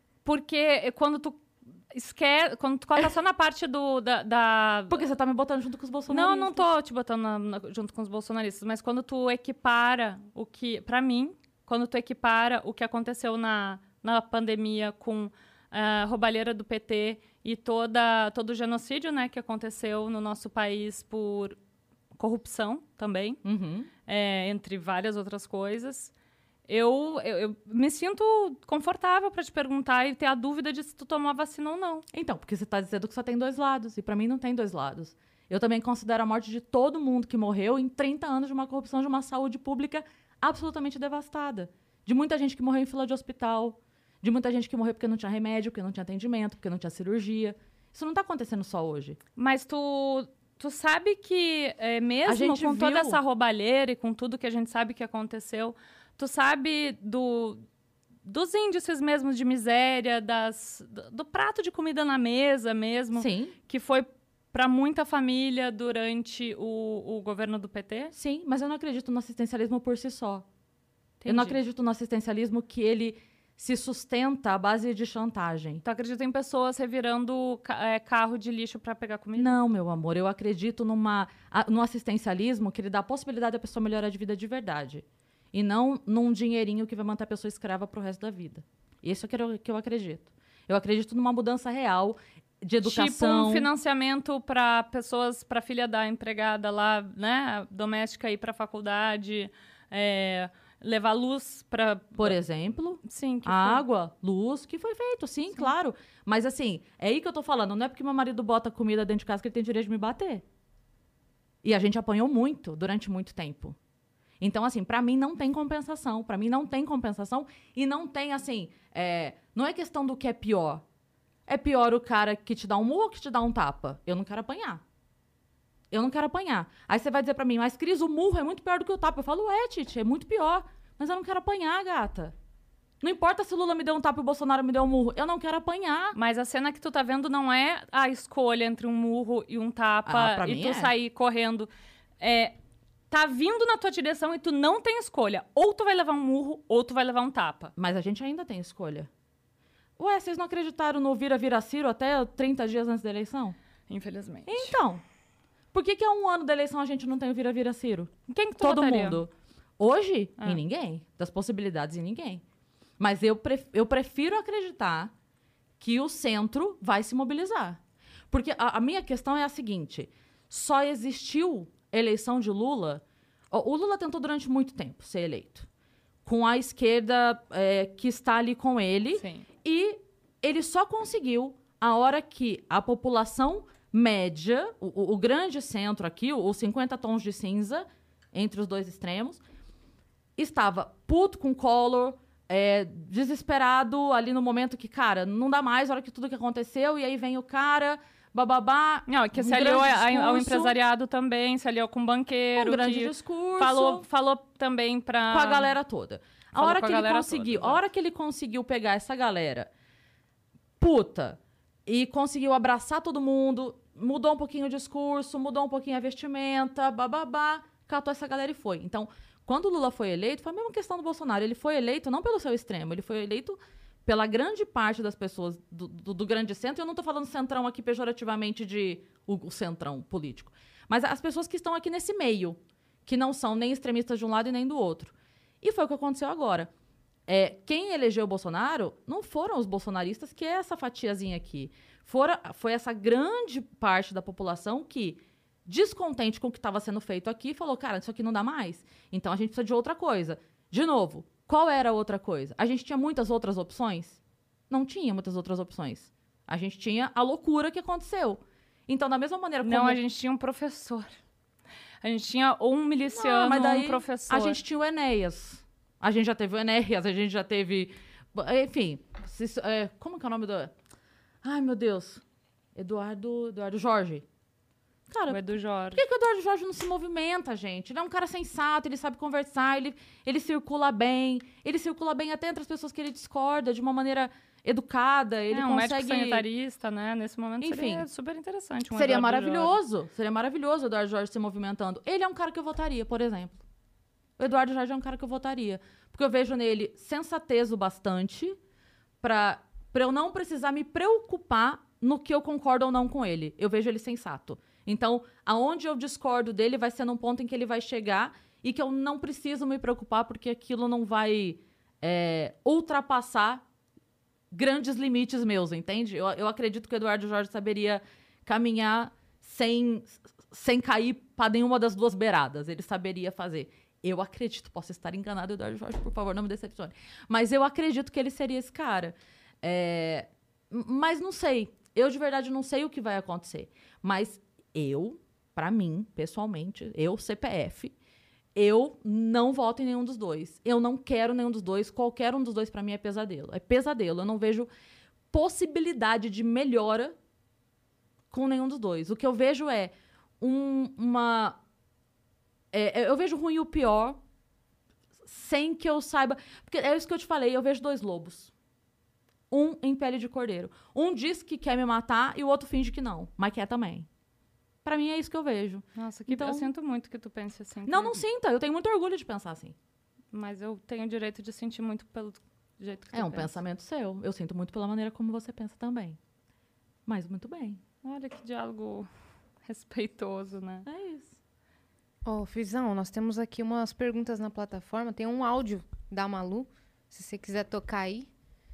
Porque quando tu esquece, quando tu coloca só na parte do, da, da- Porque você tá me botando junto com os Não, bolsonaristas. não tô te botando na- na- junto com os bolsonaristas, mas quando tu equipara o que, pra mim, quando tu equipara o que aconteceu na, na pandemia com a roubalheira do P T e toda, todo o genocídio, né, que aconteceu no nosso país por corrupção também, Uhum. é, entre várias outras coisas, eu, eu, eu me sinto confortável pra te perguntar e ter a dúvida de se tu tomou a vacina ou não. Então, porque você tá dizendo que só tem dois lados. E pra mim não tem dois lados. Eu também considero a morte de todo mundo que morreu em trinta anos de uma corrupção de uma saúde pública absolutamente devastada. De muita gente que morreu em fila de hospital. De muita gente que morreu porque não tinha remédio, porque não tinha atendimento, porque não tinha cirurgia. Isso não tá acontecendo só hoje. Mas tu, tu sabe que, é, mesmo gente com toda viu- essa roubalheira e com tudo que a gente sabe que aconteceu, tu sabe do, dos índices mesmo de miséria, das, do, do prato de comida na mesa mesmo, Sim, que foi para muita família durante o, o governo do P T? sim. Mas eu não acredito no assistencialismo por si só. Eu não Entendi. acredito no assistencialismo que ele se sustenta à base de chantagem. Tu acredita em pessoas revirando ca- é, carro de lixo para pegar comida? Não, meu amor, eu acredito numa, a- no assistencialismo que ele dá a possibilidade da pessoa melhorar de vida de verdade. E não num dinheirinho que vai manter a pessoa escrava pro resto da vida. Isso é que eu, que eu acredito. Eu acredito numa mudança real de educação. Tipo um financiamento para pessoas, para filha da empregada lá, né, doméstica ir para faculdade, é, levar luz para, Por exemplo, sim, que foi. água, luz, que foi feito, sim, claro. Mas assim, é aí que eu tô falando. Não é porque meu marido bota comida dentro de casa que ele tem direito de me bater. E a gente apanhou muito durante muito tempo. Então, assim, pra mim não tem compensação. Pra mim não tem compensação. E não tem, assim, é, não é questão do que é pior. É pior o cara que te dá um murro ou que te dá um tapa? Eu não quero apanhar. Eu não quero apanhar. Aí você vai dizer pra mim, mas Cris, o murro é muito pior do que o tapa. Eu falo, é, Titi, é muito pior. Mas eu não quero apanhar, gata. Não importa se o Lula me deu um tapa e o Bolsonaro me deu um murro. Eu não quero apanhar. Mas a cena que tu tá vendo não é a escolha entre um murro e um tapa Ah, pra e mim tu é. sair correndo. É, tá vindo na tua direção e tu não tem escolha. Ou tu vai levar um murro, ou tu vai levar um tapa. Mas a gente ainda tem escolha. Ué, vocês não acreditaram no vira-vira Ciro até trinta dias antes da eleição? Infelizmente. Então, por que que há um ano da eleição a gente não tem o vira-vira Ciro? Quem que tu Todo votaria? mundo. Hoje, Ah. em ninguém. Das possibilidades, em ninguém. Mas eu, pref- eu prefiro acreditar que o centro vai se mobilizar. Porque a, a minha questão é a seguinte. Só existiu eleição de Lula... ó, O Lula tentou durante muito tempo ser eleito. Com a esquerda é, que está ali com ele. Sim. E ele só conseguiu a hora que a população média, o, o- o grande centro aqui, o- os cinquenta tons de cinza, entre os dois extremos, estava puto com Collor, é, desesperado ali no momento que, cara, não dá mais, a hora que tudo que aconteceu, e aí vem o cara, bababá. Não, é que um se aliou grande a- a- ao discurso, empresariado também, se aliou com o banqueiro, um grande que discurso. falou, falou também pra... Com a galera toda. A Falou hora com a que ele galera conseguiu, toda, a hora que ele conseguiu pegar essa galera puta e conseguiu abraçar todo mundo, mudou um pouquinho o discurso, mudou um pouquinho a vestimenta, bababá, catou essa galera e foi. Então, quando o Lula foi eleito, foi a mesma questão do Bolsonaro. Ele foi eleito não pelo seu extremo, ele foi eleito pela grande parte das pessoas do, do, do grande centro. Eu não estou falando centrão aqui pejorativamente de o, o centrão político. Mas as pessoas que estão aqui nesse meio, que não são nem extremistas de um lado e nem do outro. E foi o que aconteceu agora. É, quem elegeu o Bolsonaro não foram os bolsonaristas, que é essa fatiazinha aqui. Fora, foi essa grande parte da população que, descontente com o que estava sendo feito aqui, falou, cara, isso aqui não dá mais. Então a gente precisa de outra coisa. De novo, qual era a outra coisa? A gente tinha muitas outras opções? Não tinha muitas outras opções. A gente tinha a loucura que aconteceu. Então, da mesma maneira como... Não, a gente tinha um professor. A gente tinha ou um miliciano Não, mas ou daí um professor. a gente tinha o Enéas. A gente já teve o Enéas, a gente já teve Enfim, se- é, como que é o nome do... Ai, meu Deus. Eduardo, Eduardo Jorge. Cara, O Edu Jorge. por que, que o Eduardo Jorge não se movimenta, gente? Ele é um cara sensato, ele sabe conversar, ele, ele circula bem. Ele circula bem até entre as pessoas que ele discorda, de uma maneira educada. Ele é, um consegue... médico sanitarista, né? Nesse momento Enfim, seria super interessante. Um seria Eduardo Jorge. maravilhoso. Seria maravilhoso o Eduardo Jorge se movimentando. Ele é um cara que eu votaria, por exemplo. O Eduardo Jorge é um cara que eu votaria. Porque eu vejo nele sensatez o bastante pra, pra eu não precisar me preocupar no que eu concordo ou não com ele. Eu vejo ele sensato. Então, aonde eu discordo dele vai ser num ponto em que ele vai chegar e que eu não preciso me preocupar porque aquilo não vai é, ultrapassar grandes limites meus, entende? Eu, eu acredito que o Eduardo Jorge saberia caminhar sem, sem cair para nenhuma das duas beiradas. Ele saberia fazer. Eu acredito, posso estar enganado, Eduardo Jorge, por favor, não me decepcione. Mas eu acredito que ele seria esse cara. É, mas não sei. Eu, de verdade, não sei o que vai acontecer. Mas eu, pra mim, pessoalmente, eu, C P F, eu não voto em nenhum dos dois. Eu não quero nenhum dos dois. Qualquer um dos dois, pra mim, é pesadelo. É pesadelo. Eu não vejo possibilidade de melhora com nenhum dos dois. O que eu vejo é um, uma... É, eu vejo o ruim e o pior sem que eu saiba... Porque é isso que eu te falei. Eu vejo dois lobos. Um em pele de cordeiro. Um diz que quer me matar e o outro finge que não. Mas quer também. Pra mim é isso que eu vejo. Nossa, que Então- eu sinto muito que tu pense assim. Não, que- não sinta. Eu tenho muito orgulho de pensar assim. Mas eu tenho o direito de sentir muito pelo jeito que tu É um pensa. pensamento seu. Eu sinto muito pela maneira como você pensa também. Mas muito bem. Olha que diálogo respeitoso, né? É isso. Ô, Fizão, nós temos aqui umas perguntas na plataforma. Tem um áudio da Malu, se você quiser tocar aí.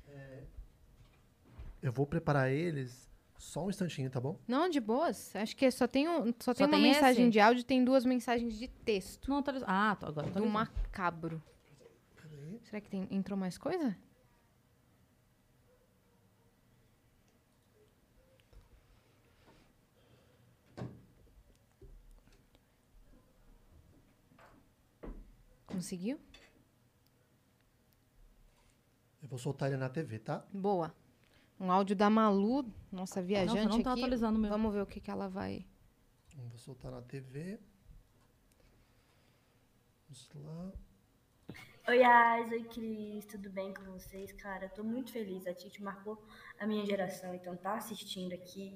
Eu vou preparar eles só um instantinho, tá bom? Não, de boas. Acho que só tem, um, só tem uma tem mensagem esse? de áudio e tem duas mensagens de texto. Não atualiza- Ah, tô, agora Do atualizando. macabro. Peraí. Será que tem, entrou mais coisa? Conseguiu? Eu vou soltar ele na T V, tá? Boa. Um áudio da Malu, nossa viajante não tá aqui. atualizando o meu. Vamos ver o que, que ela vai... Eu vou soltar na T V. Vamos lá. Oi, Ais, oi, Cris, tudo bem com vocês? Cara, eu tô muito feliz. A Titi marcou a minha geração, então tá assistindo aqui.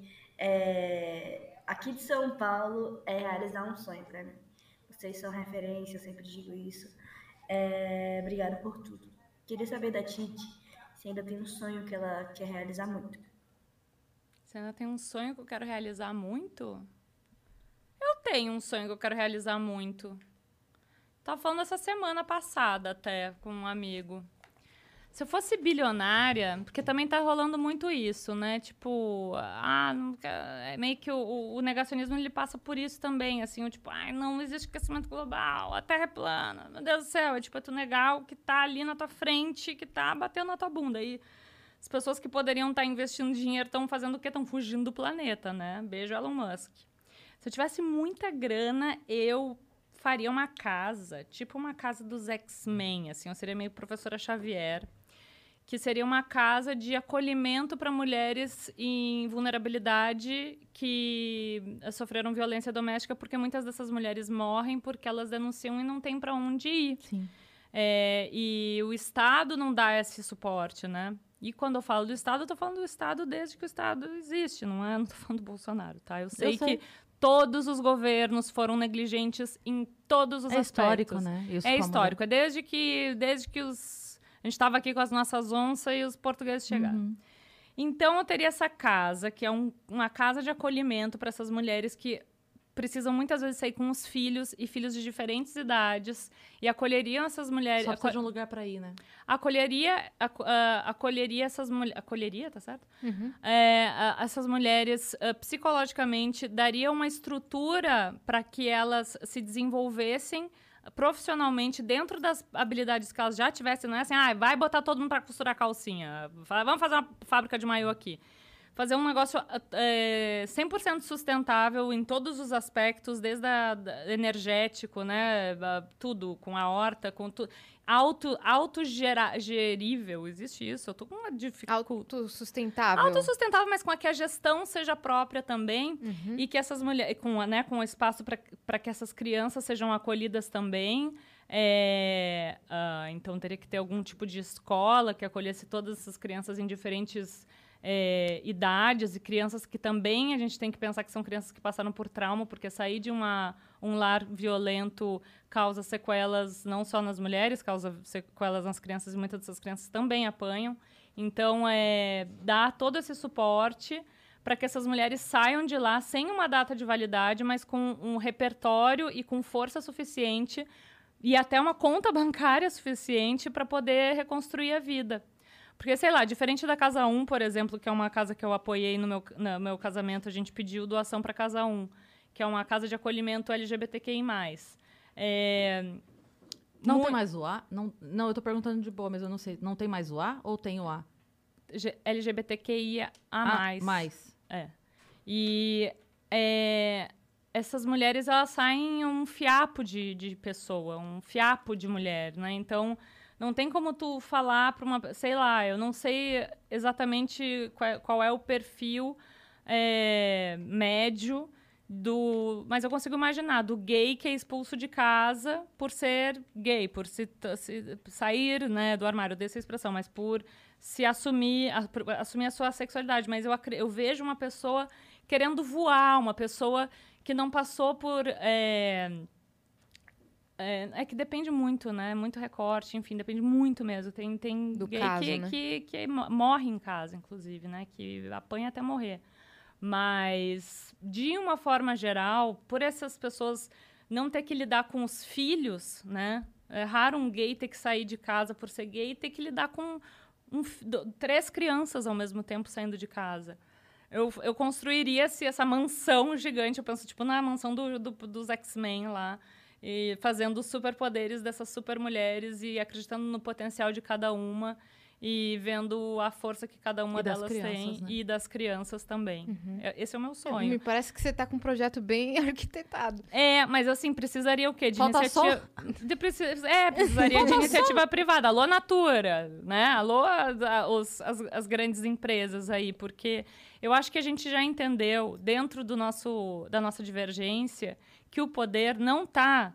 É, Aqui de São Paulo é realizar um sonho pra mim. Vocês são referência, eu sempre digo isso. É, Obrigada por tudo. Queria saber da Titi se ainda tem um sonho que ela quer realizar muito. Você ainda tem um sonho que eu quero realizar muito? Eu tenho um sonho que eu quero realizar muito. Tava falando essa semana passada até com um amigo. Se eu fosse bilionária, porque também tá rolando muito isso, né? Tipo, ah, não quer- é meio que o, o negacionismo ele passa por isso também, assim, o tipo, ai, não existe aquecimento global, a Terra é plana, meu Deus do céu, é tipo, é tu negar o que tá ali na tua frente, que tá batendo na tua bunda. E as pessoas que poderiam estar investindo dinheiro estão fazendo o quê? Estão fugindo do planeta, né? Beijo, Elon Musk. Se eu tivesse muita grana, eu faria uma casa, tipo uma casa dos X-Men, assim, eu seria meio professora Xavier, que seria uma casa de acolhimento para mulheres em vulnerabilidade que eh, sofreram violência doméstica, porque muitas dessas mulheres morrem porque elas denunciam e não têm para onde ir. Sim. É, e o Estado não dá esse suporte, né? E quando eu falo do Estado, eu tô falando do Estado desde que o Estado existe, não é? Não tô falando do Bolsonaro, tá? Eu sei, sei. que todos os governos foram negligentes em todos os É aspectos. histórico, né? Isso É como- histórico. É desde que, desde que os... A gente estava aqui com as nossas onças e os portugueses chegaram. Uhum. Então, eu teria essa casa, que é um- uma casa de acolhimento para essas mulheres que precisam muitas vezes sair com os filhos e filhos de diferentes idades e acolheriam essas mulheres... Só precisa aco- de um lugar pra ir, né? acolheria, aco- ah, acolheria essas mulheres... Acolheria, tá certo? Uhum. É, a- essas mulheres ah, psicologicamente, daria uma estrutura para que elas se desenvolvessem profissionalmente dentro das habilidades que elas já tivessem. Não é assim, ah, vai botar todo mundo para costurar calcinha, fa- vamos fazer uma fábrica de maiô aqui. fazer um negócio é, cem por cento sustentável em todos os aspectos, desde a, da, energético, né? A, tudo, com a horta, com tudo. Auto, autogerível, existe isso? Eu tô com uma dificuldade. Autossustentável. Autossustentável, mas com a que a gestão seja própria também. Uhum. E que essas mulheres, com, né, com espaço para que essas crianças sejam acolhidas também. É, uh, então, teria que ter algum tipo de escola que acolhesse todas essas crianças em diferentes é, idades, e crianças que também a gente tem que pensar que são crianças que passaram por trauma, porque sair de uma, um lar violento causa sequelas não só nas mulheres, causa sequelas nas crianças, e muitas dessas crianças também apanham. Então, é, dar todo esse suporte para que essas mulheres saiam de lá sem uma data de validade, mas com um repertório e com força suficiente e até uma conta bancária suficiente para poder reconstruir a vida. Porque, sei lá, diferente da Casa um, por exemplo, que é uma casa que eu apoiei no meu, no meu casamento, a gente pediu doação para Casa um, que é uma casa de acolhimento L G B T Q I mais. É... Não Mu- tem mais o A? Não, não, eu tô perguntando de boa, mas eu não sei. Não tem mais o A ou tem o A? G- L G B T Q I A Ah, mais. mais. É. E é, essas mulheres, elas saem um fiapo de, de pessoa, um fiapo de mulher, né? Então, não tem como tu falar para uma... Sei lá, eu não sei exatamente qual, qual é o perfil é, médio do... Mas eu consigo imaginar, do gay que é expulso de casa por ser gay, por se, se sair, né, do armário, dessa expressão, mas por se assumir, a, por assumir a sua sexualidade. Mas eu, acre- eu vejo uma pessoa querendo voar, uma pessoa que não passou por... É, é, é que depende muito, né? Muito recorte, enfim, depende muito mesmo. Tem, tem Do gay caso, que, né? que, que mo- morre em casa, inclusive, né? Que apanha até morrer. Mas, de uma forma geral, por essas pessoas não ter que lidar com os filhos, né? É raro um gay ter que sair de casa por ser gay e ter que lidar com um fi- do- três crianças ao mesmo tempo saindo de casa. Eu, eu construiria esse, essa mansão gigante, eu penso, tipo, na mansão do, do- dos X-Men lá, e fazendo os superpoderes dessas supermulheres e acreditando no potencial de cada uma e vendo a força que cada uma E das delas crianças, tem, né? e das crianças também. É- Esse é o meu Me sonho. parece que você tá com um projeto bem arquitetado. É, mas assim, precisaria o quê? De Falta iniciativa. De preci- É, precisaria de iniciativa privada. Alô, Natura, né? Alô, as, a- os- as, as grandes empresas aí, porque eu acho que a gente já entendeu, dentro do nosso, da nossa divergência, que o poder não está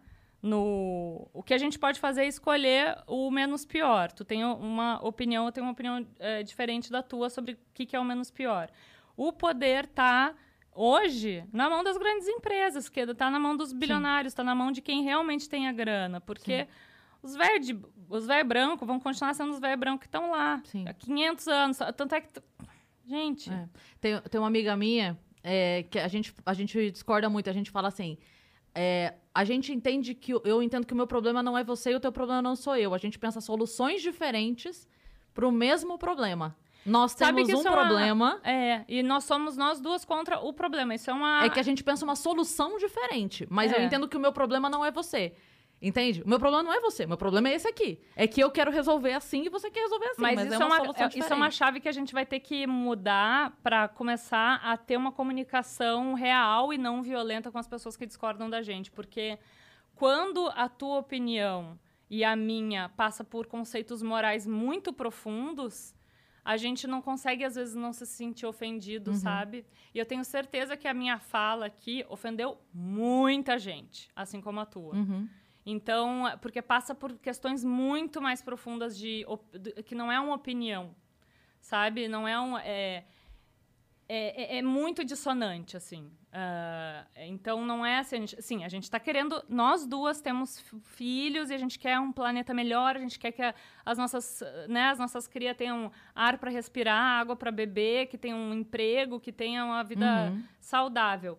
no... O que a gente pode fazer é escolher o menos pior. Tu tem uma opinião, eu tenho uma opinião eh, diferente da tua sobre o que, que é o menos pior. O poder está, hoje, na mão das grandes empresas, que está na mão dos bilionários, está na mão de quem realmente tem a grana. Porque os velhos de- os velhos brancos vão continuar sendo os velhos brancos que estão lá. Sim. Há quinhentos anos. Tanto é que... t- Gente... É. Tem, tem uma amiga minha é, que a gente, a gente discorda muito. A gente fala assim... é, a gente entende que... o- Eu entendo que o meu problema não é você e o teu problema não sou eu. A gente pensa soluções diferentes para o mesmo problema. Nós Sabe temos que um isso é uma- problema... É, e nós somos nós duas contra o problema. Isso é uma... É que a gente pensa uma solução diferente. Mas É. eu entendo que o meu problema não é você. Entende? O meu problema não é você. O meu problema é esse aqui. É que eu quero resolver assim e você quer resolver assim. Mas, Mas, isso, é é uma, uma, solução é- isso é uma diferente. chave que a gente vai ter que mudar para começar a ter uma comunicação real e não violenta com as pessoas que discordam da gente. Porque quando a tua opinião e a minha passa por conceitos morais muito profundos, a gente não consegue, às vezes, não se sentir ofendido, Uhum. sabe? E eu tenho certeza que a minha fala aqui ofendeu muita gente, assim como a tua. Uhum. Então, porque passa por questões muito mais profundas de, op- de- que não é uma opinião, sabe? Não é um... É, é, é- é muito dissonante, assim. Ah, então, não é assim... A gente, sim, a gente está querendo... Nós duas temos f- filhos e a gente quer um planeta melhor, a gente quer que a- as nossas, né, as nossas crias tenham ar para respirar, água para beber, que tenham um emprego, que tenham uma vida Uhum. saudável.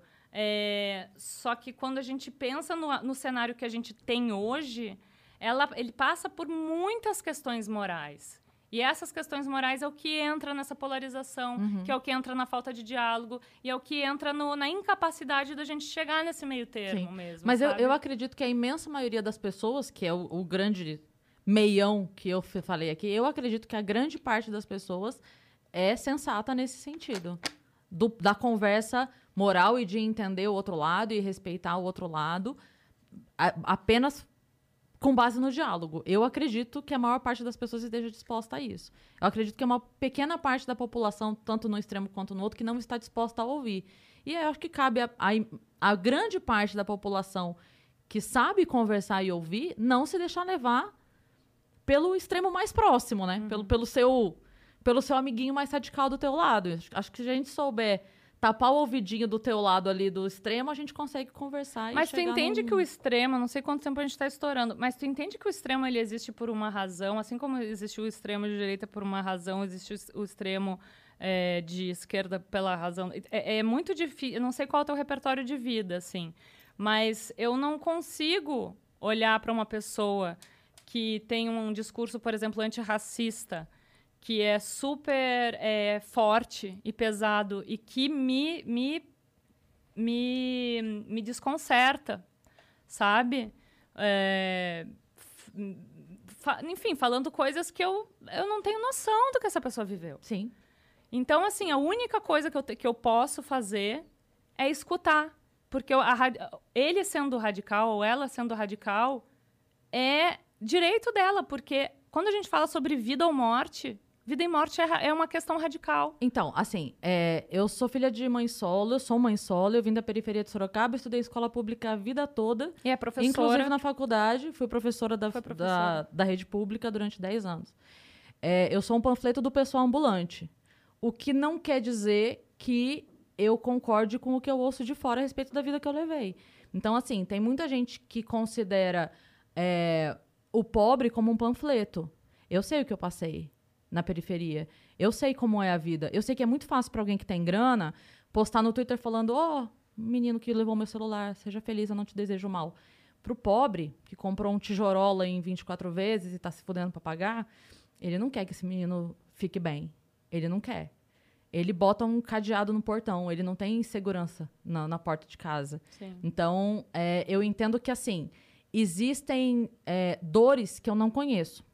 É, só que quando a gente pensa no, no cenário que a gente tem hoje, ela, ele passa por muitas questões morais. E essas questões morais é o que entra nessa polarização, Uhum. que é o que entra na falta de diálogo, e é o que entra no- na incapacidade da gente chegar nesse meio termo Sim. mesmo. Mas eu, sabe? eu acredito que a imensa maioria das pessoas, que é o, o grande meião que eu fe- falei aqui, eu acredito que a grande parte das pessoas é sensata nesse sentido. Do, da conversa moral e de entender o outro lado e respeitar o outro lado, a, apenas com base no diálogo. Eu acredito que a maior parte das pessoas esteja disposta a isso. Eu acredito que é uma pequena parte da população, tanto no extremo quanto no outro, que não está disposta a ouvir. E eu acho que cabe a, a, a grande parte da população que sabe conversar e ouvir, não se deixar levar pelo extremo mais próximo, né? Uhum. Pelo, pelo, seu, pelo seu amiguinho mais radical do teu lado. Acho que se a gente souber tapar o ouvidinho do teu lado ali do extremo, a gente consegue conversar e Mas tu entende num... que o extremo, não sei quanto tempo a gente está estourando, mas tu entende que o extremo ele existe por uma razão, assim como existe o extremo de direita por uma razão, existe o extremo é, de esquerda pela razão. É, é muito difícil, eu não sei qual é o teu repertório de vida, assim, mas eu não consigo olhar para uma pessoa que tem um discurso, por exemplo, antirracista, que é super é, forte e pesado e que me, me, me, me desconcerta, sabe? É, fa enfim, falando coisas que eu, eu não tenho noção do que essa pessoa viveu. Sim. Então, assim, a única coisa que eu, que eu posso fazer é escutar. Porque eu, a, ele sendo radical ou ela sendo radical é direito dela. Porque quando a gente fala sobre vida ou morte... Vida e morte é, é uma questão radical. Então, assim, é, eu sou filha de mãe solo, eu sou mãe solo, eu vim da periferia de Sorocaba, estudei escola pública a vida toda. E é professora. Inclusive na faculdade, fui professora da, professora. da, da rede pública durante dez anos. É, eu sou um panfleto do pessoal ambulante. O que não quer dizer que eu concorde com o que eu ouço de fora a respeito da vida que eu levei. Então, assim, tem muita gente que considera é, o pobre como um panfleto. Eu sei o que eu passei na periferia. Eu sei como é a vida. Eu sei que é muito fácil para alguém que tem grana postar no Twitter falando: ó, oh, menino que levou meu celular, seja feliz, eu não te desejo mal. Pro pobre, que comprou um tijorola em vinte e quatro vezes e tá se fudendo para pagar, ele não quer que esse menino fique bem. Ele não quer. Ele bota um cadeado no portão, ele não tem segurança na, na porta de casa. Sim. Então, é, eu entendo que, assim, existem é, dores que eu não conheço.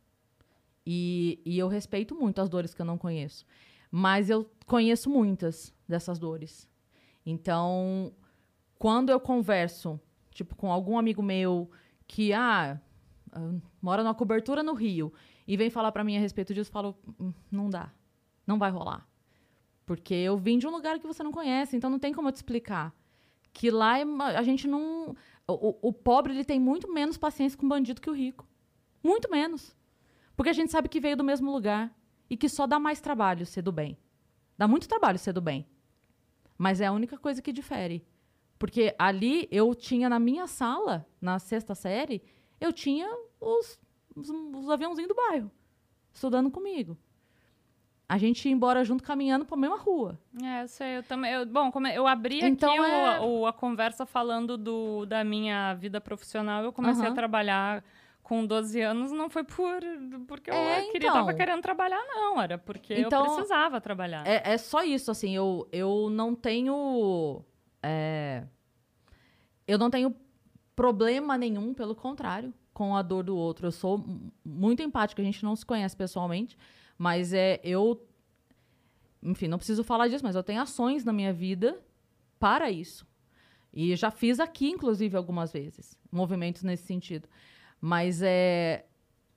E, e eu respeito muito as dores que eu não conheço. Mas eu conheço muitas dessas dores. Então, quando eu converso, tipo, com algum amigo meu que, ah, mora numa cobertura no Rio e vem falar pra mim a respeito disso, eu falo, não dá. Não vai rolar. Porque eu vim de um lugar que você não conhece, então não tem como eu te explicar. Que lá a gente não... O, o pobre, ele tem muito menos paciência com bandido que o rico. Muito menos. Porque a gente sabe que veio do mesmo lugar e que só dá mais trabalho ser do bem. Dá muito trabalho ser do bem. Mas é a única coisa que difere. Porque ali eu tinha na minha sala, na sexta série, eu tinha os, os, os aviãozinhos do bairro estudando comigo. A gente ia embora junto caminhando para a mesma rua. É, eu sei. Eu também, eu, bom, como eu abri então aqui é... o, o, a conversa falando do, da minha vida profissional. Eu comecei uhum. a trabalhar... Com doze anos, não foi por, porque eu é, queria, então, tava querendo trabalhar, não. Era porque então, eu precisava trabalhar. É, é só isso, assim. Eu, eu não tenho... É, eu não tenho problema nenhum, pelo contrário, com a dor do outro. Eu sou muito empática. A gente não se conhece pessoalmente, mas é, eu... Enfim, não preciso falar disso, mas eu tenho ações na minha vida para isso. E já fiz aqui, inclusive, algumas vezes. Movimentos nesse sentido. Mas é,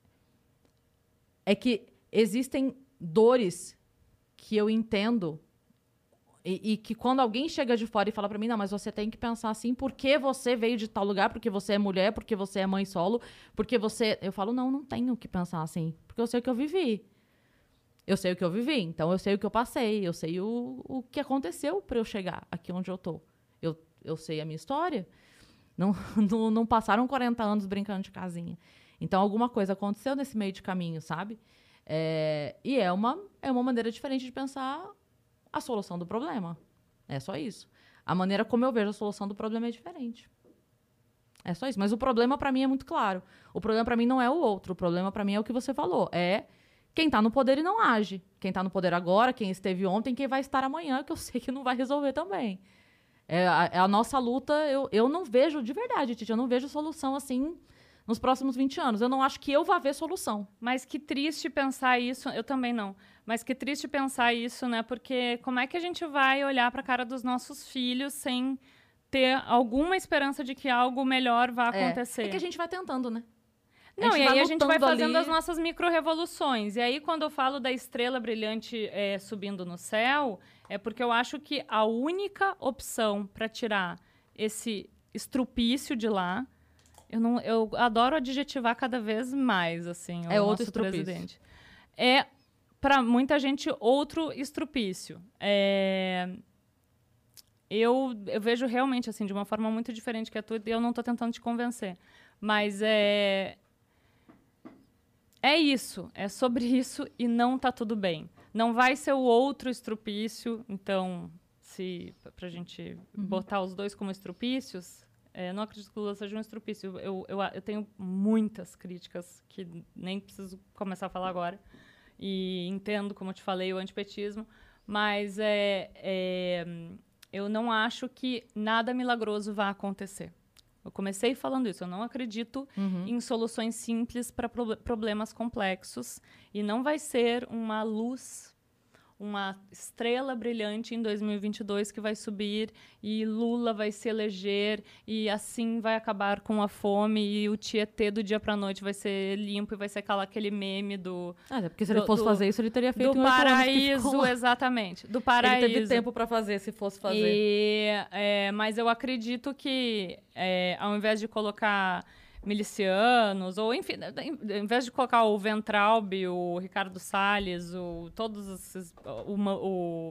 é que existem dores que eu entendo e, e que quando alguém chega de fora e fala pra mim, não, mas você tem que pensar assim, porque você veio de tal lugar, porque você é mulher, porque você é mãe solo, porque você... Eu falo, não, não tenho que pensar assim, porque eu sei o que eu vivi. Eu sei o que eu vivi, então eu sei o que eu passei, eu sei o, o que aconteceu pra eu chegar aqui onde eu tô. Eu, eu sei a minha história. Não, não, não passaram quarenta anos brincando de casinha. Então, alguma coisa aconteceu nesse meio de caminho, sabe? É, e é uma, é uma maneira diferente de pensar a solução do problema. É só isso. A maneira como eu vejo a solução do problema é diferente. É só isso. Mas o problema, para mim, é muito claro. O problema, para mim, não é o outro. O problema, para mim, é o que você falou. É quem está no poder e não age. Quem está no poder agora, quem esteve ontem, quem vai estar amanhã, que eu sei que não vai resolver também. É a, é a nossa luta, eu, eu não vejo, de verdade, Titi, eu não vejo solução assim nos próximos vinte anos. Eu não acho que eu vá ver solução. Mas que triste pensar isso, eu também não. Mas que triste pensar isso, né? Porque como é que a gente vai olhar para a cara dos nossos filhos sem ter alguma esperança de que algo melhor vá acontecer? É, é que a gente vai tentando, né? Não, e aí a gente vai lutando fazendo ali. as nossas micro-revoluções. E aí, quando eu falo da estrela brilhante é, subindo no céu, é porque eu acho que a única opção para tirar esse estrupício de lá, eu, não, eu adoro adjetivar cada vez mais, assim, o É outro nosso estrupício. presidente. É, para muita gente, outro estrupício. É... Eu, eu vejo realmente, assim, de uma forma muito diferente que a tua, e eu não estou tentando te convencer. Mas é... É isso, é sobre isso e não tá tudo bem. Não vai ser o outro estrupício, então, se pra gente Uhum. botar os dois como estrupícios, é, não acredito que o Lula seja um estrupício. Eu, eu, eu tenho muitas críticas, que nem preciso começar a falar agora, e entendo, como eu te falei, o antipetismo, mas é, é, eu não acho que nada milagroso vá acontecer. Eu comecei falando isso, eu não acredito Uhum. em soluções simples para pro problemas complexos e não vai ser uma luz, uma estrela brilhante em dois mil e vinte e dois que vai subir e Lula vai se eleger e assim vai acabar com a fome e o Tietê do dia para noite vai ser limpo e vai ser aquela, aquele meme do, Ah, é porque se Do- ele fosse do- fazer isso, ele teria feito do em oito anos que paraíso, ficou lá. exatamente, do paraíso. Ele teve tempo pra fazer, se fosse fazer. E, é, mas eu acredito que, é, ao invés de colocar milicianos, ou enfim, ao invés de colocar o Ventralb, o Ricardo Salles, o, todos esses, o, o, o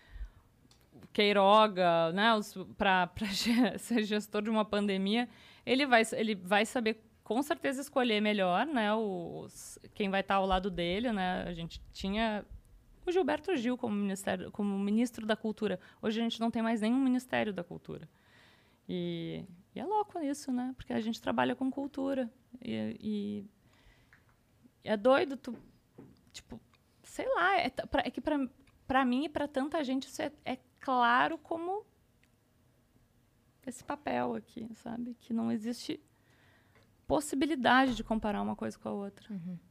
Queiroga, né, para ser gestor de uma pandemia, ele vai, ele vai saber com certeza escolher melhor, né, os, quem vai estar ao lado dele, né, a gente tinha o Gilberto Gil como, ministério, como ministro da Cultura. Hoje a gente não tem mais nenhum Ministério da Cultura. E, e é louco isso, né? Porque a gente trabalha com cultura. E, e é doido, tu, tipo, sei lá, é, t- pra- é que pra, pra mim e pra tanta gente isso é, é claro como esse papel aqui, sabe? Que não existe possibilidade de comparar uma coisa com a outra.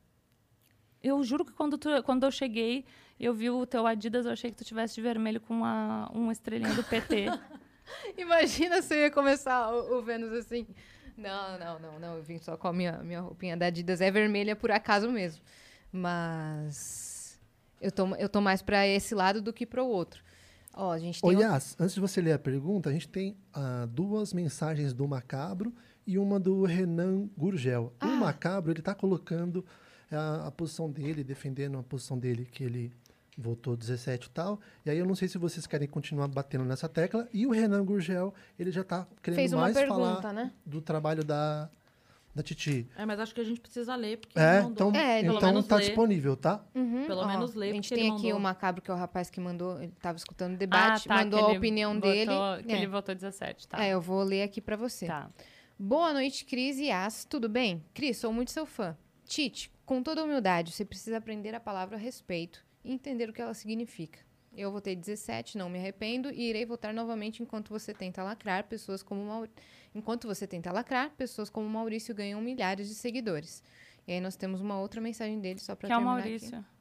Eu juro que quando, tu, quando eu cheguei, eu vi o teu Adidas, eu achei que tu tivesse de vermelho com uma, uma estrelinha do P T. Imagina se eu ia começar o, o Vênus assim. Não, não, não, não. Eu vim só com a minha, minha roupinha da Adidas. É vermelha por acaso mesmo. Mas eu tô, eu tô mais pra esse lado do que pro outro. Ó, a gente tem. Ô, um- Yas, antes de você ler a pergunta, a gente tem ah, duas mensagens do Macabro e uma do Renan Gurgel. Ah. O Macabro, ele tá colocando a, a posição dele, defendendo a posição dele, que ele votou dezessete e tal. E aí eu não sei se vocês querem continuar batendo nessa tecla. E o Renan Gurgel, ele já tá querendo Fez uma mais pergunta, falar né? do trabalho da, da Titi. É, mas acho que a gente precisa ler, porque É, ele mandou. então, É, ele- Pelo então menos tá ler. disponível, tá? Uhum, Pelo ó, menos lê, A gente porque tem ele aqui mandou. o Macabro, que é o rapaz que mandou. Ele tava escutando o debate, Ah, tá, mandou que a ele opinião votou- dele. Que É. ele votou dezessete, tá. É, eu vou ler aqui pra você. Tá. Boa noite, Cris e As. Tudo bem? Cris, sou muito seu fã. Tite, com toda humildade, você precisa aprender a palavra respeito e entender o que ela significa. Eu votei dezessete, não me arrependo e irei votar novamente enquanto você tenta lacrar pessoas como Maur... enquanto você tenta lacrar, pessoas como Maurício ganham milhares de seguidores. E aí nós temos uma outra mensagem dele só para Que é o terminar Maurício. aqui.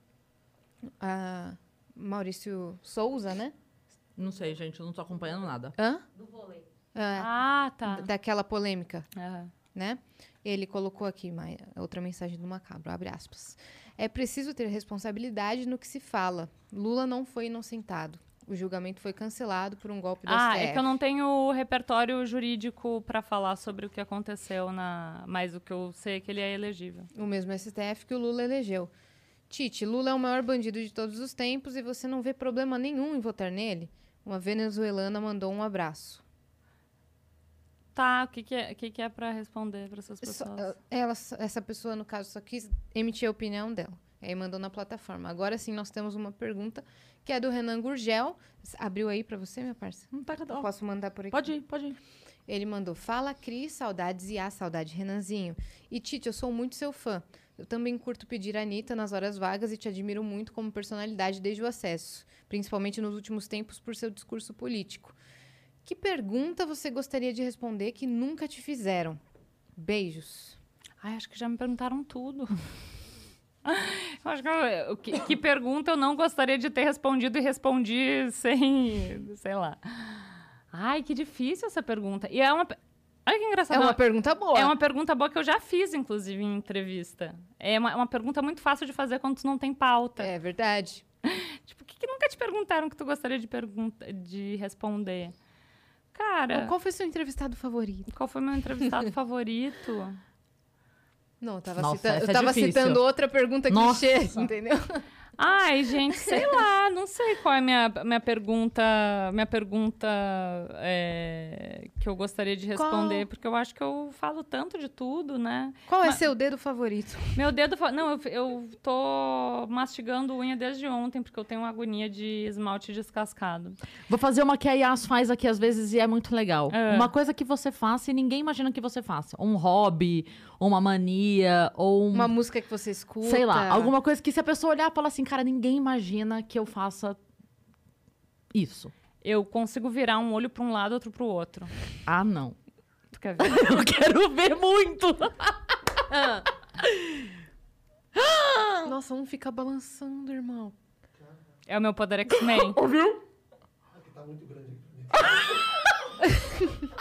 Ah, Maurício Souza, né? Não sei, gente, eu não tô acompanhando nada. Hã? Do vôlei. Ah, tá. Daquela polêmica. Aham. Né? Ele colocou aqui uma, outra mensagem do Macabro, abre aspas. É preciso ter responsabilidade no que se fala. Lula não foi inocentado. O julgamento foi cancelado por um golpe do Ah, S T F. é que eu não tenho repertório jurídico para falar sobre o que aconteceu na. Mas o que eu sei é que ele é elegível. O mesmo S T F que o Lula elegeu. Tite, Lula é o maior bandido de todos os tempos e você não vê problema nenhum em votar nele? Uma venezuelana mandou um abraço. Tá, o que, que é, o que, que é para responder para essas Só- pessoas? ela, essa pessoa, no caso, só quis emitir a opinião dela. E aí mandou na plataforma. Agora sim, nós temos uma pergunta que é do Renan Gurgel. Abriu aí pra você, minha parça? Não tá ó, Posso mandar por aqui? Pode ir, pode ir. Ele mandou, fala Cris, saudades e a saudade Renanzinho. E Tite, eu sou muito seu fã. Eu também curto pedir a Anitta nas horas vagas e te admiro muito como personalidade desde o acesso. Principalmente nos últimos tempos por seu discurso político. Que pergunta você gostaria de responder que nunca te fizeram? Beijos. Ai, acho que já me perguntaram tudo. Eu acho que, eu, que, que pergunta eu não gostaria de ter respondido e respondi sem, sei lá. Ai, que difícil essa pergunta. E é uma... Olha que engraçado. É uma pergunta boa. É uma pergunta boa que eu já fiz, inclusive, em entrevista. É uma, uma pergunta muito fácil de fazer quando tu não tem pauta. É verdade. Tipo, o que, que nunca te perguntaram que tu gostaria de, pergunta, de responder? Cara... Qual foi seu entrevistado favorito? Qual foi meu entrevistado favorito? Não, eu tava, Nossa, cita... essa eu é tava difícil. citando outra pergunta Nossa. clichê, entendeu? Ai, gente, sei lá, não sei qual é a minha, minha pergunta, minha pergunta é, que eu gostaria de responder, Qual? porque eu acho que eu falo tanto de tudo, né? Qual é Mas- seu dedo favorito? Meu dedo... fa- Não, eu, eu tô mastigando unha desde ontem, porque eu tenho uma agonia de esmalte descascado. Vou fazer uma que a Yas faz aqui às vezes e é muito legal. É. Uma coisa que você faça e ninguém imagina que você faça. Um hobby, uma mania, ou um... Uma música que você escuta? sei lá, alguma coisa que se a pessoa olhar e falar assim, cara, ninguém imagina que eu faça isso. Eu consigo virar um olho pra um lado, outro pro outro. Ah, não. Tu quer ver? Eu quero ver muito. Nossa, um fica balançando, irmão. É o meu poder X-Men. Ouviu? Tá muito grande aqui pra mim.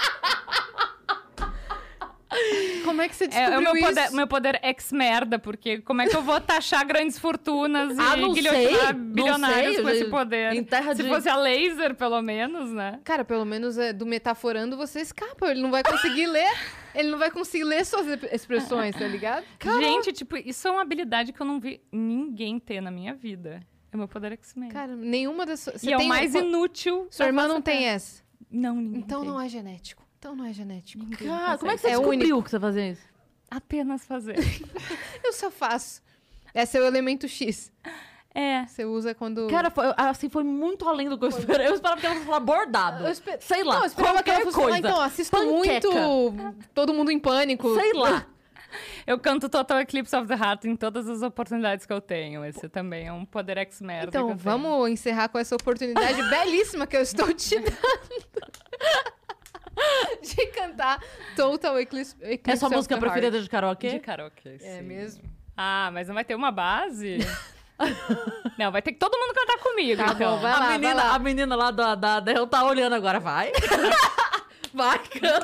Como é que você É, descobriu é o meu isso? poder, meu poder ex-merda, porque como é que eu vou taxar grandes fortunas Ah, e não guilhotinar sei, bilionários não com sei. esse poder? Em terra Se de- fosse a laser, pelo menos, né? Cara, pelo menos é, do metaforando você escapa. Ele não vai conseguir ler. Ele não vai conseguir ler suas expressões, tá ligado? Gente, tipo, isso é uma habilidade que eu não vi ninguém ter na minha vida. É o meu poder X-Men. Cara, nenhuma das suas... E é o mais inútil. Sua da irmã face não da tem Terra. essa. Não, ninguém Então tem. não é genético. Então não é genético. Cara, como é que você É descobriu que você fazia isso? Apenas fazer. Eu só faço. Esse é o elemento X. É. Você usa quando... Cara, foi, assim, foi muito além do que eu esperava. Eu esperava que ela fosse falar bordado. Eu espe- Sei lá, Não, eu esperava que ela qualquer fosse falar, coisa. então, assisto Panqueca. muito Todo Mundo em Pânico. Sei lá. Eu canto Total Eclipse of the Heart em todas as oportunidades que eu tenho. Esse também é um poder X-merda. que Então, eu tenho. vamos encerrar com essa oportunidade belíssima que eu estou te dando. De cantar Total Eclipse, Eclipse É sua of música the Heart. preferida de karaokê? De karaokê, É sim. mesmo? Ah, mas não vai ter uma base? Não, vai ter que todo mundo cantar comigo, Tá então. bom, vai lá, a, menina, vai lá. a menina lá da, da Del tá olhando agora. Vai. Vai, canta.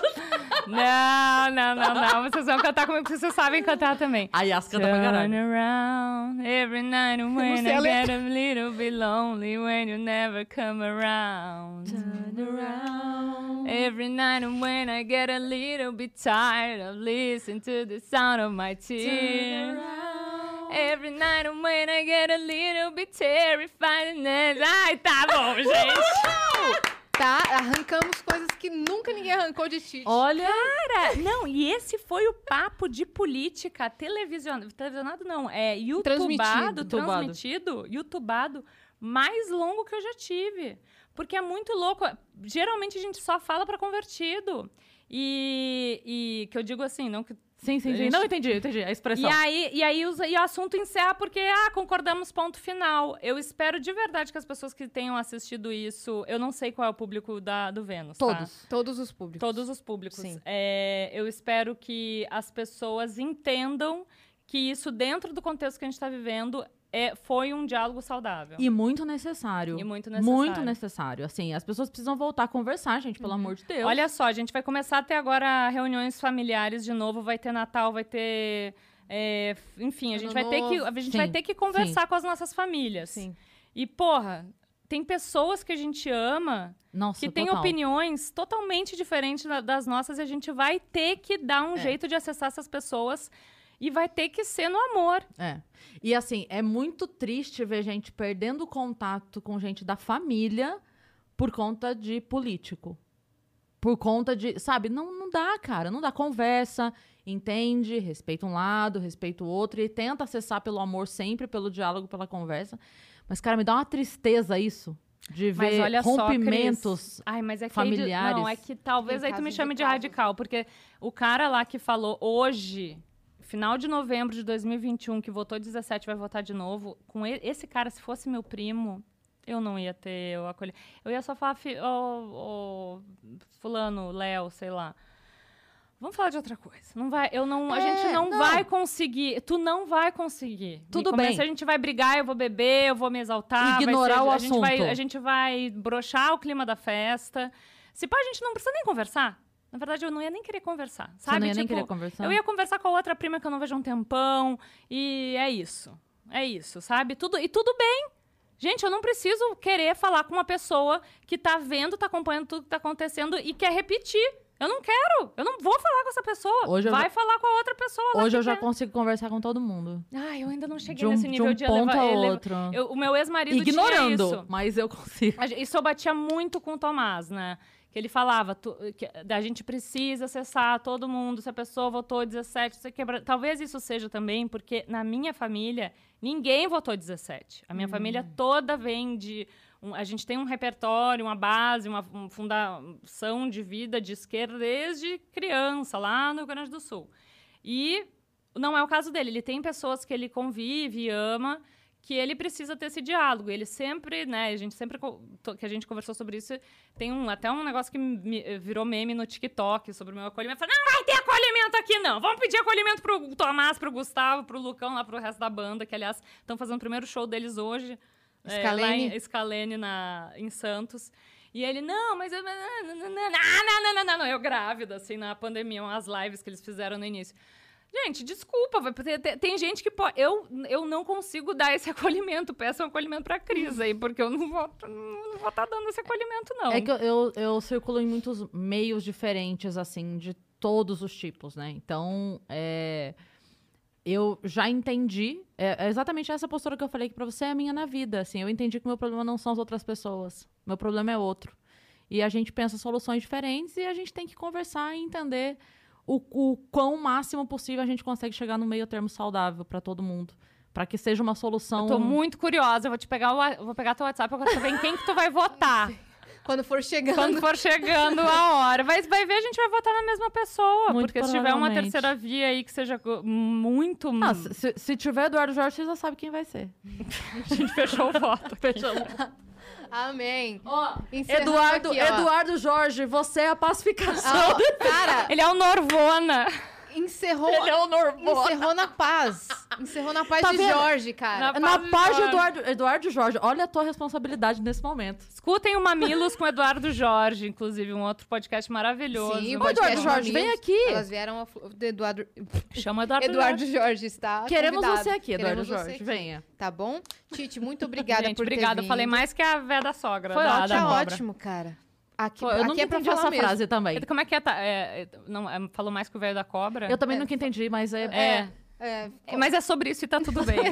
Não, não, não, não. Vocês vão cantar comigo porque vocês sabem cantar também. A Yas canta pra Turn caralho. around every night when sei a I get letra. a little bit lonely when you never come around. Turn around. Every night when I get a little bit tired of listening to the sound of my tears. Every night when I get a little bit terrified and then... Ai, tá bom, gente. Tá, arrancamos coisas que nunca ninguém arrancou de ti. Olha. Cara, não, e esse foi o papo de política televisionado. Televisionado não, é youtubado, Transmitido. transmitido, youtubado, mais longo que eu já tive. Porque é muito louco. Geralmente a gente só fala pra convertido. E, e que eu digo assim, não que Sim, sim, A sim. gente- Não entendi, entendi. A E expressão. aí, e aí os- e o assunto encerra porque, ah, concordamos, ponto final. Eu espero de verdade que as pessoas que tenham assistido isso... Eu não sei qual é o público da, do Vênus, tá? Todos. Todos os públicos. Todos os públicos. Sim. É, eu espero que as pessoas entendam que isso, dentro do contexto que a gente está vivendo, é, foi um diálogo saudável. E muito necessário. E muito necessário. Muito necessário. Assim, as pessoas precisam voltar a conversar, gente, pelo amor de Deus. Olha só, a gente vai começar a ter agora reuniões familiares de novo, vai ter Natal, vai ter... é, f- enfim, a Ano gente, vai ter, que, novo. a gente Sim, vai ter que conversar com as nossas famílias. Sim. E, porra, tem pessoas que a gente ama Nossa, que têm total. opiniões totalmente diferentes da- das nossas e a gente vai ter que dar um É. jeito de acessar essas pessoas e vai ter que ser no amor. É. E assim, é muito triste ver gente perdendo contato com gente da família por conta de político. Por conta de. Sabe, não, não dá, cara. Não dá. Conversa, entende, respeita um lado, respeita o outro e tenta acessar pelo amor sempre, pelo diálogo, pela conversa. Mas, cara, me dá uma tristeza isso. De Mas ver olha só, rompimentos. Ai, mas é que aí de- familiares. não, é que talvez Tem aí tu me casos e chame de casos. radical, porque o cara lá que falou hoje, final de novembro de dois mil e vinte e um, que votou dezessete, vai votar de novo, com e- esse cara, se fosse meu primo, eu não ia ter eu acolher. Eu ia só falar, fi- ô, ô, fulano, Léo, sei lá. Vamos falar de outra coisa. Não vai, eu não, a É, gente não, não. vai conseguir. Tu não vai conseguir. Tudo Me convencer, bem. A gente vai brigar, eu vou beber, eu vou me exaltar. Ignorar vai ser, o a gente vai, assunto. a gente vai broxar o clima da festa. Se pá, a gente não precisa nem conversar. Na verdade, eu não ia nem querer conversar, sabe? Você não ia nem Tipo, querer conversar? eu ia conversar com a outra prima que eu não vejo há um tempão. E é isso. É isso, sabe? Tudo, e tudo bem. Gente, eu não preciso querer falar com uma pessoa que tá vendo, tá acompanhando tudo que tá acontecendo e quer repetir. Eu não quero. Eu não vou falar com essa pessoa. Hoje eu Vai já- falar com a outra pessoa. lá Hoje que eu já quer. consigo conversar com todo mundo. Ai, eu ainda não cheguei De um, nesse de nível um de, ponto eleva- a eleva- outro. Eu- o meu ex-marido tinha Ignorando, isso. mas eu consigo. A gen- Isso eu batia muito com o Tomás, né? Que ele falava, tu- que a gente precisa acessar todo mundo, se a pessoa votou dezessete, você quebra... Talvez isso seja também porque na minha família, ninguém votou dezessete. A minha família toda vem de... um- a gente tem um repertório, uma base, uma um fundação de vida de esquerda desde criança, lá no Rio Grande do Sul. E não é o caso dele. Ele tem pessoas que ele convive e ama, que ele precisa ter esse diálogo. Ele sempre, né, a gente sempre co- to- que a gente conversou sobre isso, tem um, até um negócio que me- virou meme no TikTok sobre o meu acolhimento. Falei, não vai ter acolhimento aqui, não. Vamos pedir acolhimento pro Tomás, pro Gustavo, pro Lucão, lá pro resto da banda, que, aliás, estão fazendo o primeiro show deles hoje. é, lá Scalene. em Scalene, na, em Santos. E ele, não, mas eu... Não, não, não, não, não, não, não, não. Eu grávida, assim, na pandemia, umas lives que eles fizeram no início. Gente, desculpa, vai- tem, tem- tem gente que pode... Eu, eu não consigo dar esse acolhimento. Peço um acolhimento pra Cris aí, porque eu não vou não vou estar dando esse acolhimento, não. É que eu, eu, eu circulo em muitos meios diferentes, assim, de todos os tipos, né? Então, é, eu já entendi. É, é exatamente essa postura que eu falei que pra você é a minha na vida. Assim, eu entendi que o meu problema não são as outras pessoas. Meu problema é outro. E a gente pensa soluções diferentes e a gente tem que conversar e entender o, o quão máximo possível a gente consegue chegar no meio termo saudável pra todo mundo. Pra que seja uma solução... Eu tô muito curiosa. Eu vou te pegar o, wa- eu vou pegar teu WhatsApp, eu quero saber em quem que tu vai votar. Quando for chegando. Quando for chegando a hora. Vai, vai ver, a gente vai votar na mesma pessoa. Muito porque se tiver uma provavelmente. terceira via aí que seja go- muito... Ah, se, se- se tiver Eduardo Jorge, você já sabe quem vai ser. A gente fechou o voto. Fechou. Amém. Ó, Encerrando Eduardo, aqui, ó. Eduardo Jorge, você é a pacificação. Ah, ó, cara, Ele é o Norvona. encerrou, Ele é o Norvona. encerrou na paz. Encerrou na paz Tá de vendo? Jorge, cara. Na- Na Paz de paz de Jorge. Eduardo, Eduardo Jorge, olha a tua responsabilidade nesse momento. Escutem o Mamilos com o Eduardo Jorge, inclusive, um outro podcast maravilhoso. Sim, o Ô, podcast Eduardo Jorge, vem Mamilos, aqui. Elas vieram a... flu- Eduardo, Chama o Eduardo, Eduardo Jorge. Jorge está Queremos convidado. você aqui, Eduardo Queremos você Jorge, aqui. venha. Tá bom? Tite, muito obrigada Gente, por obrigada. ter Eu vindo. falei mais que a véia da sogra. Foi da, ótimo. da Tá cobra. ótimo, cara. Aqui, Pô, eu aqui nunca é pra entendi falar essa mesmo. frase também. Como é que é? Tá, é, é, não, é, falou mais que o velho da cobra? Eu também É, nunca entendi, mas é, É. É, É, Mas é sobre isso e tá tudo bem.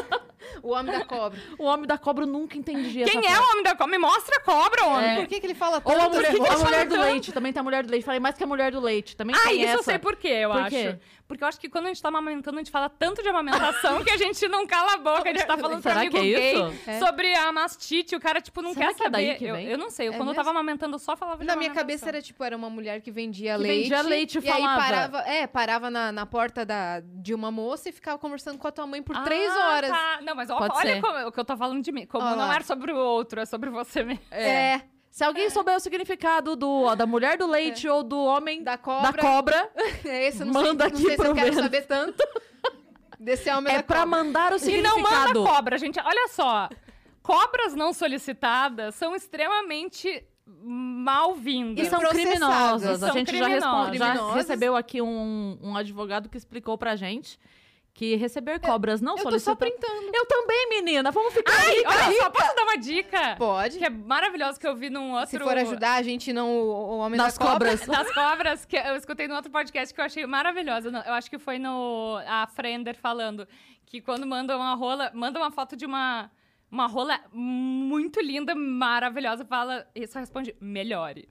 o homem da cobra. o homem da cobra eu nunca entendi Quem essa é frase. o homem da cobra? Me mostra a cobra, homem. Por que, que ele fala Ou tanto? a mulher, que ou que a eu mulher falo do tanto? leite, também tem a mulher do leite. Falei mais que a mulher do leite. Também Ah, tem isso essa. eu sei por quê, eu Por acho. quê? Porque eu acho que quando a gente tá amamentando, a gente fala tanto de amamentação que a gente não cala a boca. A gente tá falando Será pro amigo que é gay isso? É. sobre a mastite. O cara, tipo, não Será quer que é daí saber. que eu, vem? eu não sei. Eu, É quando eu tava mesmo? amamentando, eu só falava de Na minha amamentação. cabeça era tipo, era uma mulher que vendia Que leite. vendia leite e e aí falava. parava, é, parava na, na porta da, de uma moça e ficava conversando com a tua mãe por três Ah, horas. tá. Não, mas ó, Pode olha ser. como- o que eu tô falando de mim. Como Ó não lá. era sobre o outro, é sobre você mesmo. É. Se alguém souber o significado do, ó, da mulher do leite ou do homem Da da cobra. cobra, É esse, eu não Manda sei, não aqui sei se eu pro quero Vênus. saber tanto desse homem é da pra cobra. mandar o E não manda significado. cobra, gente. Olha só. Cobras não solicitadas são extremamente mal-vindas. E são processadas. criminosas. A São gente já, criminosas. responde, já Criminosas. recebeu aqui um, um advogado que explicou pra gente que receber cobras não Eu tô só solicitadas... printando. Eu também, menina. Vamos ficar Ai, rica. olha só, posso dar uma dica? Pode. Que é maravilhosa, que eu vi num outro... Se for ajudar a gente, não o, o homem Das da cobra. cobras. Das cobras, que eu escutei num outro podcast que eu achei maravilhosa. Eu acho que foi no... A Frender falando que quando manda uma rola... Manda uma foto de uma... Uma rola muito linda, maravilhosa. Fala... E só responde, melhore.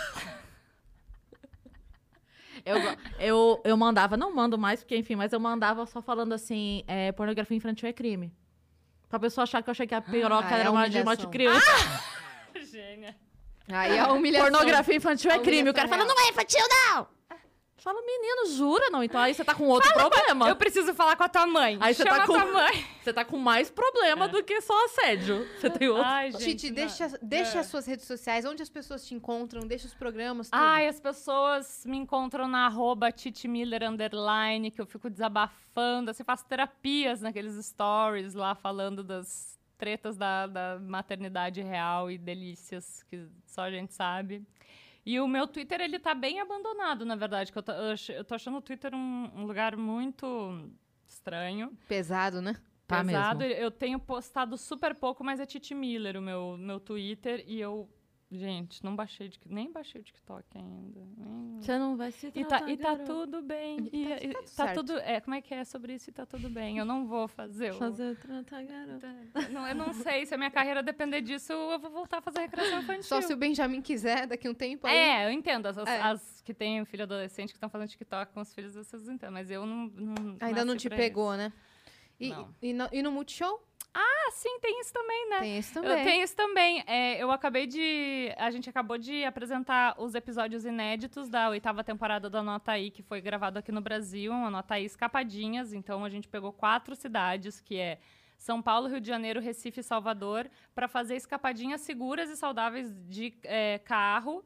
Eu, eu, eu mandava, não mando mais, porque enfim, mas eu mandava só falando assim, é, pornografia infantil é crime. Pra pessoa achar que eu achei que a piroca Ah, é era uma de uma de humilhação. criança. Gênia. Aí é a humilhação. Pornografia infantil é A crime. O cara fala, humilhação não é infantil, não! Fala, menino, jura? Não, então aí você tá com outro problema. Eu preciso falar com a tua mãe. Aí você Chama tá com- a tua mãe. Você tá com mais problema É. do que só assédio. Você tem outro. Ai, gente, Titi, não. deixa, deixa É. as suas redes sociais, onde as pessoas te encontram, deixa os programas, tudo. Ai, as pessoas me encontram na arroba titimiller underline, que eu fico desabafando, assim, faço terapias naqueles stories lá, falando das tretas da, da maternidade real e delícias que só a gente sabe. E o meu Twitter, ele tá bem abandonado, na verdade, que eu tô, eu ach- eu tô achando o Twitter um, um lugar muito estranho. Pesado, né? Tá pesado. mesmo. Eu tenho postado super pouco, mas é Titi Miller, o meu, meu Twitter, e eu... Gente, não baixei, de- nem baixei o TikTok ainda. nem- Você não vai se E tá, e tá tudo bem. E, tá- e- tá tá certo. tudo. É, como é que é sobre isso? E tá tudo bem. Eu não vou fazer. o- Fazer tratar garota. Não, eu não sei. Se a minha carreira depender disso, eu vou voltar a fazer recreação infantil. Só se o Benjamin quiser, daqui a um tempo aí. É, eu entendo. As, as- É. as que têm filho adolescente que estão fazendo TikTok com os filhos, vocês entendem. Mas eu não. não Ainda não nasci te pra pegou, isso. né? E, Não. e, no, e no Multishow? Ah, sim, tem isso também, né? Tem esse Eu também. tenho isso também. É, eu acabei de. A gente acabou de apresentar os episódios inéditos da oitava temporada do Anotaí, que foi gravado aqui no Brasil, um Anotaí Escapadinhas. Então a gente pegou quatro cidades, que é São Paulo, Rio de Janeiro, Recife e Salvador, para fazer escapadinhas seguras e saudáveis de é, carro.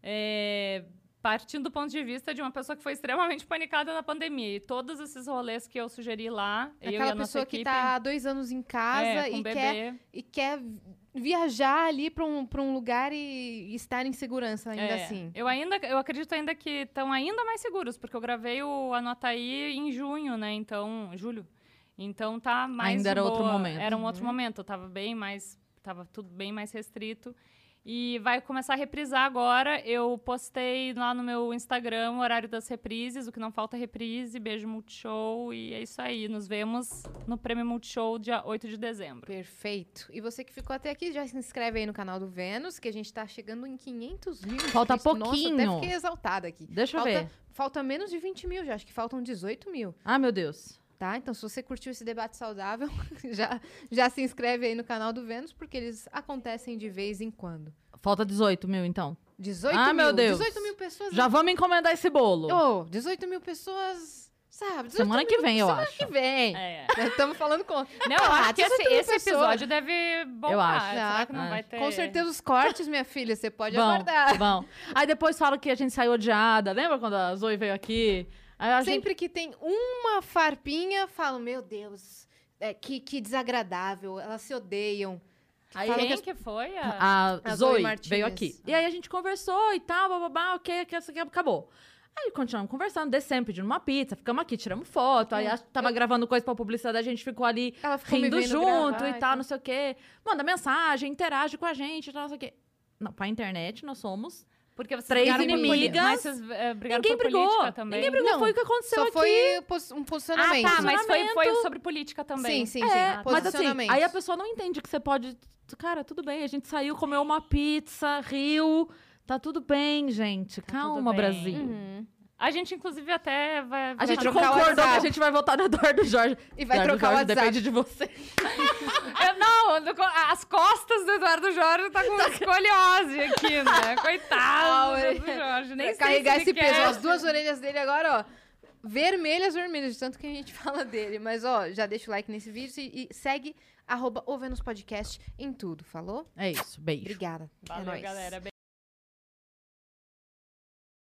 É, partindo do ponto de vista de uma pessoa que foi extremamente panicada na pandemia. E todos esses rolês que eu sugeri lá, eu e Aquela a nossa pessoa que equipe, tá há dois anos em casa é, com e, bebê. quer, e quer viajar ali pra um, pra um lugar e, e estar em segurança ainda É, assim. Eu ainda, eu acredito ainda que estão ainda mais seguros, porque eu gravei o Anotaí em junho, né? Então, julho. Então tá mais Ainda de era outro boa. momento. Era um Uhum. outro momento, eu tava bem mais, tava tudo bem mais restrito. E vai começar a reprisar agora. Eu postei lá no meu Instagram o horário das reprises, o que não falta é reprise, beijo Multishow, e é isso aí. Nos vemos no Prêmio Multishow dia oito de dezembro. Perfeito. E você que ficou até aqui, já se inscreve aí no canal do Vênus, que a gente tá chegando em quinhentos mil. Falta inscritos. pouquinho. Nossa, até fiquei exaltada aqui. Deixa eu falta, ver. Falta menos de vinte mil já, acho que faltam dezoito mil. Ah, meu Deus. Tá? Então, se você curtiu esse debate saudável, já, já se inscreve aí no canal do Vênus, porque eles acontecem de vez em quando. Falta dezoito mil, então. dezoito Ah, mil. meu Deus. dezoito mil pessoas. Já vamos encomendar esse bolo. Oh, dezoito mil pessoas, sabe? dezoito Semana que mil vem, eu semana acho. que vem. É. Nós estamos falando com... Não, eu Ah, acho que esse, dezoito mil esse pessoas. episódio deve bombar. Eu acho. Será que não Ah, vai ter... Com certeza os cortes, minha filha, você pode Vão, aguardar. vão. Aí depois fala que a gente saiu odiada. Lembra quando a Zoe veio aqui? Aí a gente... Sempre que tem uma farpinha, falam, meu Deus, é, que, que desagradável, elas se odeiam. Aí Falam Quem que que foi? A... A, A Zoe Zoe Martinez. veio aqui. E aí a gente conversou e tal, bababá, ok, que essa aqui acabou. Aí continuamos conversando, descemos, pedindo uma pizza, ficamos aqui, tiramos foto. Aí Hum, a- tava eu- gravando coisa pra publicidade, a gente ficou ali Ela ficou me rindo vendo junto gravar e tal, não sei o quê. Manda mensagem, interage com a gente e tal, não sei o quê. Não, pra internet nós somos. Porque vocês Três brigaram por poli- inimigas. Mas vocês eh, brigaram Ninguém por brigou. política também? Ninguém brigou, Não, foi o que aconteceu Só aqui. foi pos- um Ah, posicionamento. tá, mas foi, foi Posicionamento. sobre política também. Sim, sim, sim. É, mas assim, Posicionamento. aí a pessoa não entende que você pode. Cara, tudo bem, a gente saiu, comeu uma pizza, riu. Tá tudo bem, gente. Calma, bem. Brasil. Uhum. A gente, inclusive, até vai... A vai gente trocar o concordou que a WhatsApp. gente vai votar no Eduardo Jorge. E vai Eduardo trocar o Jorge, WhatsApp. depende de você. Eu- não, do- as costas do Eduardo Jorge tá com escoliose aqui, né? Coitado Ah, do ele- Eduardo Jorge. Nem Pra sei carregar se ele esse peso. quer. As duas orelhas dele agora, ó. Vermelhas, vermelhas, de tanto que a gente fala dele. Mas, ó, já deixa o like nesse vídeo e, e segue arroba o Vênus Podcast em tudo. Falou? É isso, beijo. Obrigada. É Valeu, nóis. galera.